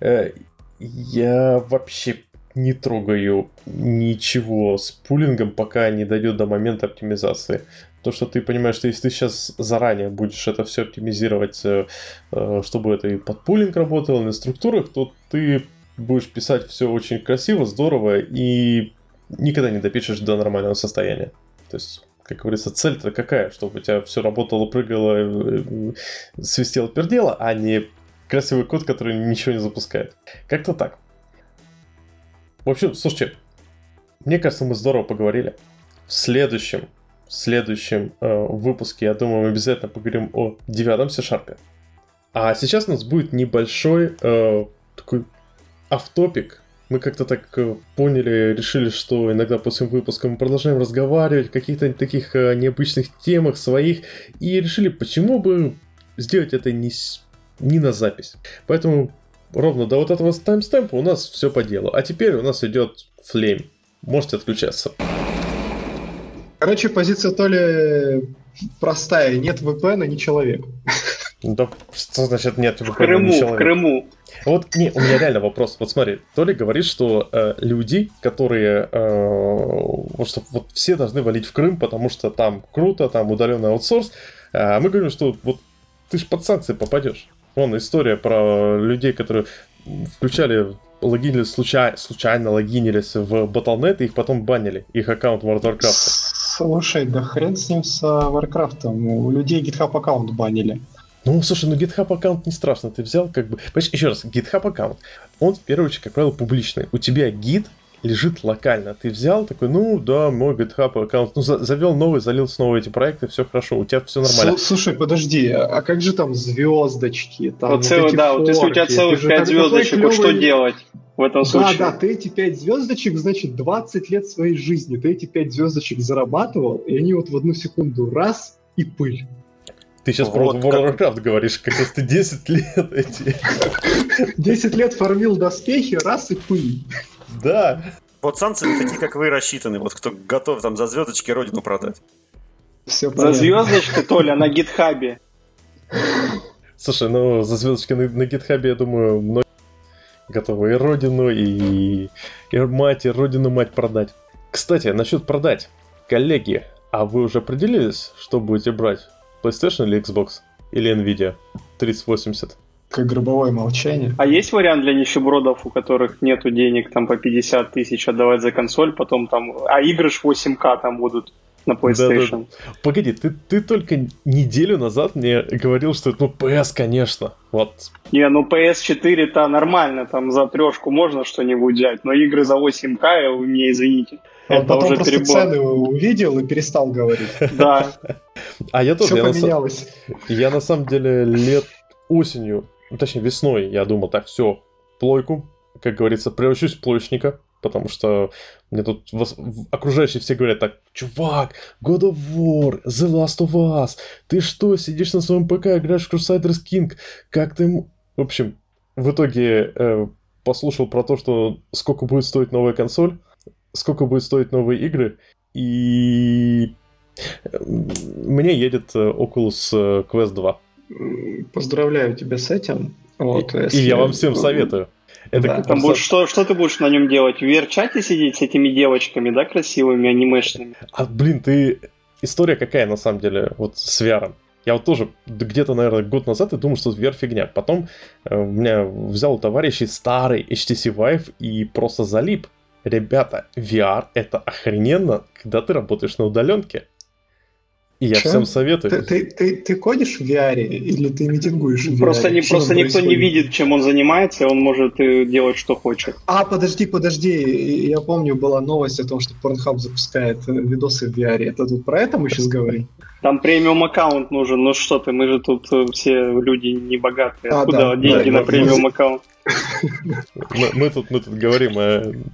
я вообще не трогаю ничего с пулингом, пока не дойдет до момента оптимизации. То, что ты понимаешь, что если ты сейчас заранее будешь это все оптимизировать, чтобы это и под пулинг работало, и на структурах, то ты будешь писать все очень красиво, здорово, и никогда не допишешь до нормального состояния. То есть, как говорится, цель-то какая? Чтобы у тебя все работало, прыгало, свистело, пердело, а не красивый код, который ничего не запускает. Как-то так. В общем, слушайте, мне кажется, мы здорово поговорили. В следующем, в следующем э, выпуске, я думаю, мы обязательно поговорим о девятом C-Sharp. А сейчас у нас будет небольшой э, такой офф-топик. Мы как-то так поняли, решили, что иногда после выпуска мы продолжаем разговаривать о каких-то таких необычных темах своих, и решили, почему бы сделать это не, не на запись. Поэтому ровно до вот этого таймстемпа у нас все по делу. А теперь у нас идет Flame. Можете отключаться. Короче, позиция Толи простая. Нет ви пи эн, ни человек. Да, что значит нет ви пи эн, в Крыму, ни человек? В Крыму. Вот, не, у меня реально вопрос. Вот смотри, Толя говорит, что э, люди, которые... Э, вот, что, вот все должны валить в Крым, потому что там круто, там удаленный аутсорс. А мы говорим, что вот ты ж под санкции попадешь. Вон история про людей, которые включали, логинились, случайно, случайно логинились в батл точка нет, и их потом банили, их аккаунт в World of Warcraft. Слушай, да хрен с ним с Warcraft. У людей GitHub аккаунт банили. Ну, слушай, ну GitHub аккаунт не страшно, ты взял как бы... Понимаешь, еще раз, GitHub аккаунт, он в первую очередь, как правило, публичный. У тебя гид лежит локально. Ты взял такой, ну да, мой GitHub аккаунт, ну за- завел новый, залил снова эти проекты, все хорошо, у тебя все нормально. Слушай, подожди, а как же там звездочки? Там вот целый, да, вот если у тебя целых пять звездочек, вот что делать в этом случае? Да, да, ты эти пять звездочек, значит, двадцать лет своей жизни, ты эти пять звездочек зарабатывал, и они вот в одну секунду раз и пыль. Ты сейчас вот про World of Warcraft говоришь, как если ты десять лет эти... десять лет фармил доспехи, раз и пыль. Да. Вот санкции такие, как вы, рассчитаны. Вот кто готов там за звездочки родину продать. Все за звездочки, Толя, на гитхабе. Слушай, ну за звездочки на, на гитхабе, я думаю, многие готовы и родину, и, и мать, и родину мать продать. Кстати, насчет продать. Коллеги, а вы уже определились, что будете брать? PlayStation или Xbox? Или Nvidia тридцать восемьдесят? Как гробовое молчание. А есть вариант для нищебродов, у которых нету денег там по пятьдесят тысяч отдавать за консоль, потом там... А игры ж восемь ка там будут на PlayStation. Да, да, да. Погоди, ты, ты только неделю назад мне говорил, что это, ну, пи эс, конечно. Вот. Не, ну пи эс четыре-то нормально, там за трешку можно что-нибудь взять, но игры за восемь ка, мне извините. Он это потом уже просто перебор. цены увидел и перестал говорить. Да. А я тоже. Все поменялось. Я на самом деле лет осенью, ну, точнее весной, я думал, так, все, плойку, как говорится, превращусь в плойщника, потому что мне тут окружающие все говорят так: чувак, God of War, The Last of Us, ты что, сидишь на своем ПК, играешь в Crusaders King, как ты... В общем, в итоге э, послушал про то, что сколько будет стоить новая консоль, сколько будет стоить новые игры, и мне едет Oculus Quest два. Поздравляю тебя с этим. Вот, и, если... и я вам всем советую. Это да. Там будешь, что, что ты будешь на нем делать? В ви ар-чате сидеть с этими девочками, да, красивыми, анимешными? А, блин, ты... История какая, на самом деле, вот с ви ар. Я вот тоже где-то, наверное, год назад и думал, что ви ар фигня. Потом э, у меня взял товарищ старый эйч ти си Vive и просто залип. Ребята, ви ар это охрененно, когда ты работаешь на удаленке. И я Чем? всем советую. Ты, ты, ты, ты кодишь в ви ар или ты митингуешь в ви ар? Просто, не, просто никто не видит, чем он занимается, он может делать, что хочет. А, подожди, подожди. Я помню, была новость о том, что Pornhub запускает видосы в ви ар. Это тут про это мы сейчас говорим? Там премиум аккаунт нужен. Ну что ты, мы же тут все люди не богатые. Откуда а, да, деньги да, на премиум аккаунт? Мы, мы, тут, мы тут говорим о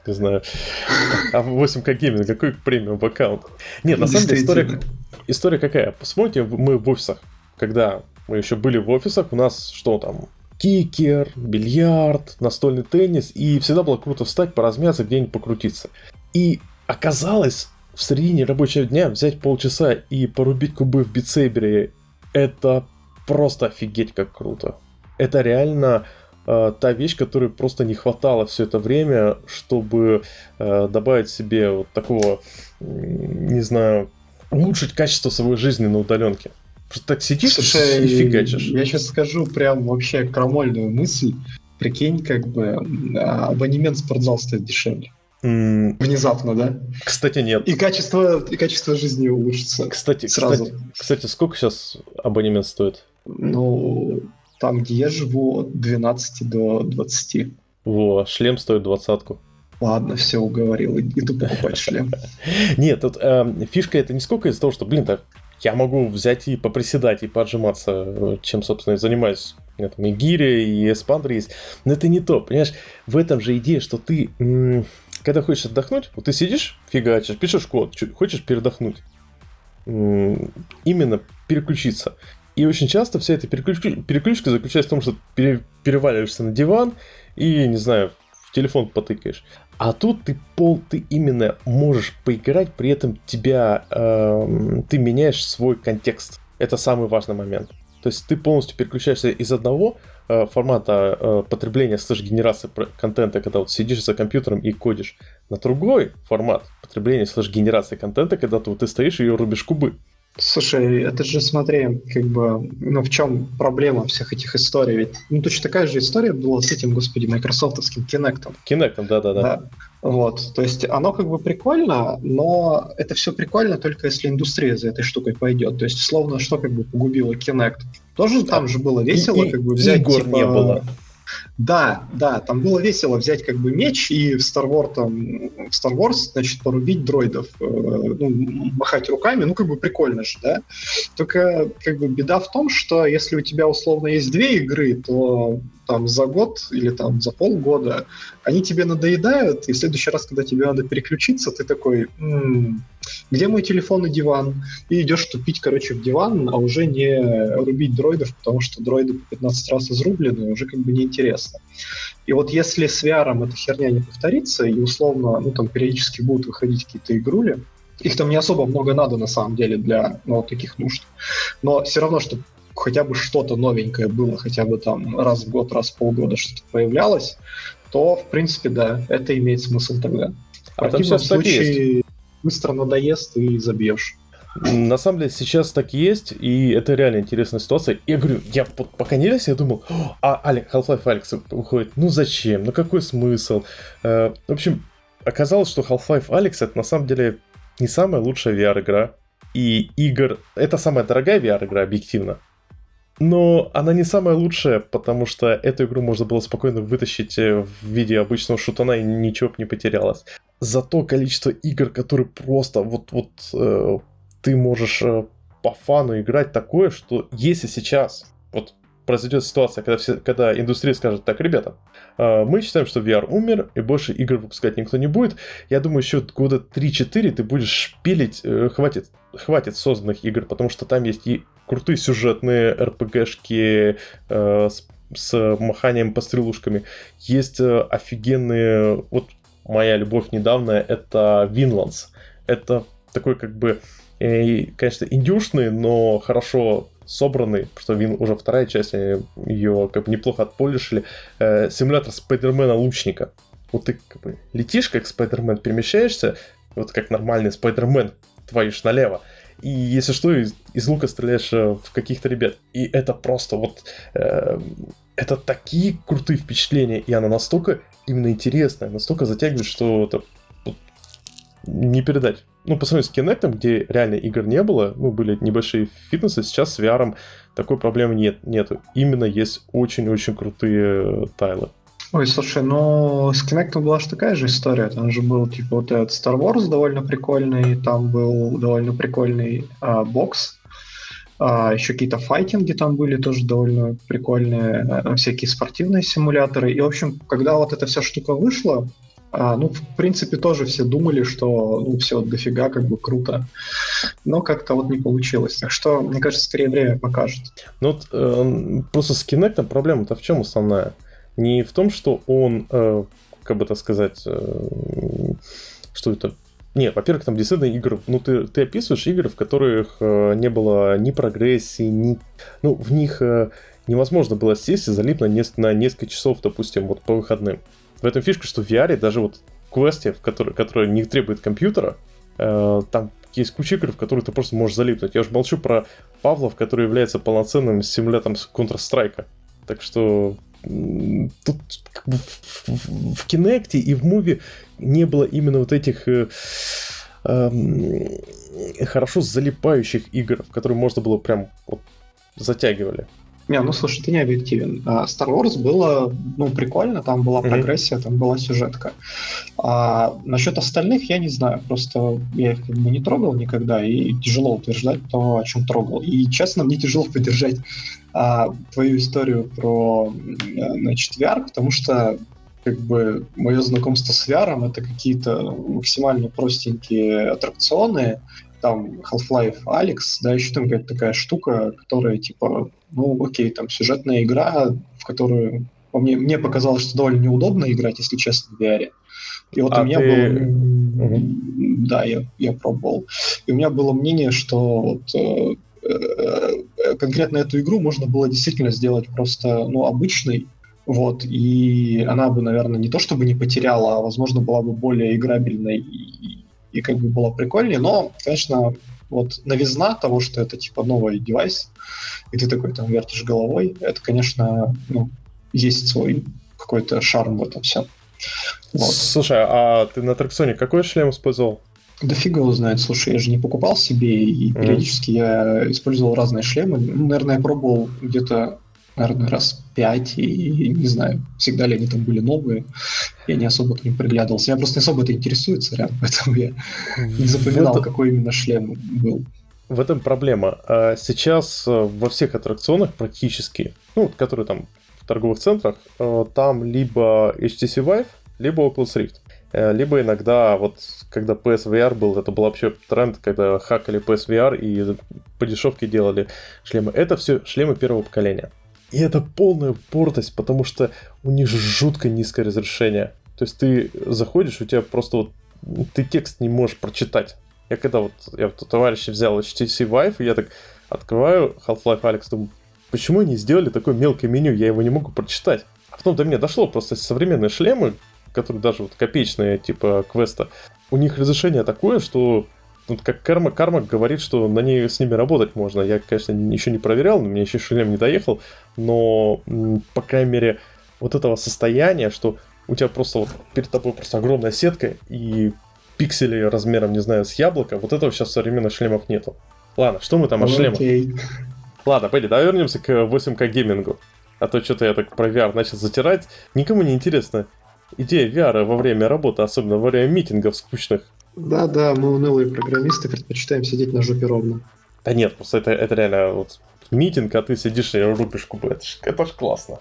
не знаю. А восемь ка Gaming, какой премиум аккаунт? Нет, на самом деле история, история какая? Посмотрите, мы в офисах, когда мы еще были в офисах, у нас что там? Кикер, бильярд, настольный теннис, и всегда было круто встать, поразмяться, где-нибудь покрутиться. И оказалось, в середине рабочего дня взять полчаса и порубить кубы в битсейбере, это просто офигеть как круто. Это реально э, та вещь, которой просто не хватало все это время, чтобы э, добавить себе вот такого, э, не знаю, улучшить качество своей жизни на удаленке. Просто так сидишь Слушай, и фигачишь. Я сейчас скажу прям вообще крамольную мысль. Прикинь, как бы абонемент в спортзал стоит дешевле. Mm. Внезапно, да? Кстати, нет. И качество, и качество жизни улучшится. Кстати, сразу. Кстати, кстати, сколько сейчас абонемент стоит? Ну, там, где я живу, от двенадцати до двадцати. Во, шлем стоит двадцатку. Ладно, все, уговорил. Иду покупать шлем. Нет, тут фишка это не сколько из-за того, что, блин, так я могу взять и поприседать, и поотжиматься, чем, собственно, и занимаюсь. У меня там и гири, и эспандер есть. Но это не то, понимаешь? В этом же идея, что ты, м- когда хочешь отдохнуть, вот ты сидишь, фигачишь, пишешь код, хочешь передохнуть. М- именно переключиться. И очень часто вся эта переключ- переключка заключается в том, что пере- переваливаешься на диван и, не знаю, в телефон потыкаешь. А тут ты пол, ты именно можешь поиграть, при этом тебя, э, ты меняешь свой контекст. Это самый важный момент. То есть ты полностью переключаешься из одного э, формата э, потребления слэш-генерации контента, когда вот сидишь за компьютером и кодишь, на другой формат потребления слэш-генерации контента, когда ты, вот, ты стоишь и рубишь кубы. Слушай, это же, смотри, как бы, ну, в чем проблема всех этих историй? Ведь, ну, точно такая же история была с этим, господи, майкрософтовским Kinect'ом. Kinect'ом, да-да-да. Да. Вот, то есть оно как бы прикольно, но это все прикольно только если индустрия за этой штукой пойдет. То есть, словно, что как бы погубило Kinect. Тоже там же было весело, и, как бы взять, игр типа... не было. Да, да, там было весело взять как бы меч и в Star Wars, там, в Star Wars, значит, порубить дроидов, э, ну, махать руками, ну, как бы прикольно же, да? Только, как бы, беда в том, что если у тебя, условно, есть две игры, то там за год или там за полгода они тебе надоедают, и в следующий раз, когда тебе надо переключиться, ты такой, м-м, где мой телефон и диван? И идешь тупить, короче, в диван, а уже не рубить дроидов, потому что дроиды по пятнадцать раз изрублены, уже как бы неинтересно. И вот если с ви ар эта херня не повторится, и условно, ну там периодически будут выходить какие-то игрули, их там не особо много надо на самом деле для, ну, вот таких нужд, но все равно, чтобы хотя бы что-то новенькое было, хотя бы там раз в год, раз в полгода что-то появлялось, то, в принципе, да, это имеет смысл тогда. В а противном случае быстро надоест и забьешь. На самом деле сейчас так и есть, и это реально интересная ситуация. Я говорю, я пока не лез, я думал, а Half-Life Alyx уходит, ну зачем, ну какой смысл? В общем, оказалось, что Half-Life Alyx это на самом деле не самая лучшая ви ар-игра. И игр... Это самая дорогая ви ар-игра, объективно. Но она не самая лучшая, потому что эту игру можно было спокойно вытащить в виде обычного шутана, и ничего бы не потерялось. Зато количество игр, которые просто вот-вот э, ты можешь э, по фану играть такое, что если сейчас вот произойдет ситуация, когда, все, когда индустрия скажет, так, ребята, э, мы считаем, что ви ар умер, и больше игр выпускать никто не будет, я думаю, еще года три-четыре ты будешь шпилить, э, хватит, хватит созданных игр, потому что там есть и крутые сюжетные эр пи джи-шки э, с, с маханием по стрелушками, есть э, офигенные... Вот моя любовь недавняя — это Vinlands. Это такой как бы, э, конечно, индюшный, но хорошо собранный, потому что Вин уже вторая часть, ее как бы неплохо отполишили, э, симулятор Спайдермена-лучника. Вот ты как бы летишь, как Спайдермен, перемещаешься, вот как нормальный Спайдермен, твоишь налево. И если что, из, из лука стреляешь в каких-то ребят. И это просто вот... Э, это такие крутые впечатления, и она настолько именно интересная, настолько затягивает, что это вот, не передать. Ну, по сравнению с Kinect'ом, где реально игр не было, ну, были небольшие фитнесы, сейчас с ви ар такой проблемы нет, нету. Именно есть очень-очень крутые тайлы. Ой, слушай, ну с Kinect'ом была же такая же история. Там же был типа вот этот Star Wars довольно прикольный, там был довольно прикольный а, бокс. А, еще какие-то файтинги там были тоже довольно прикольные, а, всякие спортивные симуляторы. И, в общем, когда вот эта вся штука вышла, А, ну, в принципе, тоже все думали, что, ну, все, дофига, как бы круто. Но как-то вот не получилось. Так что, мне кажется, скорее время покажет. Ну, вот, э, просто с Kinect проблема-то в чем основная? Не в том, что он, э, как бы так сказать, э, что это... Не, во-первых, там действительно игры... Ну, ты, ты описываешь игры, в которых э, не было ни прогрессии, ни... Ну, в них э, невозможно было сесть и залипнуть на, неск- на несколько часов, допустим, вот по выходным. В этом фишка, что в ви ар, даже вот в квесте, в который, который не требует компьютера, э, там есть куча игр, в которые ты просто можешь залипнуть. Я уж молчу про Павлов, который является полноценным симулятором Counter-Strike. Так что м, тут как бы в, в, в Kinect и в Move не было именно вот этих э, э, хорошо залипающих игр, в которые можно было прям вот затягивали. Не, ну слушай, ты не объективен. А Star Wars было, ну, прикольно, там была прогрессия, mm-hmm. там была сюжетка. А насчет остальных я не знаю, просто я их как бы не трогал никогда, и тяжело утверждать то, о чем трогал. И, честно, мне тяжело поддержать а, твою историю про, значит, ви ар, потому что как бы мое знакомство с ви ар это какие-то максимально простенькие аттракционы, там Half-Life Alyx, да, еще там какая-то такая штука, которая типа, ну окей, там сюжетная игра, в которую мне, мне показалось, что довольно неудобно играть, если честно, в ви ар. И вот а у меня ты... было... Угу. Да, я, я пробовал. И у меня было мнение, что вот, э, э, конкретно эту игру можно было действительно сделать просто, ну, обычной, вот, и она бы, наверное, не то чтобы не потеряла, а, возможно, была бы более играбельной и и как бы было прикольнее, но, конечно, вот новизна того, что это типа новый девайс, и ты такой там вертишь головой, это, конечно, ну, есть свой какой-то шарм в этом всем. Вот. Слушай, а ты на аттракционе какой шлем использовал? Да фига его знает, слушай, я же не покупал себе, и mm. периодически я использовал разные шлемы. Ну, наверное, я пробовал где-то, наверное, раз пять, и не знаю, всегда ли они там были новые. Я не особо к ним приглядывался. Я просто не особо это интересуется, реально, поэтому я не запоминал, этом... какой именно шлем был. В этом проблема. Сейчас во всех аттракционах практически, ну, которые там в торговых центрах, там либо эйч ти си Vive, либо Oculus Rift. Либо иногда, вот, когда пи эс ви ар был, это был вообще тренд, когда хакали пи эс ви ар и по дешевке делали шлемы. Это все шлемы первого поколения. И это полная портость, потому что у них жутко низкое разрешение. То есть ты заходишь, у тебя просто вот... Ты текст не можешь прочитать. Я когда вот... Я вот у товарища взял эйч ти си Vive, и я так открываю Half-Life Alyx, думаю, почему они сделали такое мелкое меню? Я его не могу прочитать. А потом до меня дошло, просто современные шлемы, которые даже вот копеечные, типа квеста, у них разрешение такое, что... Вот как Кармак, Кармак говорит, что на ней с ними работать можно. Я, конечно, еще не проверял, у меня еще шлем не доехал, но, по крайней мере, вот этого состояния, что у тебя просто вот перед тобой просто огромная сетка и пиксели размером, не знаю, с яблоко, вот этого сейчас в современных шлемов нету. Ладно, что мы там о шлемах? Okay. Ладно, пойди, давай вернемся к восемь ка геймингу. А то что-то я так про ви ар начал затирать. Никому не интересно идея ви ар во время работы, особенно во время митингов скучных. Да-да, мы унылые программисты предпочитаем сидеть на жопе ровно. Да нет, просто это, это реально вот митинг, а ты сидишь и рубишь кубы. Это ж, это ж классно.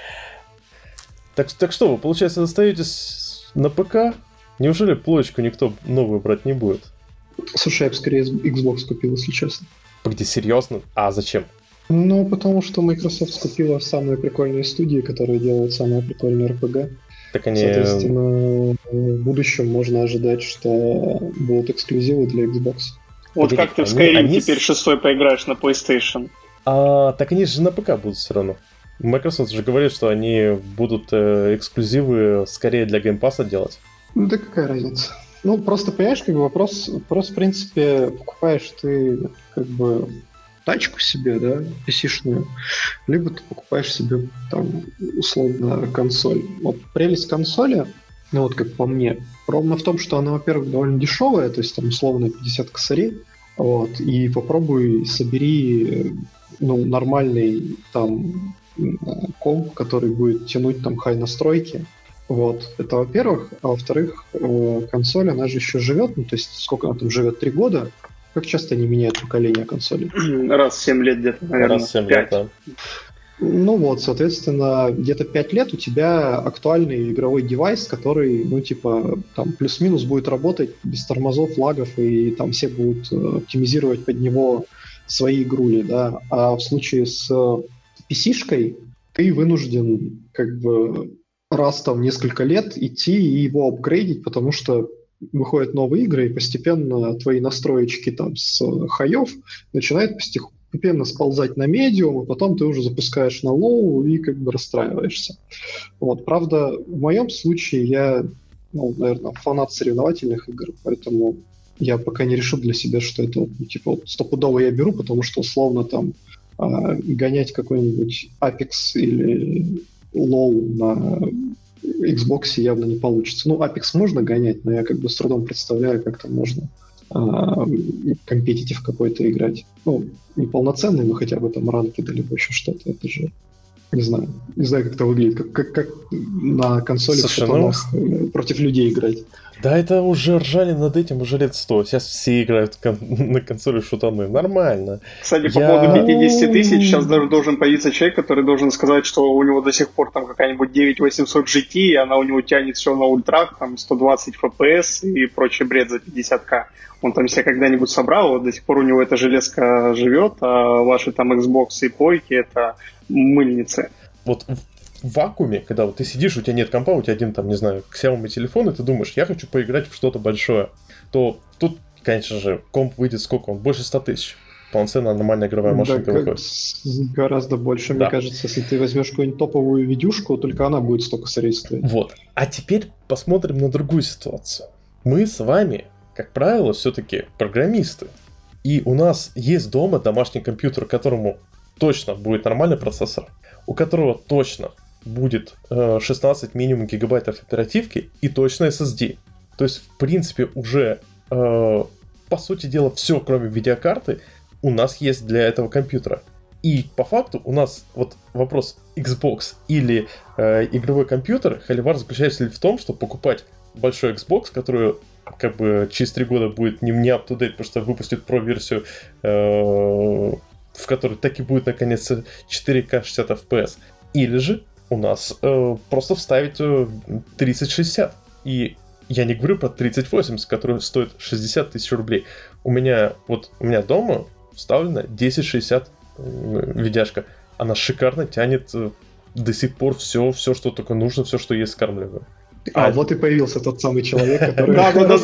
Так, так что, вы, получается, остаетесь на ПК? Неужели плойку никто новую брать не будет? Слушай, я бы скорее Xbox купил, если честно. Погоди, серьезно? А зачем? Ну, потому что Microsoft скупила самые прикольные студии, которые делают самые прикольные эр пи джи. Так они... Соответственно, в будущем можно ожидать, что будут эксклюзивы для Xbox. Вот Погоди, как ты в Skyrim они... теперь шестой поиграешь на PlayStation? А, так они же на ПК будут все равно. Microsoft же говорит, что они будут э, эксклюзивы скорее для Game Pass'а делать. Ну да какая разница? Ну просто, понимаешь, как бы вопрос, вопрос в принципе, покупаешь ты как бы тачку себе, да, пи си-шную, либо ты покупаешь себе там условно консоль. Вот прелесть консоли, ну вот как по мне, ровно в том, что она, во-первых, довольно дешевая, то есть там условно пятьдесят косарей, вот, и попробуй собери, ну, нормальный там комп, который будет тянуть там хай-настройки. Вот, это во-первых. А во-вторых, консоль, она же еще живет, ну, то есть сколько она там живет, три года. Как часто они меняют поколение консолей? Раз в семь лет где-то, наверное. Раз в семь лет, да. Ну вот, соответственно, где-то пять лет у тебя актуальный игровой девайс, который, ну, типа, там, плюс-минус будет работать без тормозов, лагов, и там все будут оптимизировать под него свои игрули, да. А в случае с пи си-шкой ты вынужден, как бы, раз там несколько лет идти и его апгрейдить, потому что выходят новые игры, и постепенно твои настроечки там с хаев начинают постепенно постепенно сползать на медиум, и потом ты уже запускаешь на лоу и как бы расстраиваешься. Вот. Правда, в моем случае я, ну, наверное, фанат соревновательных игр, поэтому я пока не решил для себя, что это ну, типа вот, стопудово я беру, потому что условно там э, гонять какой-нибудь Apex или лоу на Xbox явно не получится. Ну, Apex можно гонять, но я как бы с трудом представляю, как там можно компетитив какой-то играть. Ну, не полноценный, но хотя бы там ранкед или еще что-то. Это же, не знаю, не знаю, как это выглядит. Как, как, как на консоли в шутанах ну... против людей играть. Да, это уже ржали над этим уже лет сто. Сейчас все играют кон- на консоли в шутаны. Нормально. Кстати, по я... поводу пятьдесят тысяч, сейчас даже должен появиться человек, который должен сказать, что у него до сих пор там какая-нибудь девять восемьсот джи ти, и она у него тянет все на ультрах, там сто двадцать эф пи эс и прочий бред за пятьдесят тысяч. Он там себя когда-нибудь собрал, вот до сих пор у него эта железка живет, а ваши там Xbox и плойки — это мыльницы. Вот в вакууме, когда вот ты сидишь, у тебя нет компа, у тебя один там, не знаю, Xiaomi телефон, и ты думаешь, я хочу поиграть в что-то большое, то тут, конечно же, комп выйдет сколько? Он больше ста тысяч. Полноценная нормальная игровая машинка да, выходит. Гораздо больше, да. Мне кажется, если ты возьмешь какую-нибудь топовую видюшку, только она будет столько средств. Вот. А теперь посмотрим на другую ситуацию. Мы с вами, как правило, все-таки программисты. И у нас есть дома домашний компьютер, которому точно будет нормальный процессор, у которого точно будет э, шестнадцать минимум гигабайтов оперативки и точно эс эс ди. То есть, в принципе, уже, э, по сути дела, все, кроме видеокарты, у нас есть для этого компьютера. И по факту у нас вот вопрос Xbox или э, игровой компьютер, холивар заключается ли в том, чтобы покупать большой Xbox, который как бы через три года будет не, не up-to-date, потому что выпустит Pro-версию, э, в которой так и будет наконец четыре ка шестьдесят эф пи эс. Или же у нас э, просто вставить э, тридцать шестьдесят. И я не говорю про тридцать восемьдесят, который стоит шестьдесят тысяч рублей. У меня вот у меня дома вставлена десять шестьдесят э, видяшка. Она шикарно тянет э, до сих пор все, все, что только нужно, все, что есть, скармливаю. А, а вот и появился тот самый человек, который...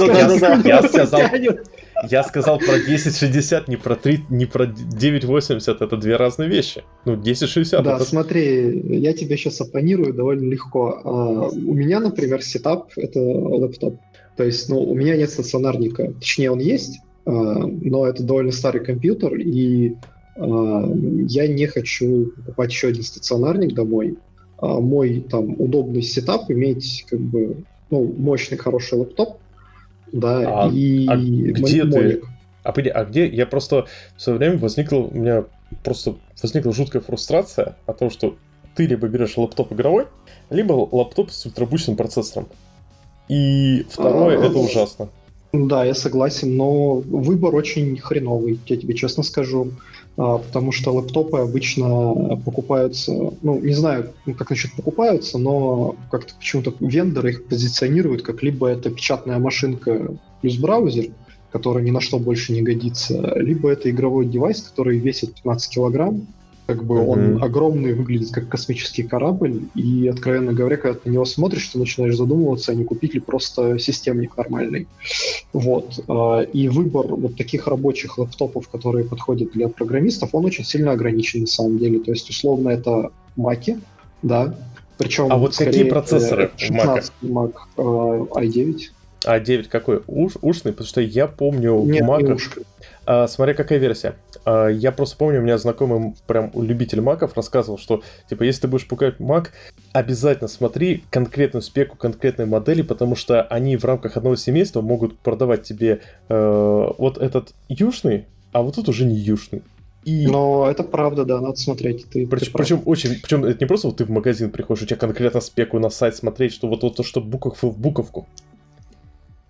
Я сказал про десять шестьдесят, не про девять восемьдесят, это две разные вещи. Ну, десять шестьдесят... Да, смотри, я тебе сейчас оппонирую довольно легко. У меня, например, сетап — это лэптоп. То есть, ну, у меня нет стационарника. Точнее, он есть, но это довольно старый компьютер, и я не хочу покупать еще один стационарник домой. Мой там удобный сетап иметь как бы ну, мощный хороший лэптоп, да, а, и а где моник. ты? А, а где? Я просто в свое время возникла у меня просто возникла жуткая фрустрация о том, что ты либо берешь лэптоп игровой, либо лэптоп с ультрабучным процессором. И второе, а, это ужасно. Да, я согласен, но выбор очень хреновый, я тебе честно скажу. Потому что лэптопы обычно покупаются, ну, не знаю, как насчет покупаются, но как-то почему-то вендоры их позиционируют, как либо это печатная машинка плюс браузер, который ни на что больше не годится, либо это игровой девайс, который весит пятнадцать килограмм, как бы mm-hmm. он огромный, выглядит как космический корабль, и, откровенно говоря, когда ты на него смотришь, ты начинаешь задумываться, а не купить ли просто системник нормальный. Вот. И выбор вот таких рабочих лэптопов, которые подходят для программистов, он очень сильно ограничен на самом деле. То есть, условно, это Mac'и, да, причем а вот какие процессоры шестнадцать Mac ай девять. ай девять какой? Уш, ушный? Потому что я помню Нет, в Mac'ах... не ушный. А, смотря какая версия. А, я просто помню, у меня знакомый прям любитель маков рассказывал, что типа если ты будешь покупать Mac, обязательно смотри конкретную спеку конкретной модели, потому что они в рамках одного семейства могут продавать тебе э, вот этот юшный, а вот тут уже не юшный. И... Но это правда, да, надо смотреть. Ты, причем, ты причем очень, причем это не просто вот ты в магазин приходишь, у тебя конкретно спеку на сайт смотреть, что вот то, что буковку в буковку.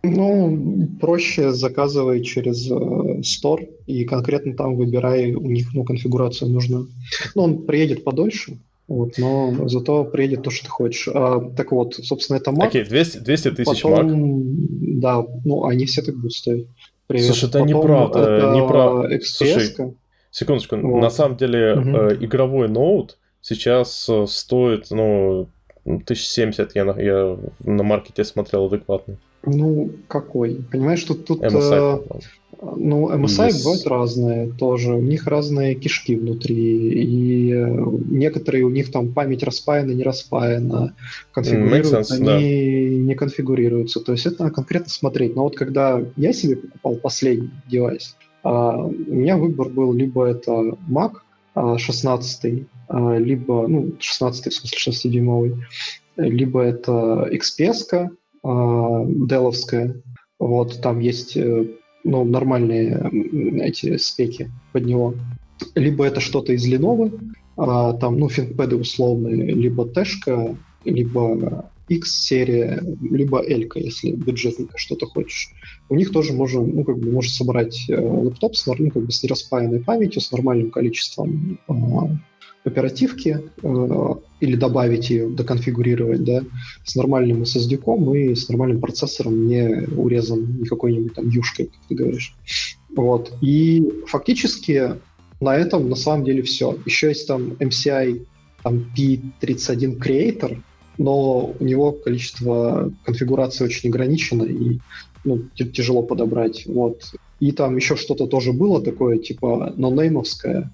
Ну, проще заказывай через э, Store и конкретно там выбирай у них ну, конфигурацию нужную. Ну, он приедет подольше, вот, но зато приедет то, что ты хочешь. А, так вот, собственно, это Mac. Окей, двести, двести тысяч Потом, Mac. Да, ну, они все так будут стоить. Привет. Слушай, это Потом неправда. это неправда. экс пи эс. Слушай, секундочку. Вот. На самом деле Угу. э, игровой ноут сейчас э, стоит, ну, тысяча семьдесят, я на, я на маркете смотрел адекватный. Ну, какой? Понимаешь, тут... тут эм эс ай, э, ну, эм эс ай Yes. бывают разные тоже. У них разные кишки внутри. И э, некоторые у них там память распаяна, не распаяна. Конфигурируются, sense, они не конфигурируются. То есть это надо конкретно смотреть. Но вот когда я себе покупал последний девайс, а, у меня выбор был либо это Mac а, шестнадцатый, а, либо, ну, шестнадцатый, в смысле шестидюймовый, либо это экс пи эс-ка, деловская, вот, там есть ну, нормальные эти спеки под него. Либо это что-то из Lenovo, а, там, ну, ThinkPad условные, либо Тэшка, либо X-серия, либо L-ка, если бюджетненько что-то хочешь. У них тоже можно, ну, как бы, можно собрать э, лэптоп с, ну, как бы, с нераспаянной памятью, с нормальным количеством э, оперативки, э, или добавить ее, доконфигурировать, да, с нормальным эс эс ди-ком и с нормальным процессором, не урезан какой-нибудь там юшкой, как ты говоришь. Вот. И фактически на этом на самом деле все. Еще есть там эм си ай там, пи тридцать один Creator, но у него количество конфигураций очень ограничено и ну, тяжело подобрать. Вот. И там еще что-то тоже было такое, типа нонеймовское,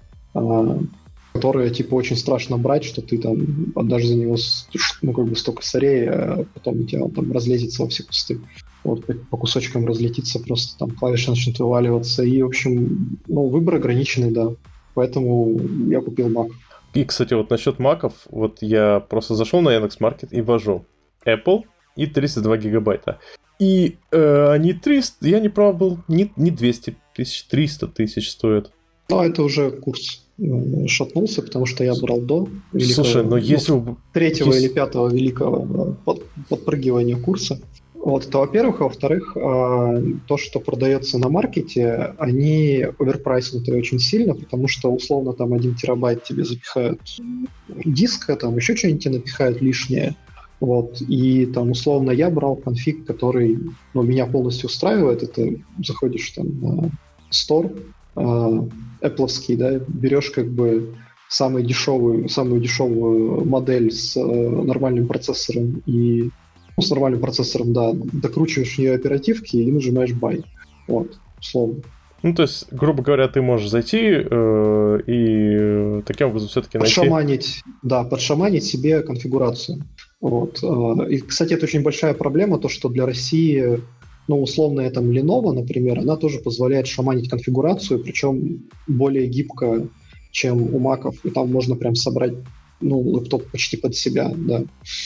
которое, типа, очень страшно брать, что ты там отдашь за него, ну, как бы, сто косарей, а потом у тебя он там разлезется во все кусты. Вот, по, по кусочкам разлетится, просто там клавиши начнут вываливаться. И, в общем, ну, выбор ограниченный, да. Поэтому я купил Mac. И, кстати, вот насчет маков, вот я просто зашел на Яндекс.Маркет и ввожу Apple и тридцать два гигабайта. И э, они триста, я не прав был, не, не двести тысяч, триста тысяч стоят. Ну, это уже курс шатнулся, потому что я брал до великого, Слушай, но если... ну, третьего если... или пятого великого под, подпрыгивания курса. Вот, это во-первых. А во-вторых, то, что продается на маркете, они оверпрайснуты очень сильно, потому что, условно, там один терабайт тебе запихают диска, там еще что-нибудь тебе напихают лишнее. Вот, и там, условно, я брал конфиг, который ну, меня полностью устраивает. Это заходишь там на Store, Apple-овский, да, берешь как бы самую дешевую, самую дешевую модель с э, нормальным процессором и ну, с нормальным процессором, да, докручиваешь в нее оперативки и нажимаешь buy. Вот, условно. Ну, то есть, грубо говоря, ты можешь зайти э, и таким образом все-таки найти... Подшаманить, да, подшаманить себе конфигурацию. Вот. И, кстати, это очень большая проблема, то, что для России... Ну, условная там Lenovo, например, она тоже позволяет шаманить конфигурацию, причем более гибко, чем у маков, и там можно прям собрать, ну, лэптоп почти под себя, да.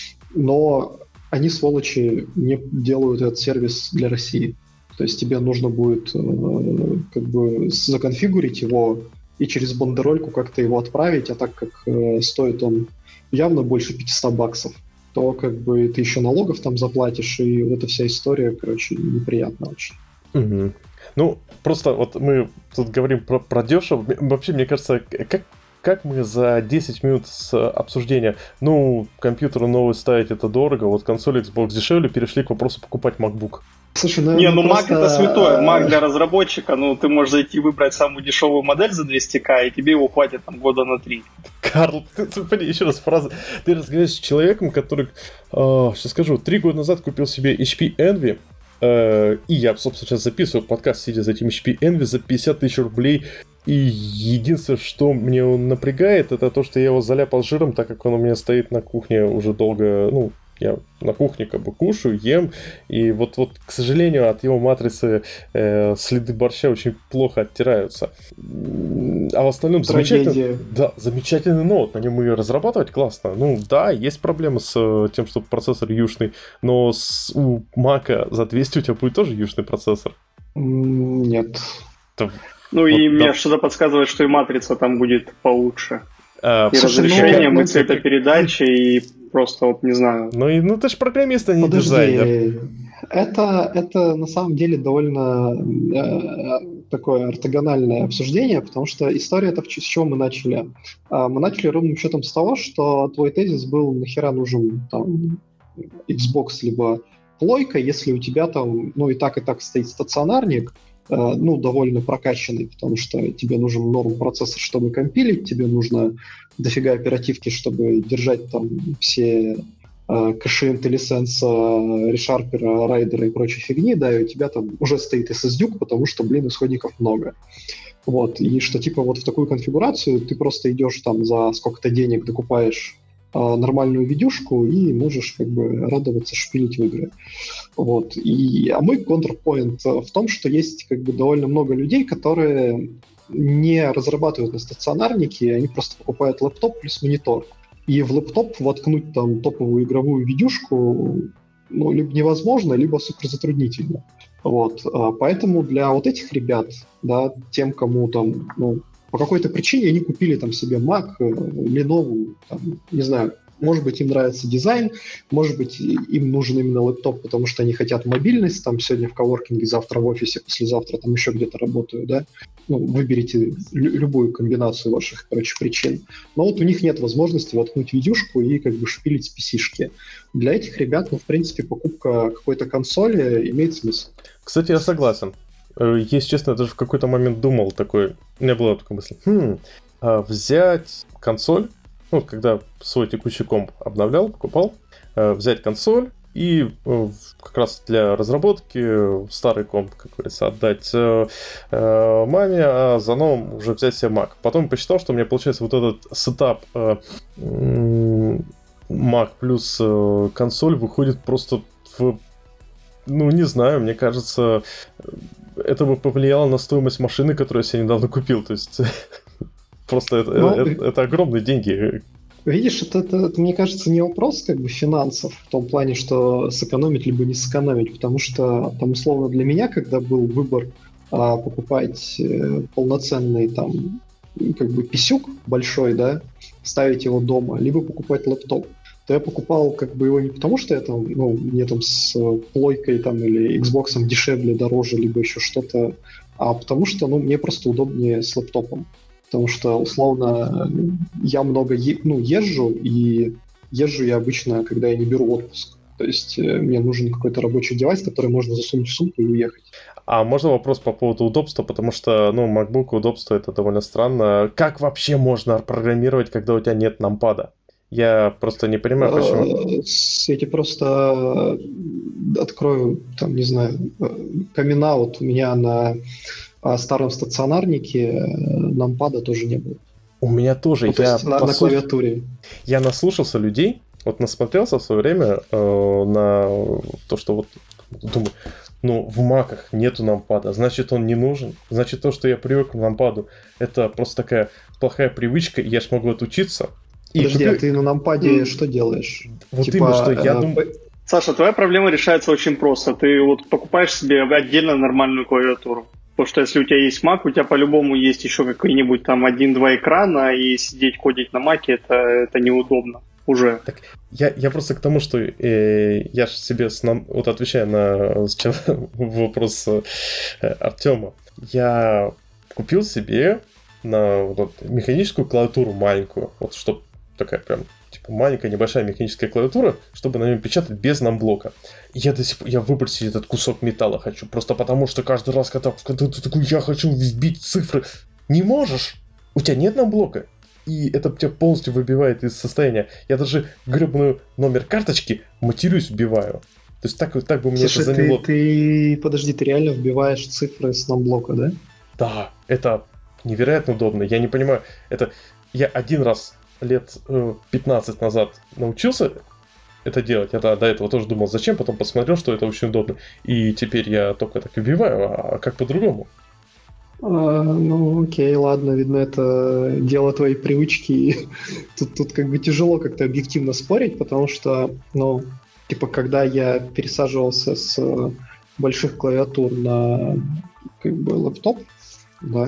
Но они, сволочи, не делают этот сервис для России. То есть тебе нужно будет э, как бы законфигурить его и через бандерольку как-то его отправить, а так как э, стоит он явно больше пятьсот баксов, то как бы ты еще налогов там заплатишь, и вот эта вся история, короче, неприятна очень. Угу. Ну, просто вот мы тут говорим про, про дешево. Вообще, мне кажется, как, как мы за десять минут с обсуждения, ну, компьютеру новый ставить это дорого, вот консоль Xbox дешевле, перешли к вопросу покупать MacBook. Слушай, ну, не, ну просто... Mac это святое. Mac для разработчика, ну ты можешь зайти выбрать самую дешевую модель за двести тысяч, и тебе его хватит там года на три. Карл, ты, ты, еще раз фраза. Ты разговариваешь с человеком, который, э, сейчас скажу, три года назад купил себе эйч пи Envy, э, и я, собственно, сейчас записываю подкаст, сидя за этим эйч пи Envy за пятьдесят тысяч рублей, и единственное, что мне он напрягает, это то, что я его заляпал жиром, так как он у меня стоит на кухне уже долго, ну, я на кухне как бы кушаю, ем, и вот, вот к сожалению, от его матрицы э, следы борща очень плохо оттираются. А в остальном замечательный, да, замечательный ноут, на нем и разрабатывать классно. Ну да, есть проблемы с тем, что процессор юшный, но с, у Мака за двести у тебя будет тоже юшный процессор. Нет. Это, ну вот, и да. Мне что-то подсказывает, что и матрица там будет получше. А, и слушай, разрешением, ну, и цветопередачей, и просто вот не знаю. Ну, и, ну ты же программист, а не Подожди. дизайнер. Это, это на самом деле довольно э, такое ортогональное обсуждение, потому что история-то с чего мы начали? А, мы начали ровным счетом с того, что твой тезис был, нахера нужен там Xbox либо плойка, если у тебя там, ну и так и так стоит стационарник, э, ну, довольно прокачанный, потому что тебе нужен норм процессор, чтобы компилить, тебе нужно дофига оперативки, чтобы держать там все кэши IntelliSense, ReSharper, райдера и прочей фигни, да, и у тебя там уже стоит эс эс ди, потому что, блин, исходников много. Вот, и что типа вот в такую конфигурацию ты просто идешь там за сколько-то денег, докупаешь э, нормальную видюшку и можешь как бы радоваться, шпилить в игры. Вот, и, а мой контрпоинт в том, что есть как бы довольно много людей, которые не разрабатывают на стационарнике, они просто покупают лэптоп плюс монитор. И в лэптоп воткнуть там топовую игровую видюшку ну, либо невозможно, либо супер затруднительно. Вот. Поэтому для вот этих ребят, да, тем, кому там, ну, по какой-то причине они купили там себе Mac, Lenovo, там, не знаю, может быть, им нравится дизайн, может быть, им нужен именно лэптоп, потому что они хотят мобильность, там сегодня в коворкинге, завтра в офисе, послезавтра там еще где-то работаю, да, ну, выберите лю- любую комбинацию ваших, короче, причин. Но вот у них нет возможности воткнуть видюшку и как бы шпилить с пи си-шки. Для этих ребят, ну, в принципе, покупка какой-то консоли имеет смысл. Кстати, я согласен. Если честно, я даже в какой-то момент думал такой, у меня была такая мысль, хм, а взять консоль, ну, когда свой текущий комп обновлял, покупал, взять консоль и как раз для разработки старый комп, как говорится, отдать маме, а за новым уже взять себе Mac. Потом посчитал, что у меня получается вот этот сетап Mac плюс консоль выходит просто в... Ну, не знаю, мне кажется, это бы повлияло на стоимость машины, которую я себе недавно купил. То есть, просто это, ну, это, это огромные деньги. Видишь, это, это, это, мне кажется, не вопрос как бы финансов, в том плане, что сэкономить либо не сэкономить, потому что, там, условно, для меня, когда был выбор а, покупать э, полноценный, там, как бы писюк большой, да, ставить его дома, либо покупать лэптоп, то я покупал как бы его не потому, что я там, ну, мне там с плойкой там или Xbox дешевле, дороже, либо еще что-то, а потому что, ну, мне просто удобнее с лэптопом. Потому что, условно, я много е- ну, езжу, и езжу я обычно, когда я не беру отпуск. То есть мне нужен какой-то рабочий девайс, который можно засунуть в сумку и уехать. А можно вопрос по поводу удобства? Потому что, ну, MacBook удобство это довольно странно. Как вообще можно программировать, когда у тебя нет нампада? Я просто не понимаю, почему. Я тебе просто открою, там, не знаю, камин-аут у меня на старом стационарнике нампада тоже не было. У меня тоже. Ну, то я есть на, послуш... на клавиатуре. Я наслушался людей, вот насмотрелся в свое время э, на то, что вот думаю, ну, в маках нету нампада, значит, он не нужен. Значит, то, что я привык к нампаду, это просто такая плохая привычка, и я ж могу отучиться. И Подожди, купил... а ты на нампаде mm. что делаешь? Вот типа, именно, что я э, думаю... Саша, твоя проблема решается очень просто. Ты вот покупаешь себе отдельно нормальную клавиатуру. Потому что если у тебя есть Mac, у тебя по-любому есть еще какой-нибудь там один-два экрана, и сидеть кодить на Mac это, это неудобно уже. Так, я, я просто к тому, что э, я же себе, с нам... вот отвечая на вопрос э, Артема, я купил себе на вот, механическую клавиатуру маленькую, вот чтобы такая прям типа маленькая небольшая механическая клавиатура, чтобы на нем печатать без намблока. Я до сих пор, я выбросить этот кусок металла хочу, просто потому что каждый раз, когда, когда ты такой, я хочу вбить цифры, не можешь, у тебя нет намблока, и это тебя полностью выбивает из состояния. Я даже гребаную номер карточки матерюсь вбиваю. То есть так, так бы мне Слушай, это заняло. Ты, ты, подожди, ты реально вбиваешь цифры с намблока, да? Да, это невероятно удобно. Я не понимаю, это я один раз лет пятнадцать назад научился это делать. Я до этого тоже думал, зачем, потом посмотрел, что это очень удобно. И теперь я только так и вбиваю, а как по-другому? А, ну, окей, ладно, видно, это дело твоей привычки. Тут, тут как бы тяжело как-то объективно спорить, потому что, ну, типа, когда я пересаживался с больших клавиатур на, как бы, лэптоп, да,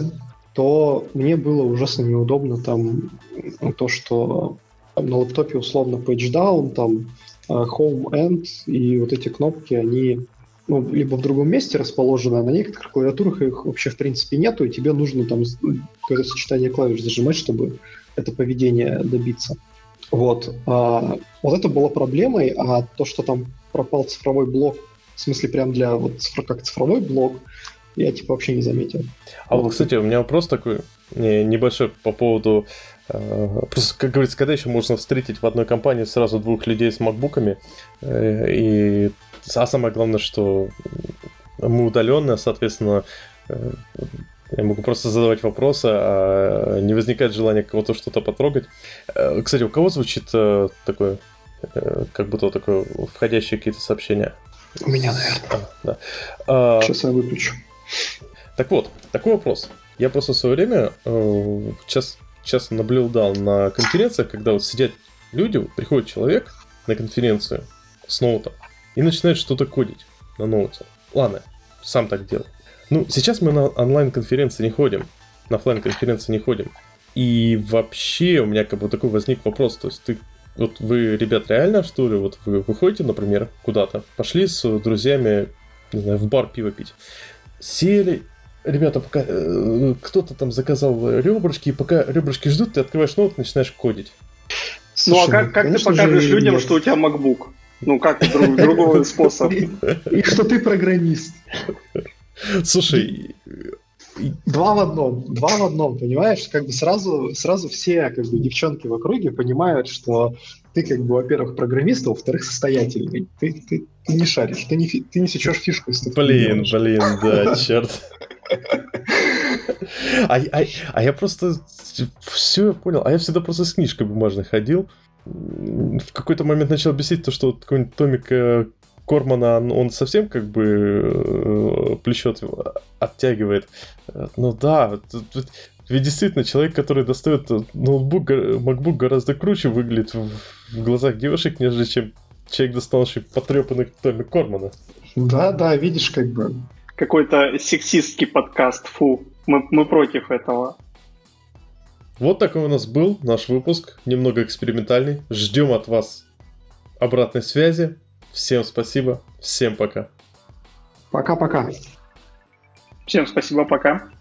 то мне было ужасно неудобно там то, что там, на лэптопе условно page down, там home end, и вот эти кнопки, они ну, либо в другом месте расположены, а на некоторых клавиатурах их вообще в принципе нету, и тебе нужно там какое-то сочетание клавиш зажимать, чтобы это поведение добиться. Вот. А, вот это было проблемой, а то, что там пропал цифровой блок, в смысле прям для вот цифр, как цифровой блок, я типа вообще не заметил. А вот, кстати, у меня вопрос такой небольшой по поводу... Э, просто, как говорится, когда еще можно встретить в одной компании сразу двух людей с макбуками, э, и а самое главное, что мы удаленные, соответственно, э, я могу просто задавать вопросы, а не возникает желания кого-то что-то потрогать. Э, кстати, у кого звучит э, такое, э, как будто такое входящие какие-то сообщения? У меня, наверное. А, да. а, Сейчас я выключу. Так вот, такой вопрос. Я просто в свое время э, сейчас, сейчас наблюдал на конференциях, когда вот сидят люди, приходит человек на конференцию с ноутом и начинает что-то кодить на ноуте. Ладно, сам так делал. Ну, сейчас мы на онлайн-конференции не ходим, на офлайн-конференции не ходим. И вообще у меня как бы такой возник вопрос. То есть ты, вот вы, ребят, реально, что ли, вот вы выходите, например, куда-то, пошли с друзьями, не знаю, в бар пиво пить, сели, ребята, пока э, кто-то там заказал ребрышки, и пока ребрышки ждут, ты открываешь ноут, начинаешь кодить. Слушай, ну а как, как ты покажешь же, людям, нет. что у тебя MacBook? Ну как друг, другого способа? И, и что ты программист. Слушай... Два в одном, два в одном, понимаешь? Как бы сразу, сразу все как бы девчонки в округе понимают, что ты как бы, во-первых, программист, а во-вторых, состоятельный. Ты, ты, ты не шаришь, ты не, ты не сечешь фишку. Если блин, блин, да, черт. А, а, а я просто все я понял, а я всегда просто с книжкой бумажной ходил. В какой-то момент начал бесить то, что какой-нибудь томик Кормана, он совсем как бы плечо оттягивает. Ну да, ведь действительно человек, который достает ноутбук, MacBook гораздо круче выглядит в, в глазах девушек, нежели чем человек, доставший потрепанный томик Кормана. Да, да, видишь, как бы. Какой-то сексистский подкаст, фу, мы, мы против этого. Вот такой у нас был наш выпуск, немного экспериментальный. Ждем от вас обратной связи. Всем спасибо, всем пока. Пока-пока. Всем спасибо, пока.